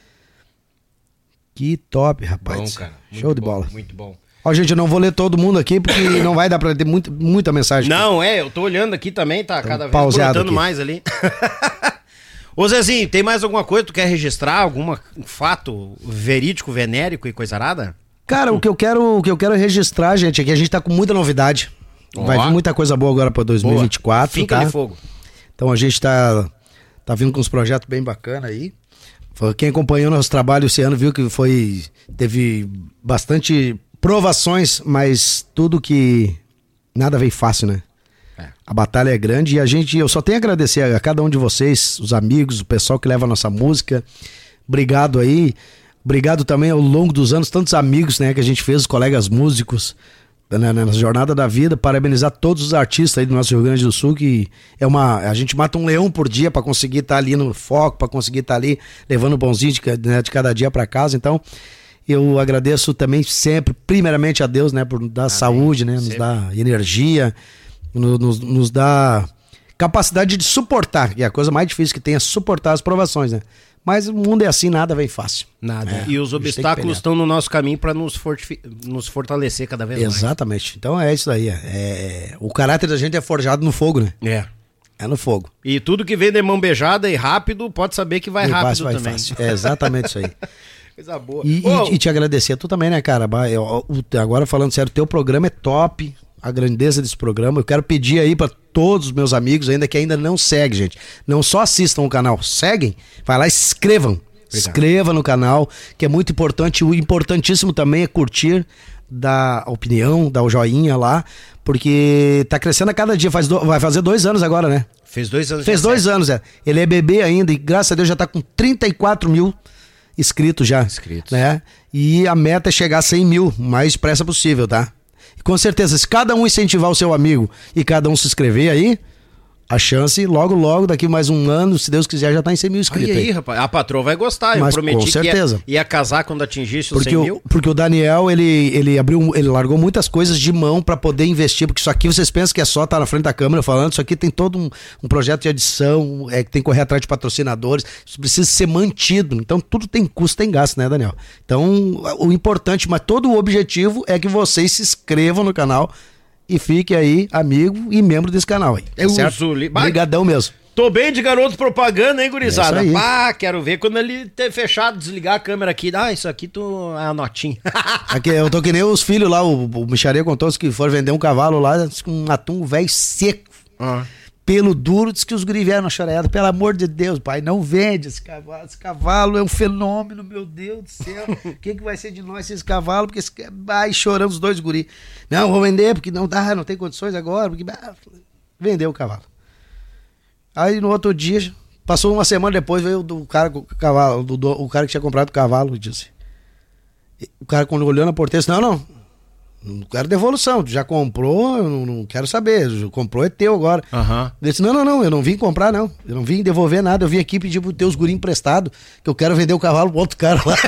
Que top, rapaz. Bom, cara. Show de bola. Muito bom. Ó, gente, eu não vou ler todo mundo aqui, porque não vai dar pra ter muita mensagem. Não, eu tô olhando aqui também, tá cada vez brotando mais ali. Ô, Zezinho, tem mais alguma coisa que tu quer registrar? Algum fato verídico, venérico e coisa arada? Cara, o que eu quero registrar, gente, é que a gente tá com muita novidade. Vai vir muita coisa boa agora pra 2024. Boa. Finca de fogo. Então a gente tá vindo com uns projetos bem bacanas aí. Quem acompanhou nosso trabalho esse ano viu que teve bastante provações, mas tudo que nada veio fácil, né? A batalha é grande e eu só tenho a agradecer a cada um de vocês, os amigos, o pessoal que leva a nossa música. Obrigado aí. Obrigado também ao longo dos anos, tantos amigos, né, que a gente fez, os colegas músicos. na jornada da vida, parabenizar todos os artistas aí do nosso Rio Grande do Sul, que a gente mata um leão por dia para conseguir estar ali no foco, para conseguir estar ali levando o bonzinho de cada dia para casa. Então, eu agradeço também sempre, primeiramente a Deus, né, por nos dar saúde, né, nos dar energia, nos dar capacidade de suportar, que é a coisa mais difícil que tem, é suportar as provações, né? Mas o mundo é assim, nada vem fácil. Nada. E os obstáculos estão no nosso caminho para nos fortalecer cada vez mais. Exatamente. Então é isso aí. O caráter da gente é forjado no fogo, né? É no fogo. E tudo que vem de mão beijada e rápido, pode saber que vai rápido vai também. Fácil. É exatamente isso aí. Coisa boa. E te agradecer, tu também, né, cara? Agora falando sério, o teu programa é top. A grandeza desse programa. Eu quero pedir aí para todos os meus amigos que ainda não seguem, gente. Não só assistam o canal, seguem, vai lá e se inscrevam. Inscreva no canal, que é muito importante. O importantíssimo também é curtir, dar a opinião, dar o joinha lá, porque tá crescendo a cada dia. Vai fazer 2 anos agora, né? Fez 2 anos. Fez 2 anos, Ele é bebê ainda e graças a Deus já tá com 34 mil inscritos já. Né? E a meta é chegar a 100 mil, o mais depressa possível, tá? Com certeza, se cada um incentivar o seu amigo e cada um se inscrever aí, a chance, logo, daqui mais um ano, se Deus quiser, já tá em 100 mil inscritos. Aí, rapaz, a patroa vai gostar. Mas, eu prometi com certeza. que ia casar quando atingisse os 100 mil. Porque o Daniel, ele largou muitas coisas de mão pra poder investir, porque isso aqui vocês pensam que é só estar na frente da câmera falando, isso aqui tem todo um projeto de edição, que tem que correr atrás de patrocinadores, isso precisa ser mantido, então tudo tem custo, tem gasto, né, Daniel? Então, o importante, mas todo o objetivo é que vocês se inscrevam no canal e fique aí amigo e membro desse canal aí. Obrigadão mesmo. Tô bem de garoto propaganda, hein, gurizada? É Quero ver quando ele ter fechado, desligar a câmera aqui. Isso aqui é a notinha. Aqui, eu tô que nem os filhos lá, o Micharia contou que foram vender um cavalo lá, com um atum velho seco. Pelo duro, disse que os guri vieram na choreada. Pelo amor de Deus, pai, não vende esse cavalo. Esse cavalo é um fenômeno, meu Deus do céu. O que vai ser de nós esse cavalo? Porque chorando os 2 guri. Não, vou vender porque não dá, não tem condições agora. Porque vendeu o cavalo. Aí no outro dia, passou uma semana depois, veio o cara com o cavalo, o cara que tinha comprado o cavalo e disse. O cara, quando olhou na porteira, disse: não quero devolução, tu já comprou, eu não quero saber, comprou é teu agora. Ele disse: não, eu não vim comprar não, eu não vim devolver nada, eu vim aqui pedir pro teus guri emprestado, que eu quero vender o cavalo pro outro cara lá.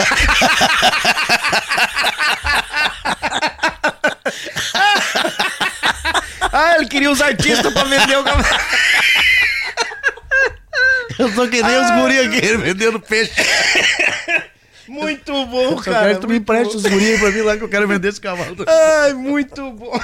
Ele queria os artistas pra vender o cavalo. Eu só queria os guri aqui vendendo peixe. Muito bom, cara. Eu quero que tu me empreste os guri aí pra mim lá, que eu quero vender esse cavalo. Ai, muito bom.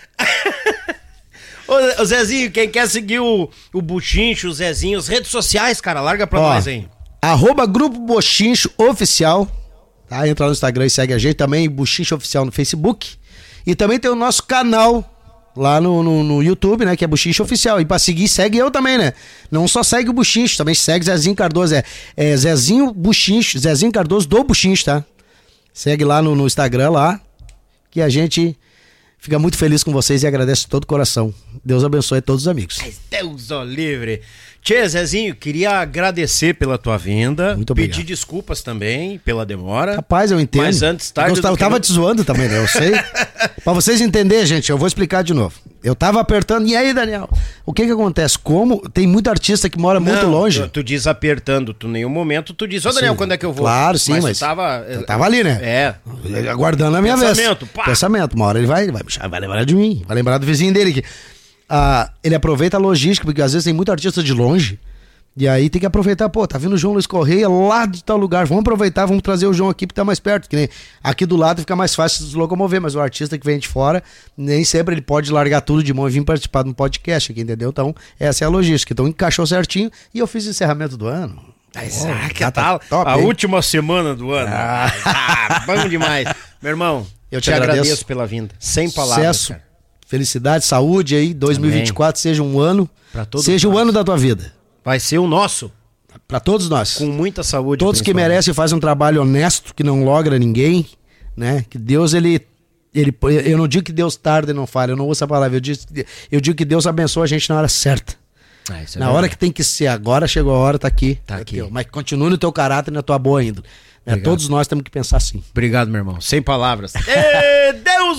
Ô Zezinho, quem quer seguir o Buchincho, o Zezinho, as redes sociais, cara, larga pra nós aí. @Grupo Buchincho Oficial, tá? Entra no Instagram e segue a gente também, Buchincho Oficial no Facebook. E também tem o nosso canal lá no YouTube, né, que é Buchincho Oficial. E pra seguir, segue eu também, né? Não só segue o Buchincho, também segue Zezinho Cardoso. É Zezinho Buchincho, Zezinho Cardoso do Buchincho, tá? Segue lá no Instagram lá, que a gente fica muito feliz com vocês e agradece de todo o coração. Deus abençoe a todos os amigos. Deus o livre. Tchê, Zezinho, queria agradecer pela tua vinda. Muito obrigado. Pedir desculpas também pela demora. Rapaz, eu entendo. Mas antes tarde... Eu tava te zoando também, né? Eu sei. Pra vocês entenderem, gente, eu vou explicar de novo. Eu tava apertando. E aí, Daniel? O que acontece? Como tem muito artista que mora muito longe. Tu diz apertando. Tu, em nenhum momento, tu diz: Daniel, quando é que eu vou? Claro, sim, mas eu tava ali, né? Aguardando a minha vez. Pensamento. Uma hora ele vai lembrar de mim. Vai lembrar do vizinho dele aqui. Ele aproveita a logística, porque às vezes tem muito artista de longe, e aí tem que aproveitar, tá vindo o João Luiz Correia lá de tal lugar, vamos aproveitar, vamos trazer o João aqui porque tá mais perto, que nem aqui do lado fica mais fácil de se locomover, mas o artista que vem de fora, nem sempre ele pode largar tudo de mão e vir participar de um podcast aqui, entendeu? Então, essa é a logística, então encaixou certinho, e eu fiz o encerramento do ano. Que tal? Top, a última semana do ano. Bom demais. Meu irmão, eu te agradeço pela vinda, sem palavras. Sucesso. Felicidade, saúde aí, 2024 seja um ano, seja o ano da tua vida. Vai ser o nosso. Pra todos nós. Com muita saúde. Todos que merecem fazem um trabalho honesto, que não logra ninguém, né? Que Deus, eu não digo que Deus tarda e não falha, eu não uso essa palavra, eu digo que Deus abençoa a gente na hora certa. Na hora que tem que ser, agora chegou a hora, tá aqui. Mas continue no teu caráter e na tua boa índole. Todos nós temos que pensar assim. Obrigado, meu irmão. Sem palavras. Deus o livre,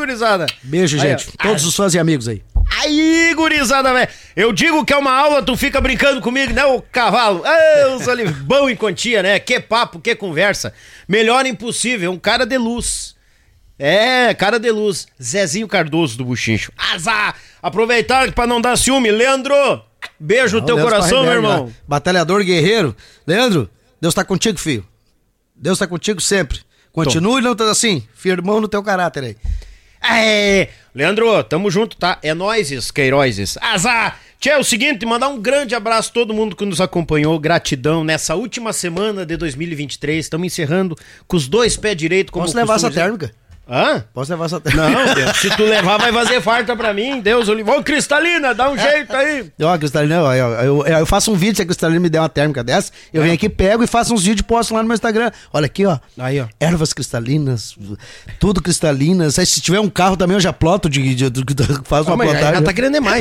gurizada. Beijo, gente. Todos os fãs e amigos aí. Aí, gurizada, velho. Eu digo que é uma aula, tu fica brincando comigo, né, ô cavalo? Os bom em quantia, né? Que papo, que conversa. Melhor impossível, um cara de luz. Cara de luz. Zezinho Cardoso do Buchincho. Azar! Aproveitar pra não dar ciúme. Leandro, beijo no teu coração, meu irmão. Batalhador guerreiro. Leandro, Deus tá contigo, filho. Deus tá contigo sempre. Continue lutando assim, firmão no teu caráter aí. Leandro, tamo junto, tá? É nóis, Queiroz. Azar! Tchê, é o seguinte, mandar um grande abraço a todo mundo que nos acompanhou, gratidão nessa última semana de 2023, estamos encerrando com os dois pés direitos. Posso levar essa térmica? Hã? Posso levar essa térmica? Não, Deus, se tu levar vai fazer farta pra mim, Deus. Ô, Cristalina, dá um jeito aí. Ó, Cristalina, eu faço um vídeo, se a Cristalina me der uma térmica dessa, eu venho aqui, pego e faço uns vídeos e posto lá no meu Instagram. Olha aqui, ó. Aí, ó. Ervas cristalinas, tudo cristalinas. Aí se tiver um carro também eu já ploto, faz uma plotagem. Já tá querendo demais.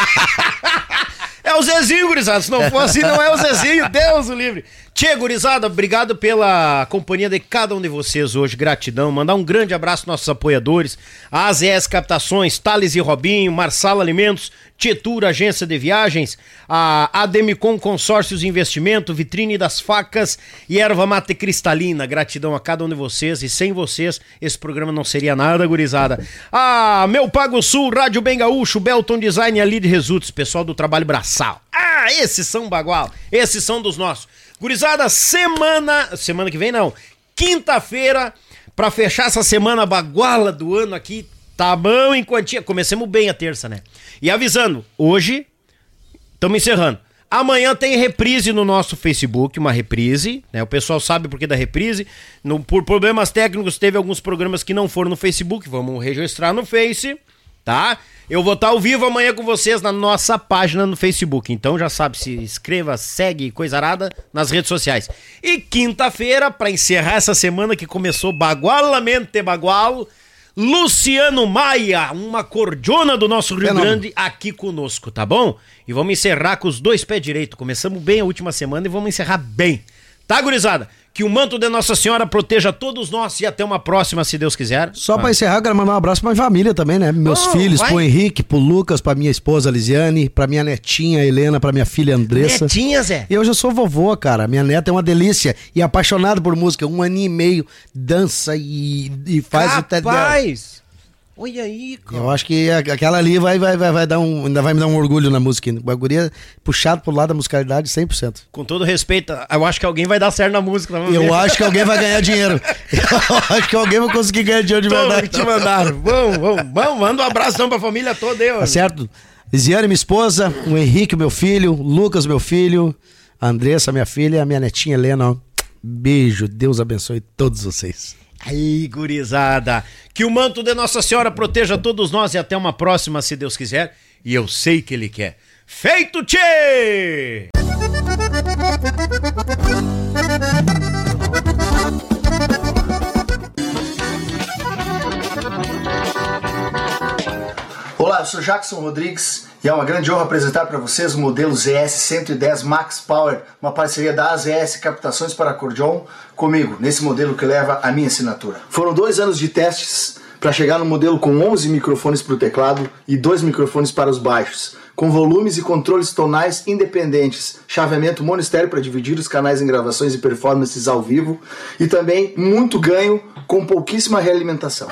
É o Zezinho, gurizada. Se não for assim, não é o Zezinho. Deus o livre. Tchê, gurizada, obrigado pela companhia de cada um de vocês hoje. Gratidão. Mandar um grande abraço aos nossos apoiadores. A AZS Captações, Thales e Robinho, Marsala Alimentos, Tietur Agência de Viagens, a Ademicon Consórcios de Investimento, Vitrine das Facas e Erva Mate Cristalina. Gratidão a cada um de vocês. E sem vocês, esse programa não seria nada, gurizada. Meu Pago Sul, Rádio Bem Gaúcho, Belton Design e a Lide Results, pessoal do Trabalho Braçal. Esses são bagual. Esses são dos nossos. Gurizada, semana que vem não, quinta-feira, pra fechar essa semana baguala do ano aqui, tá bom em quantia. Comecemos bem a terça, né? E avisando, hoje, estamos encerrando. Amanhã tem reprise no nosso Facebook, uma reprise, né? O pessoal sabe por que da reprise. Por problemas técnicos, teve alguns programas que não foram no Facebook, vamos registrar no Face, tá? Eu vou estar ao vivo amanhã com vocês na nossa página no Facebook. Então já sabe, se inscreva, segue, coisa arada nas redes sociais. E quinta-feira, para encerrar essa semana que começou bagualamente bagual, Luciano Maia, uma cordiona do nosso Rio Grande, aqui conosco, tá bom? E vamos encerrar com os dois pés direitos. Começamos bem a última semana e vamos encerrar bem. Tá, gurizada? Que o manto de Nossa Senhora proteja todos nós e até uma próxima, se Deus quiser. Só pra encerrar, eu quero mandar um abraço pra minha família também, né? Meus filhos, pro Henrique, pro Lucas, pra minha esposa Lisiane, pra minha netinha Helena, pra minha filha Andressa. Netinha, Zé? Eu já sou vovô, cara. Minha neta é uma delícia e apaixonado por música. 1 ano e meio, dança e faz o TED. Rapaz! Olha aí, cara. Eu acho que aquela ali ainda vai me dar um orgulho na música. O bagulho é puxado pro lado da musicalidade 100%. Com todo respeito, eu acho que alguém vai dar certo na música. Eu acho que alguém vai ganhar dinheiro. Eu acho que alguém vai conseguir ganhar dinheiro de verdade. Te mandaram. Vamos, manda um abração pra família toda aí. Tá certo? Lisiane, minha esposa, o Henrique, meu filho, o Lucas, meu filho, a Andressa, minha filha, a minha netinha Helena. Ó. Beijo, Deus abençoe todos vocês. Aí, gurizada, que o manto de Nossa Senhora proteja todos nós e até uma próxima, se Deus quiser, e eu sei que Ele quer. Feito, tchê! Olá, eu sou Jackson Rodrigues e é uma grande honra apresentar para vocês o modelo ZS 110 Max Power, uma parceria da AZS Captações para Acordeon, comigo, nesse modelo que leva a minha assinatura. Foram 2 anos de testes para chegar no modelo com 11 microfones para o teclado e 2 microfones para os baixos, com volumes e controles tonais independentes, chaveamento mono-estéreo para dividir os canais em gravações e performances ao vivo e também muito ganho com pouquíssima realimentação.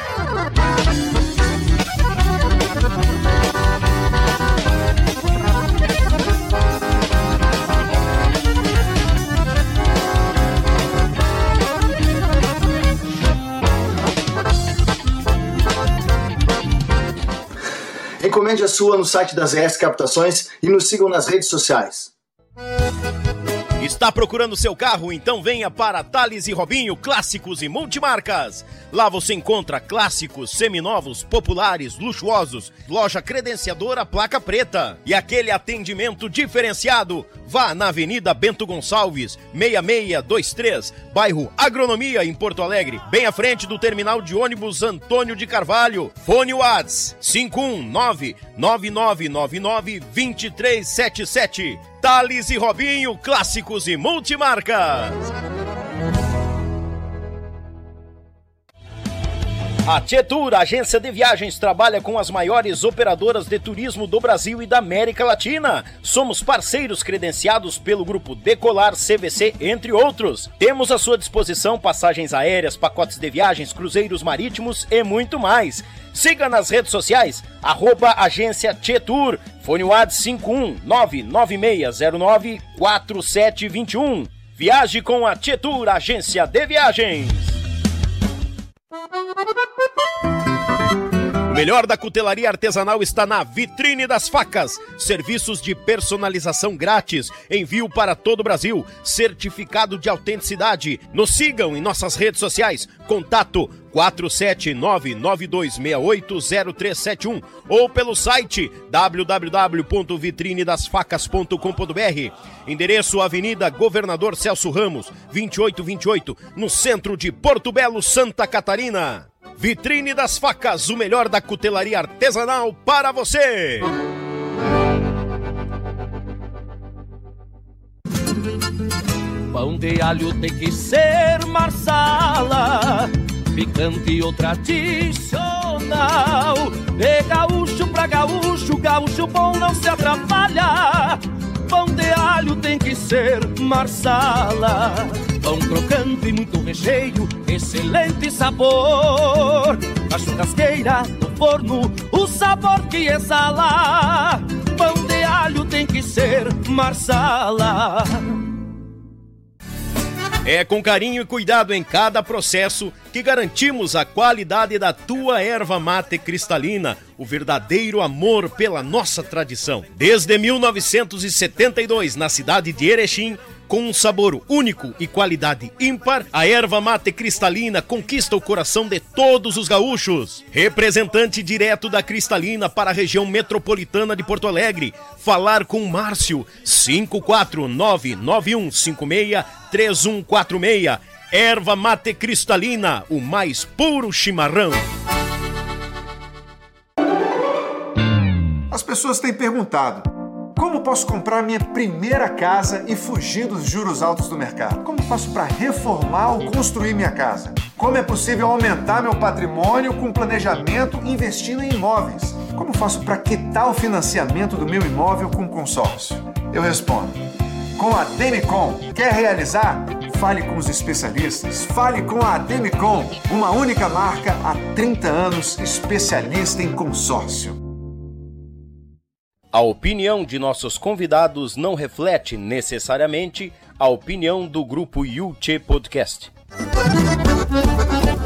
Encomende a sua no site das AZS Captações e nos sigam nas redes sociais. Está procurando seu carro? Então venha para Thales e Robinho Clássicos e Multimarcas. Lá você encontra clássicos, seminovos, populares, luxuosos, loja credenciadora placa preta e aquele atendimento diferenciado. Vá na Avenida Bento Gonçalves, 6623, bairro Agronomia, em Porto Alegre, bem à frente do terminal de ônibus Antônio de Carvalho. Fone Whats 519-9999-2377. Thales e Robinho, Clássicos e Multimarcas. A Tietur, agência de viagens, trabalha com as maiores operadoras de turismo do Brasil e da América Latina. Somos parceiros credenciados pelo Grupo Decolar, CVC, entre outros. Temos à sua disposição passagens aéreas, pacotes de viagens, cruzeiros marítimos e muito mais. Siga nas redes sociais, @agência Tietur, fone WhatsApp 51996094721. Viaje com a Tietur, agência de viagens. O melhor da cutelaria artesanal está na Vitrine das Facas. Serviços de personalização grátis, envio para todo o Brasil, certificado de autenticidade. Nos sigam em nossas redes sociais. Contato 47992680371 ou pelo site www.vitrinedasfacas.com.br. Endereço: Avenida Governador Celso Ramos, 2828, no centro de Porto Belo, Santa Catarina. Vitrine das Facas, o melhor da cutelaria artesanal para você. Pão de alho tem que ser marsala, picante ou tradicional. De gaúcho pra gaúcho, gaúcho bom não se atrapalha. Pão de alho tem que ser marsala. Pão crocante e muito recheio, excelente sabor. Na churrasqueira, no forno, o sabor que exala. Pão de alho tem que ser marsala. É com carinho e cuidado em cada processo que garantimos a qualidade da tua erva mate cristalina, o verdadeiro amor pela nossa tradição. Desde 1972, na cidade de Erechim, com um sabor único e qualidade ímpar, a erva mate cristalina conquista o coração de todos os gaúchos. Representante direto da Cristalina para a região metropolitana de Porto Alegre. Falar com Márcio, 54991563146. Erva mate cristalina, o mais puro chimarrão. As pessoas têm perguntado: como posso comprar minha primeira casa e fugir dos juros altos do mercado? Como faço para reformar ou construir minha casa? Como é possível aumentar meu patrimônio com planejamento investindo em imóveis? Como faço para quitar o financiamento do meu imóvel com consórcio? Eu respondo: com a Demicon. Quer realizar? Fale com os especialistas. Fale com a Demicon, uma única marca há 30 anos, especialista em consórcio. A opinião de nossos convidados não reflete necessariamente a opinião do Grupo Yuchê Podcast.